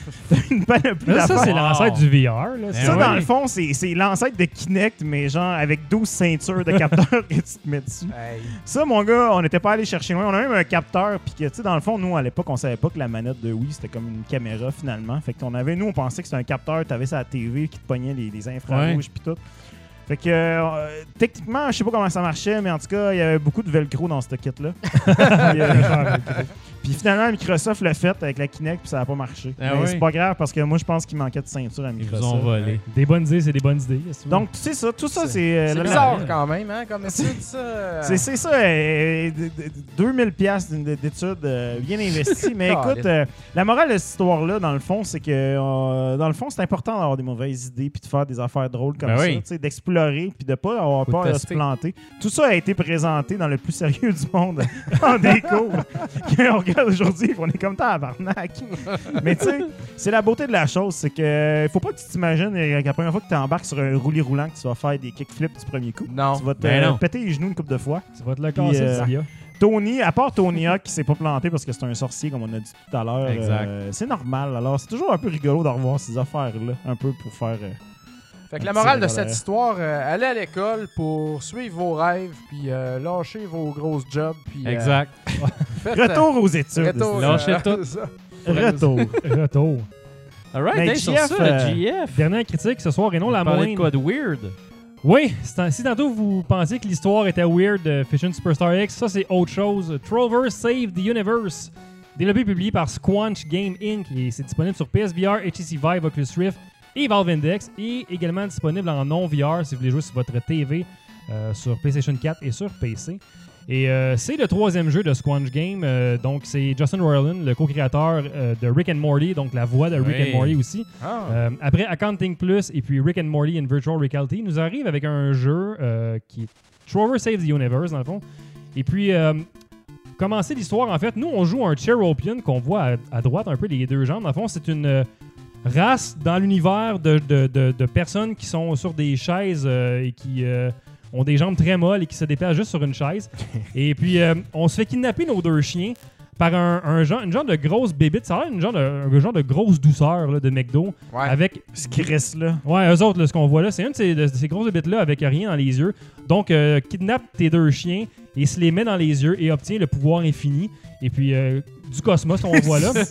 t'as une panoplie Là, ça, d'affaires. c'est l'ancêtre du V R. Là. Ça, Ben dans oui. le fond, c'est c'est l'ancêtre de Kinect, mais genre avec douze ceintures de capteurs que tu te mets dessus. Hey. Ça, mon gars, on n'était pas allé chercher loin. On a même un capteur, puis que, tu sais, dans le fond, nous, à l'époque, on savait pas que la manette de Wii, c'était comme une caméra, finalement. Fait qu'on avait, nous, on pensait que c'était un capteur, t'avais ça à la T V qui te pognait les, les infrarouges, puis tout. Fait que, euh, techniquement, je sais pas comment ça marchait, mais en tout cas, il y avait beaucoup de velcro dans ce kit-là. Puis, euh, Puis finalement, Microsoft l'a fait avec la Kinect, puis ça n'a pas marché. Ah mais oui? c'est pas grave, parce que moi, je pense qu'il manquait de ceinture à Ils Microsoft. vous ont volé. Des bonnes idées, c'est des bonnes idées. qu'est-ce que tu veux? Donc, tu sais ça, tout ça, c'est... euh, C'est la- bizarre la- quand même, hein, comme étude, ça. C'est c'est ça, euh, d- d- deux mille piastres d'une- d'études euh, bien investies. Mais écoute, euh, la morale de cette histoire-là, dans le fond, c'est que euh, dans le fond, c'est important d'avoir des mauvaises idées puis de faire des affaires drôles comme Ben ça, oui. tu sais, d'explorer puis de pas avoir Faut peur de se tester. planter. Tout ça a été présenté dans le plus sérieux du monde en déco. On regarde aujourd'hui, puis on est comme tabarnak. Mais tu sais, c'est la beauté de la chose, c'est que faut pas que tu t'imagines euh, que la première fois que tu embarques sur un roulis roulant que tu vas faire des kickflips du premier coup. Non. Tu vas te Ben euh, non. péter les genoux une couple de fois. Ça va te le Puis, casser, euh, le tibia. Tony, à part Tony Hawk qui s'est pas planté parce que c'est un sorcier, comme on a dit tout à l'heure, Exact. euh, c'est normal. Alors, c'est toujours un peu rigolo de revoir ces affaires-là, un peu pour faire... euh, Fait que Un la petit morale de revolver. cette histoire, euh, allez à l'école pour suivre vos rêves, puis euh, lâchez vos grosses jobs, puis euh, Exact. faites, euh, Retour aux études. retour, Lâchez euh, tout. ça. Retour. Retour. All right, Mais hey, sur G F, ça, euh, G F. Dernière critique ce soir et non la Parler de moindre. quoi de weird? Oui, c'est- si tantôt vous pensiez que l'histoire était weird de Fission Superstar X, ça c'est autre chose. Trover Save the Universe, développé et publié par Squanch Game Incorporated et c'est disponible sur P S V R, H T C Vive, Oculus Rift et Valve Index et également disponible en non-V R si vous voulez jouer sur votre T V, euh, sur PlayStation quatre et sur P C. Et euh, c'est le troisième jeu de Squanch Game, euh, donc c'est Justin Roiland, le co-créateur euh, de Rick and Morty, donc la voix de Rick Oui. and Morty aussi. Ah. Euh, après Accounting Plus et puis Rick and Morty in Virtual Reality, il nous arrive avec un jeu euh, qui est Trover Save the Universe, dans le fond. Et puis, euh, commencer l'histoire, en fait, nous, on joue un Cheropian qu'on voit à, à droite, un peu les deux jambes. Dans le fond, c'est une euh, race dans l'univers de, de- de- de personnes qui sont sur des chaises euh, et qui euh, ont des jambes très molles et qui se déplacent juste sur une chaise. Et puis, euh, on se fait kidnapper nos deux chiens par un, un genre, une genre de grosse bébite. Ça a l'air une genre de, un genre de grosse douceur là, de McDo. Ouais. Avec Ce Chris, là. Ouais, eux autres, là, ce qu'on voit là, c'est une de ces, de ces grosses bébites-là avec rien dans les yeux. Donc, euh, kidnappe tes deux chiens et se les met dans les yeux et obtient le pouvoir infini. Et puis, euh, du cosmos, on voit là.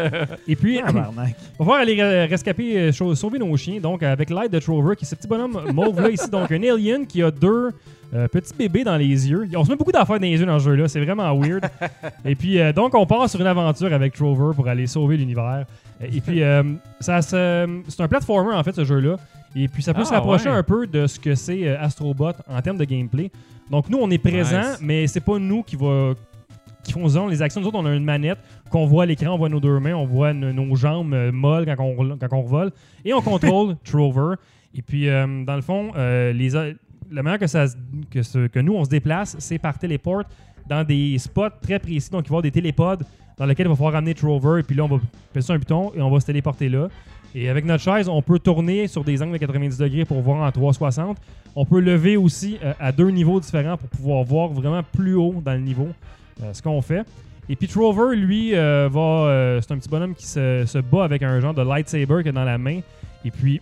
Et puis, on Tabarnak. va pouvoir aller euh, rescaper, euh, cho- sauver nos chiens. Donc, avec l'aide de Trover, qui est ce petit bonhomme mauve-là ici. Donc, un alien qui a deux euh, petits bébés dans les yeux. On se met beaucoup d'affaires dans les yeux dans ce jeu-là. C'est vraiment weird. Et puis, euh, donc, on part sur une aventure avec Trover pour aller sauver l'univers. Et puis, euh, ça se- c'est un platformer, en fait, ce jeu-là. Et puis, ça peut Ah, se rapprocher ouais. un peu de ce que c'est euh, Astrobot en termes de gameplay. Donc, nous, on est présents, Nice. mais c'est pas nous qui va qui font disons, les actions. Nous autres, on a une manette qu'on voit à l'écran, on voit nos deux mains, on voit no- nos jambes euh, molles quand on, roule- quand on revole. Et on contrôle Trover. Et puis, euh, dans le fond, euh, les, a- la manière que, ça, se- que, ce- que nous, on se déplace, c'est par téléport dans des spots très précis. Donc, il va y avoir des télépods dans lesquels il va falloir ramener Trover. Et puis là, on va passer un bouton et on va se téléporter là. Et avec notre chaise, on peut tourner sur des angles de quatre-vingt-dix degrés pour voir en trois cent soixante. On peut lever aussi euh, à deux niveaux différents pour pouvoir voir vraiment plus haut dans le niveau euh, ce qu'on fait. Et puis Trover, lui, euh, va. euh, c'est un petit bonhomme qui se, se bat avec un genre de lightsaber qu'il a dans la main. Et puis,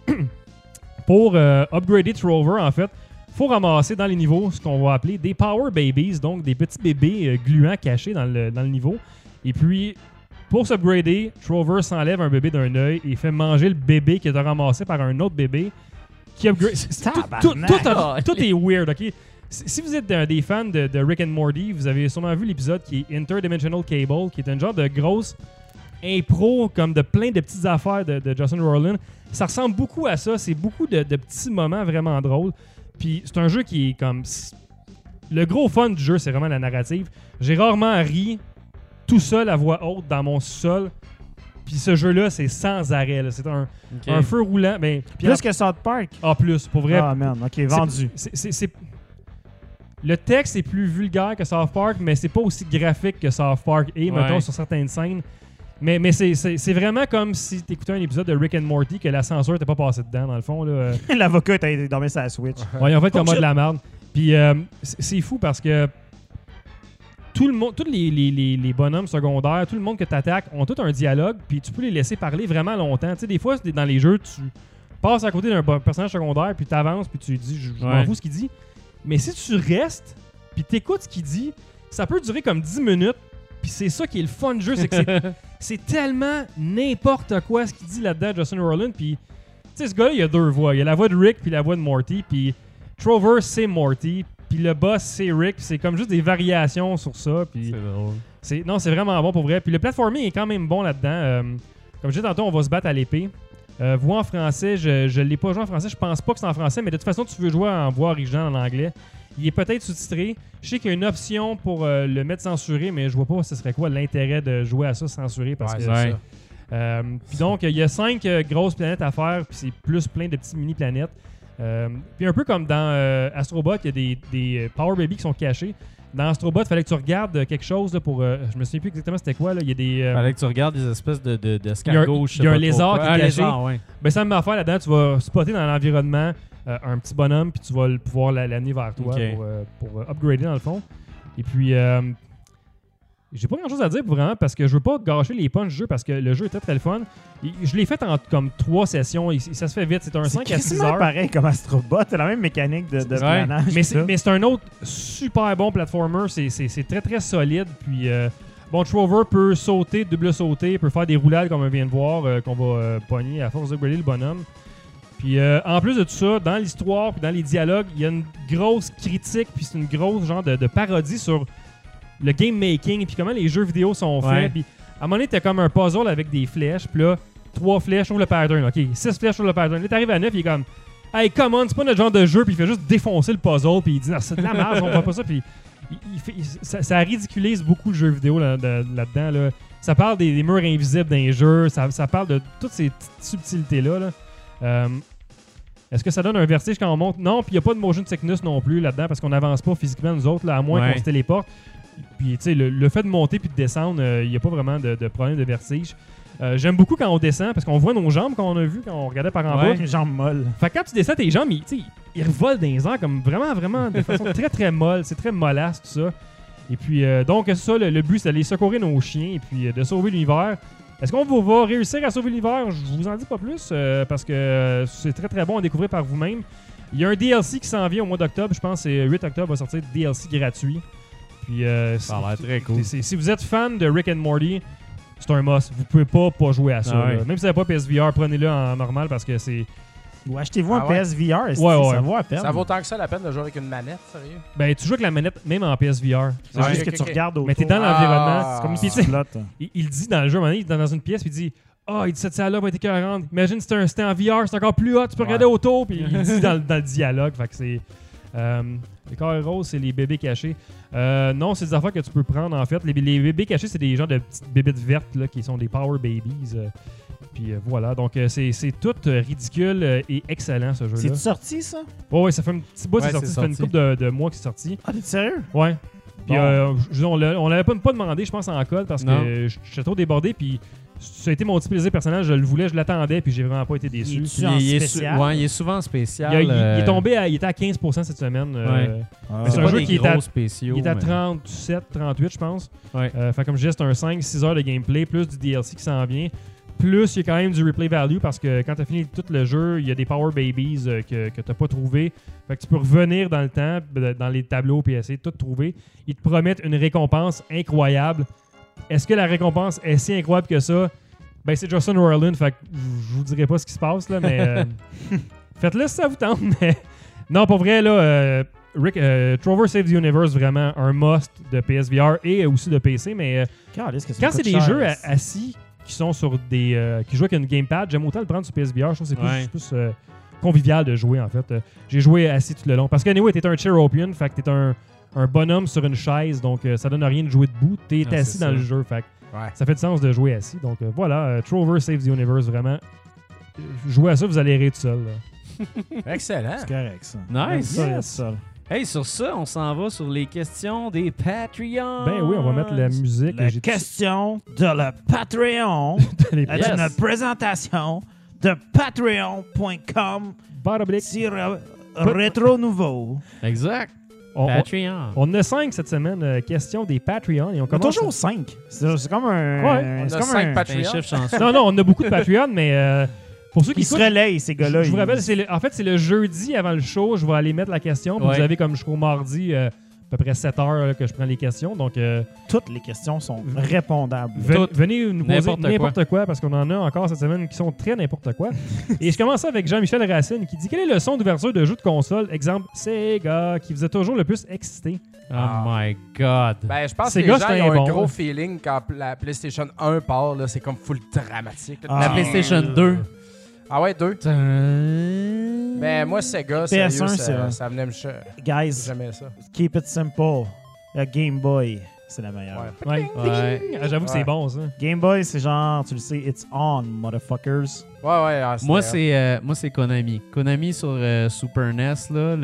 pour euh, upgrader Trover, en fait, faut ramasser dans les niveaux ce qu'on va appeler des Power Babies, donc des petits bébés euh, gluants cachés dans le, dans le niveau. Et puis, pour s'upgrader, Trover s'enlève un bébé d'un œil et fait manger le bébé qui est ramassé par un autre bébé qui upgrade. c'est- tout, tout- tout a- tout est weird, ok? Si si vous êtes euh, des fans de, de Rick and Morty, vous avez sûrement vu l'épisode qui est Interdimensional Cable, qui est un genre de grosse impro, comme de plein de petites affaires de, de Justin Roiland. Ça ressemble beaucoup à ça. C'est beaucoup de, de petits moments vraiment drôles. Puis c'est un jeu qui est comme... Le gros fun du jeu, c'est vraiment la narrative. J'ai rarement ri tout seul à voix haute dans mon sol. Puis ce jeu-là, c'est sans arrêt. là. C'est un, Ok. un feu roulant. Ben, puis Plus que South Park. en, ah, plus, pour vrai. Ah, man. OK, vendu. C'est- c'est- c'est- Le texte est plus vulgaire que South Park, mais c'est pas aussi graphique que South Park est, Ouais. mettons, sur certaines scènes. Mais, mais c'est- c'est c'est vraiment comme si t'écoutais un épisode de Rick and Morty que la censure n'était pas passée dedans, dans le fond. Là. Euh, L'avocat est dormi sur la Switch. Ouais, en fait, Oh, comme moi shit. de la merde. Puis euh, c'est c'est fou parce que tout tout le monde, tous les, les, les, les bonhommes secondaires, tout le monde que tu attaques ont tout un dialogue, puis tu peux les laisser parler vraiment longtemps. Tu sais, des fois, dans les jeux, tu passes à côté d'un personnage secondaire, puis tu avances, puis tu dis, je, je Ouais. m'en fous ce qu'il dit. Mais si tu restes, puis tu écoutes ce qu'il dit, ça peut durer comme dix minutes, puis c'est ça qui est le fun du jeu, c'est que c'est, c'est tellement n'importe quoi ce qu'il dit là-dedans, Justin Roiland, puis tu sais, ce gars-là, il y a deux voix. Il y a la voix de Rick, puis la voix de Morty, puis Trover, c'est Morty, puis le boss, c'est Rick, puis c'est comme juste des variations sur ça, puis... C'est drôle. C'est, non, c'est vraiment bon pour vrai. Puis le platforming est quand même bon là-dedans. Euh, comme je disais tantôt, on va se battre à l'épée. Euh, voix en français, je ne l'ai pas joué en français. Je pense pas que c'est en français, mais de toute façon, tu veux jouer en voix originale en anglais. Il est peut-être sous-titré. Je sais qu'il y a une option pour euh, le mettre censuré, mais je vois pas ce serait quoi l'intérêt de jouer à ça censuré. Parce Ouais, que, c'est Ouais. ça. euh, puis donc, il y a cinq euh, grosses planètes à faire, puis c'est plus plein de petites mini-planètes. Euh, puis un peu comme dans euh, Astrobot, il y a des, des Power Baby qui sont cachés. Dans Astrobot, il fallait que tu regardes euh, quelque chose là, pour... Euh, je me souviens plus exactement c'était quoi. Là. Il y a des... euh, Fallait que tu regardes des espèces de, de, d'escargots, je sais il y a un pas trop lézard quoi. qui est Ah, caché. lézard, ouais. Ben, ça me affaire là-dedans, tu vas spotter dans l'environnement euh, un petit bonhomme, puis tu vas le pouvoir la- l'amener vers toi Ok. pour, euh, pour euh, upgrader dans le fond. Et puis, euh, j'ai pas grand-chose à dire vraiment parce que je veux pas gâcher les punchs du jeu parce que le jeu est très très le fun. Et je l'ai fait en comme trois sessions et ça se fait vite. C'est un C'est cinq à six quasiment heures. pareil comme Astrobot. C'est la même mécanique de, de Ouais. planage. Mais pis c'est, ça. mais c'est un autre super bon platformer. C'est, c'est, c'est très très solide. Puis euh, bon, Trover peut sauter, double sauter, peut faire des roulades comme on vient de voir, euh, qu'on va euh, pogner à force de grader le bonhomme. Puis euh, en plus de tout ça, dans l'histoire puis dans les dialogues, il y a une grosse critique puis c'est une grosse genre de, de parodie sur le game making puis comment les jeux vidéo sont Ouais. faits. Puis à un moment donné, t'as comme un puzzle avec des flèches. Puis là, trois flèches, trouve le pattern. OK, six flèches, trouve le pattern. Là, t'arrives à neuf, il est comme hey, come on, c'est pas notre genre de jeu. Puis il fait juste défoncer le puzzle. Puis il dit non, c'est de la merde, on voit pas ça. Puis il, il fait, il- ça, ça ridiculise beaucoup le jeu vidéo là, de- là-dedans. Là. Ça parle des, des murs invisibles dans les jeux. Ça, ça parle de toutes ces petites subtilités-là. Là. Euh, Est-ce que ça donne un vertige quand on monte? Non, puis il n'y a pas de motion sickness non plus là-dedans parce qu'on n'avance pas physiquement nous autres, là, à moins Ouais. qu'on se téléporte. Puis, tu sais, le, le fait de monter puis de descendre, il n'y a pas vraiment de, de problème de vertige. Euh, j'aime beaucoup quand on descend parce qu'on voit nos jambes quand on a vu, quand on regardait par en Ouais. bas. Avec les jambes molles. Fait que quand tu descends, tes jambes, ils, tu sais, ils revolent dans les airs comme vraiment, vraiment de façon très, très molle. C'est très mollasse, tout ça. Et puis, euh, donc, c'est ça, le, le but, c'est d'aller secourir nos chiens et puis euh, de sauver l'univers. Est-ce qu'on va, va réussir à sauver l'univers? Je vous en dis pas plus euh, parce que euh, c'est très, très bon à découvrir par vous-même. Il y a un D L C qui s'en vient au mois d'octobre. Je pense que c'est huit octobre va sortir D L C gratuit. Puis, euh, Ça a l'air c'est- très cool. c'est- c'est- si vous êtes fan de Rick and Morty, c'est un must. Vous pouvez pas pas jouer à ça. Ah ouais. là. Même si vous n'avez pas P S V R, prenez-le en normal parce que c'est... Ou achetez-vous Ah un ouais? P S V R. est-ce Ouais, que ouais. Ça vaut à peine. Ça vaut tant que ça la peine de jouer avec une manette, sérieux? Ben, tu joues avec la manette même en P S V R. C'est Ouais, juste ok, que tu ok. regardes autour. Mais t'es dans Ah. l'environnement. C'est comme Puis, si tu sais, tu flottes. il, il dit dans le jeu, à un moment donné, il est dans une pièce, puis il dit ah, il dit cette salle-là va être écœurante. Imagine si c'était un- c'était en V R, c'est encore plus hot, tu peux Ouais. regarder autour. Puis il dit dans, le- dans le dialogue. Fait que c'est. Euh, les carrés roses, c'est les bébés cachés. Euh, non, c'est des affaires que tu peux prendre en fait. Les, les bébés cachés, c'est des genres de petites bébites vertes là, qui sont des Power Babies. euh, puis euh, voilà. Donc euh, c'est c'est tout euh, ridicule euh, et excellent ce jeu-là. C'est-tu sorti, ça? Ouais, ouais, ça fait un petit bout, Ouais, c'est sorti. c'est Ça fait une sorti. couple de, de mois que c'est sorti. Ah, t'es sérieux? Ouais. Puis Bon. euh, je- on l'a- on l'avait pas, pas demandé, je pense, en code parce Non. que je- j'étais trop débordé. Puis ça a été mon petit plaisir personnel. Je le voulais, je l'attendais, puis j'ai vraiment pas été déçu. Il est-tu Puis en il, est su- spécial? ouais, il est souvent il, spécial. a- il- il est euh, tombé à, il était à quinze pour cent cette semaine. euh, Ah. Mais c'est un pas jeu des qui est gros à- spéciaux. il est à mais- trente-sept, trente-huit, je pense. Ouais. Euh, fait comme je disais, c'est un cinq six heures de gameplay, plus du D L C qui s'en vient. Plus, il y a quand même du replay value parce que quand tu as fini tout le jeu, il y a des Power Babies euh, que, que tu n'as pas trouvé. Fait que tu peux revenir dans le temps, b- dans les tableaux, puis essayer de tout trouver. Ils te promettent une récompense incroyable. Est-ce que la récompense est si incroyable que ça? Ben, c'est Justin Roiland, fait que je vous dirai pas ce qui se passe, là, mais euh, faites-le si ça vous tente. Mais non, pour vrai, là, euh, Rick, euh, Trover Save the Universe, vraiment un must de P S V R et aussi de P C, mais euh, Calisse que ça quand me c'est coûte des cher, jeux a- c'est- assis qui sont sur des. euh, qui jouent avec une gamepad, j'aime autant le prendre sur P S V R. Je trouve que c'est plus, Ouais. plus, euh, convivial de jouer en fait. Euh, J'ai joué assis tout le long. Parce que anyway, t'es un Cheropian, fait que t'es un, un bonhomme sur une chaise, donc euh, ça donne rien de jouer debout. T'es Ah, assis c'est dans ça. le jeu, fait que Ouais. ça fait du sens de jouer assis. Donc euh, voilà, euh, Trover Save the Universe, vraiment. Euh, Jouez à ça, vous allez rire tout seul. là. Excellent. C'est correct, ça. Nice. Ça, Yes. ça. Hey, sur ça, on s'en va sur les questions des Patreons. Ben oui, on va mettre la musique. La J'ai tout- question de le Patreon les est Yes. une présentation de patreon point com barres obliques. sur euh, Rétro Nouveau. Exact. On, on, Patreon. on a cinq cette semaine. euh, question des Patreons. Et on On a commence. toujours cinq. C'est c'est comme un. Ouais. On c'est a comme cinq un. Patreons. C'est un chiffre chanceux. Non, non, on a beaucoup de Patreons, mais euh, pour ceux qui Ils se écoutent, relayent, ces je, gars-là. je vous ils- rappelle, c'est le- en fait, c'est le jeudi avant le show. Je vais aller mettre la question. Puis Ouais. Vous avez comme jusqu'au mardi, euh, à peu près sept heures là, que je prends les questions. Donc, euh, Toutes les questions sont répondables. Ven- Toutes. venez nous poser N'importe quoi. n'importe quoi. parce qu'on en a encore cette semaine qui sont très n'importe quoi. Et je commence avec Jean-Michel Racine qui dit quel est le son d'ouverture de jeu de console, exemple Sega, qui vous a toujours le plus excité. Oh Ah. my God. Ben, je pense que Ces les gars, gens c'est ils un ont un bon, gros là. feeling quand la PlayStation un part. là, C'est comme full dramatique. Ah. La PlayStation deux. Ah ouais, deux. Mais Mais moi, Sega, P S sérieux, un, c'est ça, vrai. ça venait me ch- Guys, J'aimais ça. keep it simple. La Game Boy, c'est la meilleure. Ouais. Ouais. Ouais. Ah, J'avoue que Ouais. c'est bon, ça. Game Boy, c'est genre, tu le sais, it's on, motherfuckers. Ouais, ouais. ah, Moi, c'était- c'est euh, moi c'est Konami. Konami sur euh, Super N E S, là,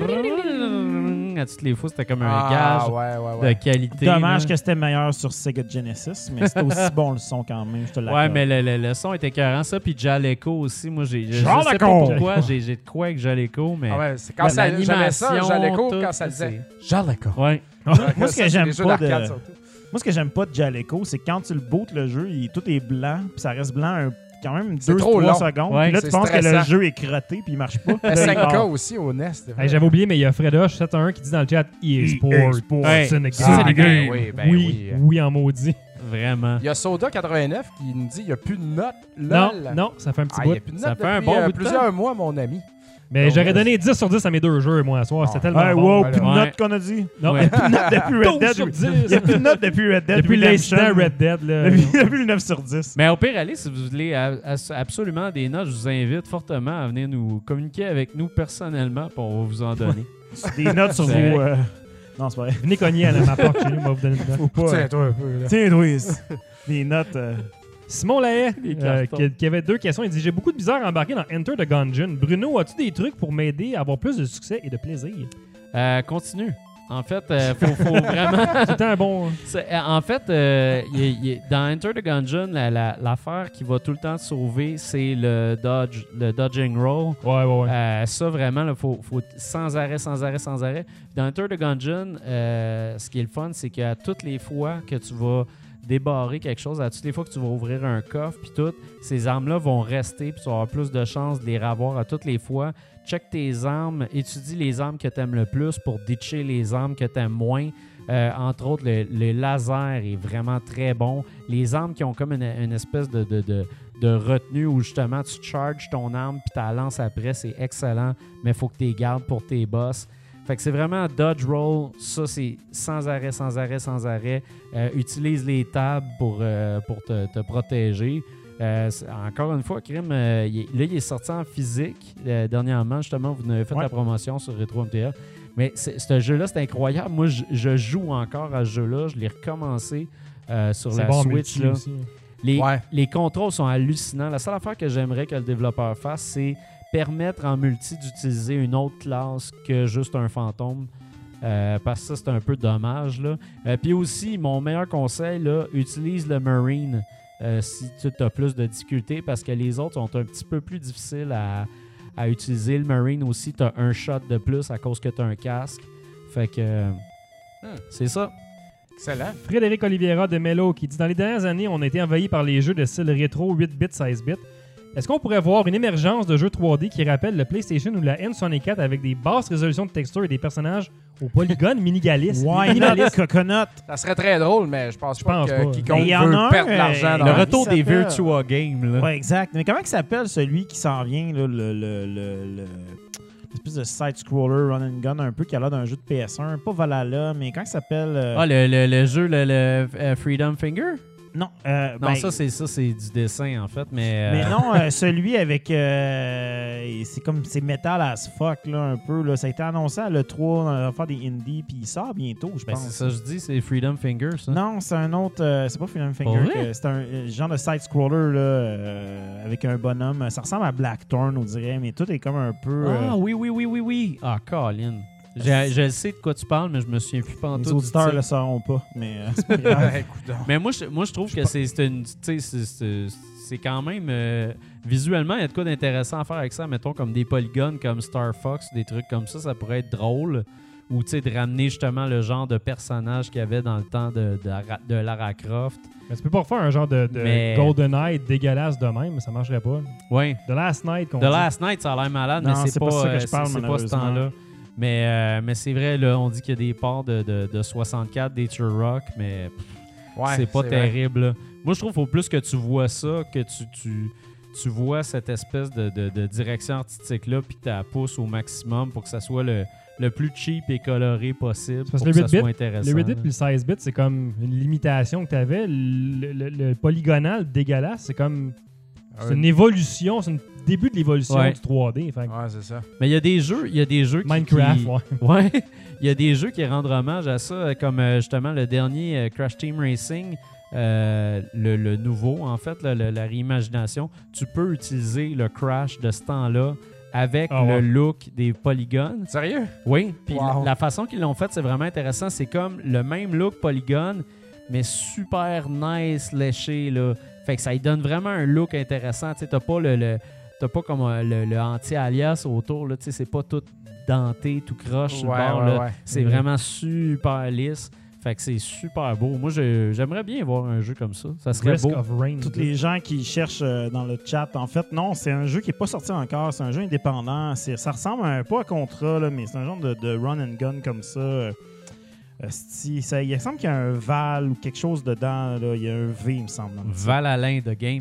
le... à toutes les fois, c'était comme un Ah, gage ouais, ouais, de ouais. qualité. Dommage là. que c'était meilleur sur Sega Genesis, mais c'était aussi bon le son quand même, je te l'accorde. Ouais, mais le, le, le son était écœurant, ça. Puis Jaleco aussi. Moi, j'ai, je, je sais Jaleco! pas pourquoi, j'ai, j'ai de quoi avec Jaleco, mais. Ah ouais, c'est quand la- ça, j'aimais ça, l'animation, Jaleco, tout, quand ça c'est- disait Jaleco. Ouais. Moi, ce Ça, que c'est j'aime les jeux pas d'arcade, de... surtout. Moi, ce que j'aime pas de Jaleco, c'est que quand tu le bootes le jeu, il, tout est blanc, puis ça reste blanc un- quand même C'est deux trop trois long. secondes. Ouais, puis là, c'est tu penses que le stressant. jeu est crotté, puis il marche pas. Là, il S N K part. aussi au N E S. c'était vrai. Hey, J'avais oublié, mais il y a Fredoche sept un un qui dit dans le chat E A Sports. Sports. Ouais. C'est une Ah, game. ben oui, ben oui, oui. oui, en maudit. Vraiment. Il y a Soda quatre-vingt-neuf qui nous dit il n'y a plus de notes. Non, Lol. non, ça fait un petit Ah, il bout. n'y a plus de Ça notes fait un depuis, bon euh, bout de plusieurs temps. mois, mon ami. Mais Donc, j'aurais euh, donné dix sur dix à mes deux jeux, moi, à soir. C'était tellement Ouais, bon. wow, voilà. plus de Ouais. notes qu'on a dit. Non, Il n'y a plus de notes depuis Red douze Dead. sur Il dix. n'y a plus de notes depuis Red Dead. Depuis l'incident Redemption. Red Dead, là. Depuis, depuis le neuf sur dix. Mais au pire, allez, si vous voulez a- a- absolument des notes, je vous invite fortement à venir nous communiquer avec nous personnellement, puis on va vous en donner. Des notes sur vos... C'est euh, Non, c'est pas vrai. Venez cogner à ma porte chez nous, on va vous donner une note. Faut pas... Tiens-toi un peu. là. Tiens, Louis. Des notes... euh, Simon Lahaye, Les euh, cartons. qui, qui avait deux questions, il dit j'ai beaucoup de bizarre à embarquer dans Enter the Gungeon. Bruno, as-tu des trucs pour m'aider à avoir plus de succès et de plaisir? Euh, continue. En fait, euh, faut, faut vraiment. C'était un bon. C'est- euh, En fait, euh, il y a- il y a- dans Enter the Gungeon, la- la- l'affaire qui va tout le temps te sauver, c'est le dodge, le dodging roll. Ouais, ouais, ouais. Euh, ça, vraiment, il faut, faut sans arrêt, sans arrêt, sans arrêt. Dans Enter the Gungeon, euh, ce qui est le fun, c'est qu'à toutes les fois que tu vas débarrer quelque chose, à toutes les fois que tu vas ouvrir un coffre, puis tout, ces armes-là vont rester, puis tu vas avoir plus de chances de les revoir à toutes les fois. Check tes armes, étudie les armes que tu aimes le plus pour ditcher les armes que tu aimes moins. Euh, entre autres, le, le laser est vraiment très bon. Les armes qui ont comme une, une espèce de, de, de, de retenue où justement tu charges ton arme puis tu la lances après, c'est excellent, mais il faut que tu les gardes pour tes boss. Fait que c'est vraiment dodge roll, ça c'est sans arrêt, sans arrêt, sans arrêt. Euh, utilise les tables pour, euh, pour te, te protéger. Euh, c'est- encore une fois, Crime, euh, il est- là il est sorti en physique euh, dernièrement, justement, vous avez fait Ouais. la promotion sur Retro M T L. Mais c'est- ce jeu-là, c'est incroyable. Moi, je, je joue encore à ce jeu-là. Je l'ai recommencé euh, sur C'est la bon en Switch. multi Là. aussi. Les, Ouais. les contrôles sont hallucinants. La seule affaire que j'aimerais que le développeur fasse, c'est permettre en multi d'utiliser une autre classe que juste un fantôme. Euh, parce que ça, c'est un peu dommage. Là. Euh, Puis aussi, mon meilleur conseil, là, utilise le Marine euh, si tu as plus de difficultés parce que les autres sont un petit peu plus difficiles à, à utiliser. Le Marine aussi, tu as un shot de plus à cause que tu as un casque. Fait que euh, Hmm. c'est ça. Excellent. Frédéric Oliveira de Mello qui dit dans les dernières années, on a été envahi par les jeux de style rétro huit bits, seize bits. Est-ce qu'on pourrait voir une émergence de jeux trois D qui rappelle le PlayStation ou la N soixante-quatre avec des basses résolutions de texture et des personnages au polygone minimaliste? Why not minimaliste. Coconut? Ça serait très drôle, mais je pense Je pas pense que pas. quiconque Mais il y en veut a un, perdre de euh, l'argent il dans Le Ouais, la retour ça des s'appelle- Virtua Games. Là. Ouais, exact. Mais comment il s'appelle celui qui s'en vient, là, le, le, le, le- l'espèce de side-scroller run and gun un peu qui a l'air d'un jeu de P S un, pas Valhalla, mais comment il s'appelle euh, Ah, le, le, le jeu, le, le, euh, Freedom Finger? Non, euh, Non, ben, ça, c'est ça, c'est du dessin, en fait, mais... euh, Mais non, euh, celui avec. euh, c'est comme. C'est metal as fuck, là, un peu. Là. Ça a été annoncé à l'E trois, on va faire des indies, puis il sort bientôt, je ben, pense. c'est ça, je dis, c'est Freedom Finger, ça. Non, c'est un autre. euh, c'est pas Freedom Pour Finger. vrai? que- C'est un euh, genre de side-scroller, là, euh, avec un bonhomme. Ça ressemble à Blackthorn, on dirait, mais tout est comme un peu. euh, Ah, oui, oui, oui, oui, oui. Ah, Colin. Je, je sais de quoi tu parles, mais je me souviens plus pas les auditeurs le sauront pas, mais euh, c'est pas grave. Écoute donc. Mais moi, je, moi, je trouve que c'est c'est une. Tu sais, c'est- c'est- c'est quand même. euh, visuellement, il y a de quoi d'intéressant à faire avec ça. Mettons comme des polygones comme Star Fox, des trucs comme ça, ça pourrait être drôle. ou tu sais, de ramener justement le genre de personnage qu'il y avait dans le temps de, de, de Lara Croft. Mais tu peux pas refaire un genre de, de Mais- GoldenEye dégueulasse de même, ça marcherait pas. Oui. The Last Night, qu'on The dit. Last Night, ça a l'air malade, Non, mais c'est c'est pas, pas ça que euh, je parle, c'est- c'est pas ce malheureusement. temps-là. Mais, euh, mais c'est vrai, là, on dit qu'il y a des parts de, de, de soixante-quatre des Rock, mais pff, Ouais, c'est pas vrai. terrible. là. Moi, je trouve qu'il faut plus que tu vois ça, que tu, tu, tu vois cette espèce de, de, de direction artistique-là, puis que tu la pousses au maximum pour que ça soit le, le plus cheap et coloré possible, Parce pour que que le ça huit soit bits, intéressant. Le huit bits là. puis le seize bits, c'est comme une limitation que tu avais. Le, le- le polygonal dégueulasse, c'est comme. C'est Ouais. une évolution, c'est un début de l'évolution Ouais. du trois D. Fait que Ouais, c'est ça. Mais il y a des jeux, il y a des jeux qui... Minecraft, qui- ouais. Ouais, il y a des jeux qui rendent hommage à ça, euh, comme euh, justement le dernier euh, Crash Team Racing, euh, le, le nouveau, en fait, là, le- la réimagination. Tu peux utiliser le Crash de ce temps-là avec Ah le ouais. look des polygones. Sérieux? Oui, puis Wow. la, la façon qu'ils l'ont fait, c'est vraiment intéressant. C'est comme le même look polygone, mais super nice, léché, là. Fait que ça lui donne vraiment un look intéressant. Tu sais, t'as pas le... le T'as pas comme euh, le, le anti-alias autour, là, tu sais, c'est pas tout denté, tout croche sur le Ouais, bord, ouais, là. ouais. C'est Mhm. vraiment super lisse. Fait que c'est super beau. Moi, je- j'aimerais bien voir un jeu comme ça. Ça serait Risk beau. of Rain. Tous les gens qui cherchent euh, dans le chat, en fait, non, c'est un jeu qui n'est pas sorti encore. C'est un jeu indépendant. C'est- Ça ressemble un peu à Contra, là, mais c'est un genre de, de run and gun comme ça. Euh, sti- ça il semble qu'il y a un Val ou quelque chose dedans. Là. Il y a un V, il me semble. dans le titre. Valalain de game.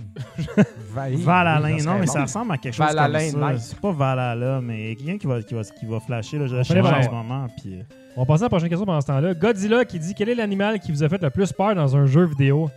Vaï. Valhalla, Oui, ça non, serait mais bon. ça ressemble à quelque chose Valhalla comme ça. Knight. C'est pas Valhalla, mais quelqu'un qui va, qui va, qui va flasher. Là, je On cherche fallait en ce voir. moment. Puis, euh, On va passer à la prochaine question pendant ce temps-là. Godzilla qui dit quel est l'animal qui vous a fait le plus peur dans un jeu vidéo?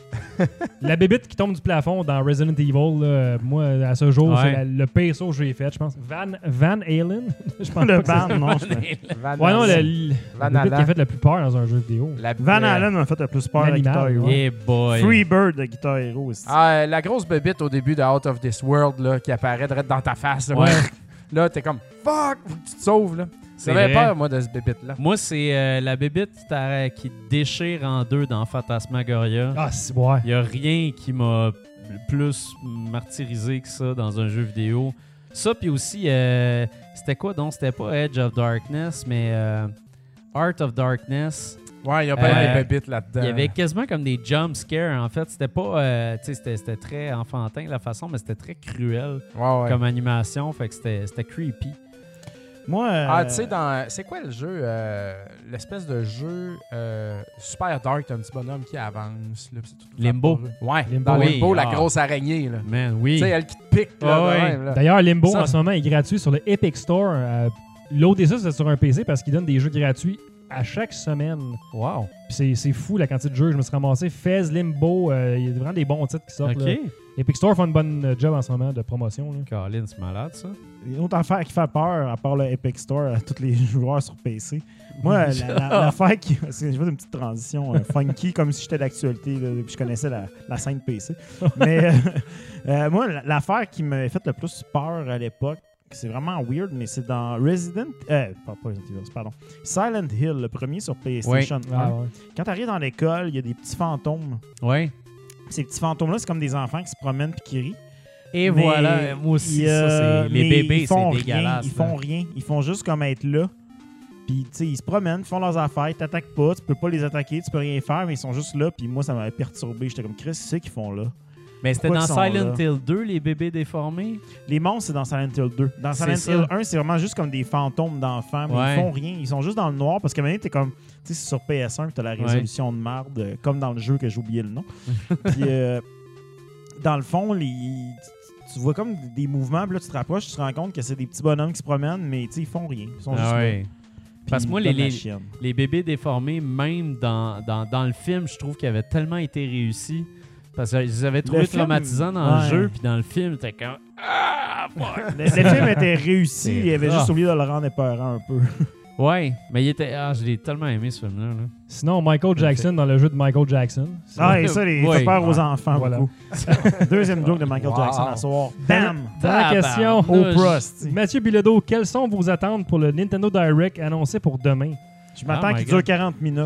La bébite qui tombe du plafond dans Resident Evil, là, moi, à ce jour, Ouais. c'est la- le pire saut que j'ai fait, je pense. Van, Van Halen? je pense le pas que ban, non. je- Van c'est- Ouais, non, le, Halen. le- Van la bébite qui a Halen. fait le plus peur dans un jeu vidéo. La- Van euh, Halen m'a fait le plus peur à L'animal, Guitar Hero. ouais. Yeah boy. Freebird de Guitar Hero aussi. Ah, euh, la grosse bébite au début de Out of This World là, qui apparaît direct dans ta face. Là, Ouais. Là, t'es comme fuck, faut que tu te sauves. Là. C'est J'avais vrai. peur, moi, de ce bébite-là. Moi, c'est euh, la bébite qui, t'a- qui te déchire en deux dans Phantasmagoria. Ah, c'est ouais. Il n'y a rien qui m'a plus martyrisé que ça dans un jeu vidéo. Ça, puis aussi, euh, c'était quoi donc? C'était pas Edge of Darkness, mais euh, Art of Darkness. Ouais, il y a plein Euh, de bébites là-dedans. Il y avait quasiment comme des jump scares. En fait, c'était pas... euh, tu sais, c'était, c'était très enfantin la façon, mais c'était très cruel Ouais, ouais. comme animation. Fait que c'était, c'était creepy. Moi, euh, Ah, tu sais, dans. C'est quoi le jeu euh, L'espèce de jeu euh, super dark, t'as un petit bonhomme qui avance. Là, pis c'est tout Limbo. vaporeux. Ouais, Limbo. dans Oui, Limbo, la ah. grosse araignée. Là. Man, Tu oui. sais, elle qui te pique. Là, Ah de ouais. même, là. D'ailleurs, Limbo, Ça- en ce moment, est gratuit sur le Epic Store. Euh, L'O D C, c'est sur un P C parce qu'il donne des jeux gratuits à chaque semaine. Wow. Puis c'est, c'est fou la quantité de jeux que je me suis ramassé. Fez, Limbo, euh, il y a vraiment des bons titres qui sortent. OK. là. Epic Store fait une bonne euh, job en ce moment de promotion. Là. Colin, c'est malade, ça. une autre affaire qui fait peur, à part le Epic Store, à tous les joueurs sur P C. Moi, la- la- l'affaire qui. parce que je fais une petite transition euh, funky, comme si j'étais d'actualité, là, puis je connaissais la, la scène P C. Mais euh, euh, moi, la- l'affaire qui m'avait fait le plus peur à l'époque, c'est vraiment weird, mais c'est dans Resident. Euh, pas, pas Resident Evil, pardon. Silent Hill, le premier sur PlayStation un. Ah, ouais. Quand tu arrives dans l'école, il y a des petits fantômes. Ouais. Ces petits fantômes-là, c'est comme des enfants qui se promènent puis qui rient. Et Mais voilà, moi aussi, il, ça, euh, c'est... Les mais bébés, ils font c'est rien, dégueulasse. Ils font rien. Ils font juste comme être là. Puis, tu sais, ils se promènent, ils font leurs affaires, ils t'attaquent pas, tu peux pas les attaquer, tu peux rien faire, mais ils sont juste là. Puis moi, ça m'avait perturbé. J'étais comme, Chris, c'est ça qu'ils font là. Mais c'était Pourquoi dans qu'ils sont Silent là? Hill deux, les bébés déformés? Les monstres, c'est dans Silent Hill deux. Dans C'est Silent Hill ça. un, c'est vraiment juste comme des fantômes d'enfants, mais Ouais. ils font rien. Ils sont juste dans le noir parce que maintenant, t'es comme, tu sais, c'est sur P S un, puis t'as la résolution de marde, euh, comme dans le jeu que j'ai oublié le nom. Puis, euh, dans le fond, les, tu, tu vois comme des mouvements, puis là, tu te rapproches, tu te rends compte que c'est des petits bonhommes qui se promènent, mais tu sais, ils font rien. Ils sont juste Ah là. ouais. Puis Parce que ils moi, donnent les- la les- chienne. Les bébés déformés, même dans, dans, dans le film, je trouve qu'ils avaient tellement été réussis. Parce que je les avais trouvés Le film, traumatisants dans ouais. le jeu, puis dans le film, t'es comme... Ah, fuck! Le, le film était réussi, C'est il avait rough. juste oublié de le rendre épeurant un peu. Ouais, mais il était... Ah, je l'ai tellement aimé, ce film-là. Là. Sinon, Michael Jackson dans le jeu de Michael Jackson. C'est- Ah, et ça, les Ouais. fait peur aux Ouais. enfants Voilà. beaucoup. Deuxième joke de Michael Wow. Jackson à soir. Bam! Dernière question. Tabarnouche. Oprah, esti. Mathieu Bilodeau, quelles sont vos attentes pour le Nintendo Direct annoncé pour demain? Je m'attends Oh my qu'il dure God. quarante minutes.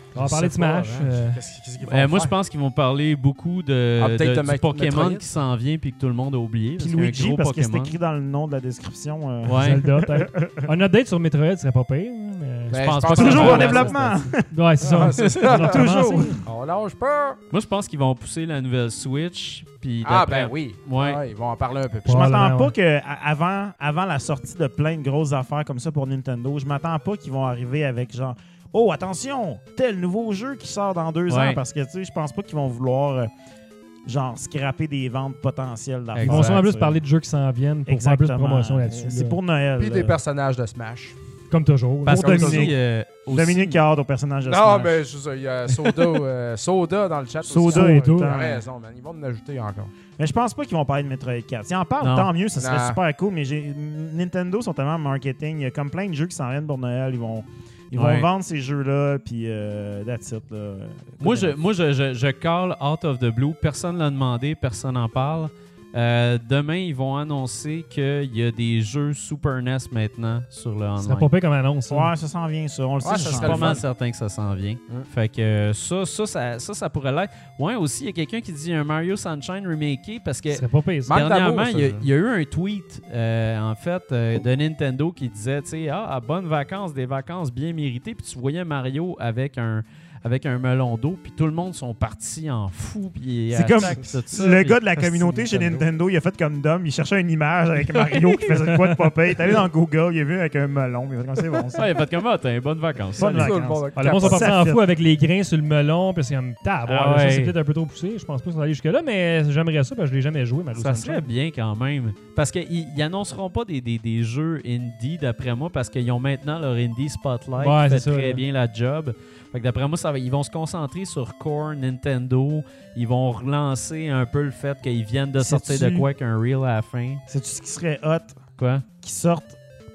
On va Je parler de sais pas, Smash. hein. euh, Qu'est-ce qu'est-ce qu'ils vont Euh, moi, je faire? pense qu'ils vont parler beaucoup de, Update de- de du Mac- Pokémon Metroid. qui s'en vient puis que tout le monde a oublié. Puis parce qu'il y a un Luigi, gros parce que c'est Pokémon. écrit dans le nom de la description. euh, Ouais. Zelda, peut-être. Un update sur Metroid serait pas pire. mais- Ben, je pense je pas pense que Toujours ça en va- développement. Ouais, c'est ça. Ah, c'est ça. On a Toujours. commencé. On lâche pas. Moi, je pense qu'ils vont pousser la nouvelle Switch. Puis Ah, d'après- ben oui. Ouais. Ah, ils vont en parler un peu plus. Je m'attends Probablement, pas ouais. que à- avant, avant la sortie de plein de grosses affaires comme ça pour Nintendo, je m'attends pas qu'ils vont arriver avec genre oh attention, tel nouveau jeu qui sort dans deux Ouais. ans parce que tu sais, je pense pas qu'ils vont vouloir euh, genre scraper des ventes potentielles d'affaires. Ils vont sûrement tu plus sais. parler de jeux qui s'en viennent pour faire plus de Exactement. promotion là-dessus. C'est là. pour Noël. Puis des là. personnages de Smash. Comme toujours. Parce Pour que Dominique. aussi, euh, aussi- Dominique qui a hâte au personnage de Non, Smash. mais je sais, il y a Soda, euh, Soda dans le chat. aussi. Soda et tout. T'as raison, man. Ils vont en ajouter encore. Mais je pense pas qu'ils vont parler de Metroid quatre. S'ils en parlent, Non. tant mieux, ça serait Non. super cool. Mais j'ai- Nintendo sont tellement en marketing. Il y a comme plein de jeux qui s'en viennent pour Noël. Ils vont, ils vont Ouais. vendre ces jeux-là, puis euh, that's it. Là. Moi, je, moi je, je, je call out of the blue. Personne ne l'a demandé, personne n'en parle. Euh, demain, ils vont annoncer qu'il y a des jeux Super N E S maintenant sur le Ce online. serait pas pire comme annonce. ça. Ouais, ça s'en vient, ça. On le Ouais, sait. ça ça Je s'en suis serait pas le vient. mal fun. certain que ça s'en vient. Mm. Fait que euh, ça, ça, ça, ça, ça pourrait l'être. Ouais, aussi, il y a quelqu'un qui dit un Mario Sunshine remaké parce que Ce serait pas pire. ça. Manque dernièrement, d'amour, ça, il y, a- ça. il y a eu un tweet, euh, en fait, euh, de Nintendo qui disait, tu sais, ah, à bonnes vacances, des vacances bien méritées. Puis tu voyais Mario avec un, avec un melon d'eau, puis tout le monde sont partis en fou. Puis C'est comme attaque, tout ça, Le puis- gars de la communauté chez Nintendo, il a fait comme Dom. Il cherchait une image avec Mario qui faisait quoi de pas pire. Il est allé dans Google, il a vu avec un melon. Il a fait comme c'est bon ça. Ouais, il a fait comme ah, t'as une bonne vacances. Bonne Salut. vacances. Tout le monde a Ah, le monde sont Ça partis en fit. fou avec les grains sur le melon, puis c'est comme tab. Ah ça ouais. c'est peut-être un peu trop poussé. Je pense pas que ça va aller jusque-là, mais j'aimerais ça parce que je l'ai jamais joué, Mario Ça Sunshine. serait bien quand même. Parce qu'ils ils annonceront pas des, des, des jeux indie, d'après moi, parce qu'ils ont maintenant leur indie Spotlight Ouais, qui fait c'est ça, très là. bien la job. Fait que d'après moi, ça va, ils vont se concentrer sur Core, Nintendo. Ils vont relancer un peu le fait qu'ils viennent de sortir Sais-tu- de quoi qu'un reel à la fin. Sais-tu ce qui serait hot? Quoi? Qui sortent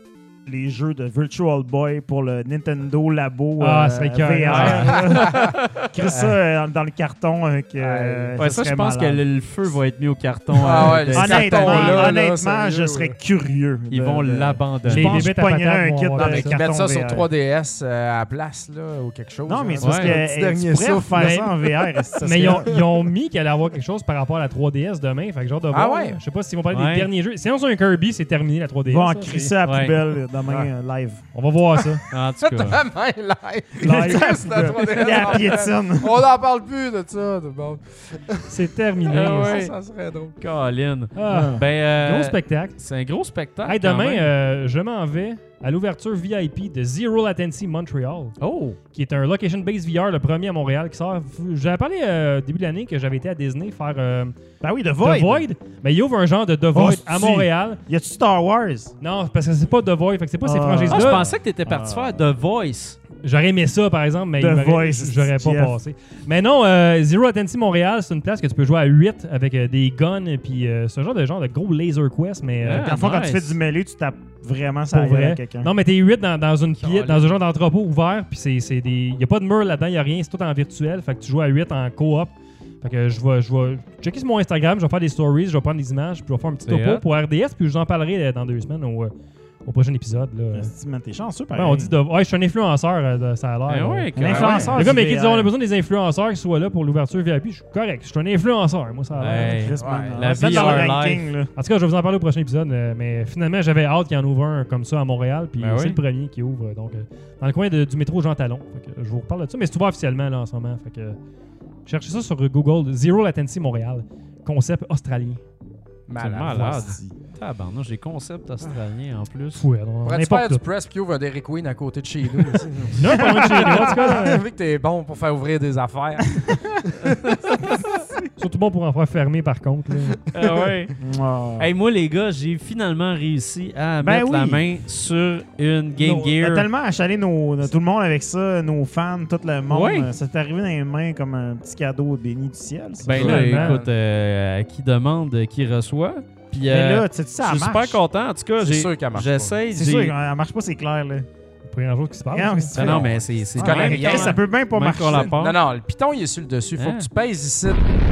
les jeux de Virtual Boy pour le Nintendo Labo Ah, euh, ça serait V R. écœurant. là. Crée ça euh, dans le carton. Avec, euh, Ouais, ça, je serait pense malade. que le, le feu va être mis au carton. Ah euh, ouais, de- les Honnêtement, cartons, là, là, honnêtement sérieux, je serais ouais. curieux. Ils de- vont de- l'abandonner. Je Les pense que je bébites à pognerais patates un vont kit avoir de ça. Mais qu'ils mettent ça carton sur V R. trois D S euh, à la place, là, ou quelque chose. Non, mais hein. c'est parce Ouais, que un petit eh, dernier tu pourrais souffle. faire Mais- ça en V R. ça Mais serait ils ont, hot. ils ont mis qu'il allait avoir quelque chose par rapport à la trois D S demain. Fait que genre de Ah voir. ouais? Je sais pas s'ils vont parler Ouais. des derniers jeux. Sinon, c'est un Kirby, c'est terminé la trois D S. Ils vont en ça, crisser c'est- à la Ouais. poubelle demain Ouais. euh, live. On va voir ça. En tout cas. Demain, live. Live. C'est la trois D S Il y a la en piétine. On n'en parle plus de ça. De bon. C'est terminé. Ah ouais. Ça, ça serait drôle. Colin. Ah, Ben, euh, gros spectacle. c'est un gros spectacle. Hey, quand demain, même. euh, je m'en vais à l'ouverture V I P de Zero Latency Montreal, Oh! qui est un location-based V R, le premier à Montréal qui sort. J'avais parlé euh, début de l'année que j'avais été à Disney faire euh, Ben oui, The Void. The Void. Ben, il ouvre un genre de The Void à si. Montréal. Y a-tu Star Wars? Non, parce que c'est pas The Void, fait que c'est pas ces Ah. franchises-là. Ah, je pensais que tu étais parti Ah. faire The Voice. J'aurais aimé ça, par exemple, mais The il m'aurait- Voice, j'aurais pas Jeff. passé. Mais non, euh, Zero Latency Montréal, c'est une place que tu peux jouer à huit avec euh, des guns et puis euh, ce genre de genre de gros laser quest, mais euh, Ah, Dans le fond, quand nice. tu fais du mêlée, tu tapes vraiment ça pour vrai. à quelqu'un. Non, mais t'es huit dans, dans une pièce, Caliste. dans un genre d'entrepôt ouvert, puis c'est, c'est des, y a pas de mur là-dedans, y a rien, c'est tout en virtuel, fait que tu joues à huit en coop. Fait que je vais, je vais checker sur mon Instagram, je vais faire des stories, je vais prendre des images, puis je vais faire un petit C'est topo hot. pour R D S, puis je vous en parlerai euh, dans deux semaines au, euh, au prochain épisode. Là. Esti, man, T'es chanceux, Ouais, pareil. on dit de... Ouais, je suis un influenceur, euh, de- ça a l'air. Ben euh. ouais, Un quand même. influenceur. Le gars, du mais qui V dit on a R. besoin des influenceurs qui soient là pour l'ouverture V I P, je suis correct. Je suis un influenceur, moi, ça a l'air. Hey, Chris, man, Ouais, on la va se mettre dans le V R ranking, là. En tout cas, je vais vous en parler au prochain épisode, euh, mais finalement, j'avais hâte qu'il y en ouvre un comme ça à Montréal, puis Ben c'est oui. le premier qui ouvre, donc euh, dans le coin de- du métro Jean Talon. Fait que je vous reparle de ça, mais c'est ouvert officiellement là, en ce moment. Fait que cherchez ça sur Google, Zero Latency Montréal, concept australien. C'est malade. Tabarnouche, j'ai concept australien en plus. Fou, on Pourrais-tu faire n'importe du tout. press puis ouvre un Dairy Queen à côté de chez nous? ici? Non, pas loin de chez nous, en tout cas. euh, Vu que t'es bon pour faire ouvrir des affaires. surtout bon pour en faire fermer, par contre. là. Ah ouais. Ouais. Hey, moi, les gars, j'ai finalement réussi à Ben mettre la oui. main sur une Game Nos- Gear. On a tellement achalé nos, nos- tout le monde avec ça, nos fans, tout le monde. Oui. Euh, Ça t'est arrivé dans les mains comme un petit cadeau béni du ciel. ça. Ben là, Finalement. écoute, euh, qui demande, qui reçoit. Puis, Mais euh, là, tu sais, ça je suis marche. super content. En tout cas, C'est j'ai- sûr qu'elle marche j'essaye. C'est j'ai- sûr, elle marche pas, c'est clair. Là. Première chose qui se passe. Regarde, hein. qu'est-ce que tu Non, fais? non, mais c'est c'est Ah, quand même mais quand ça peut bien pas même marcher. qu'on la part. Non, non, le piton, il est sur le dessus. Faut Hein? que tu pèses ici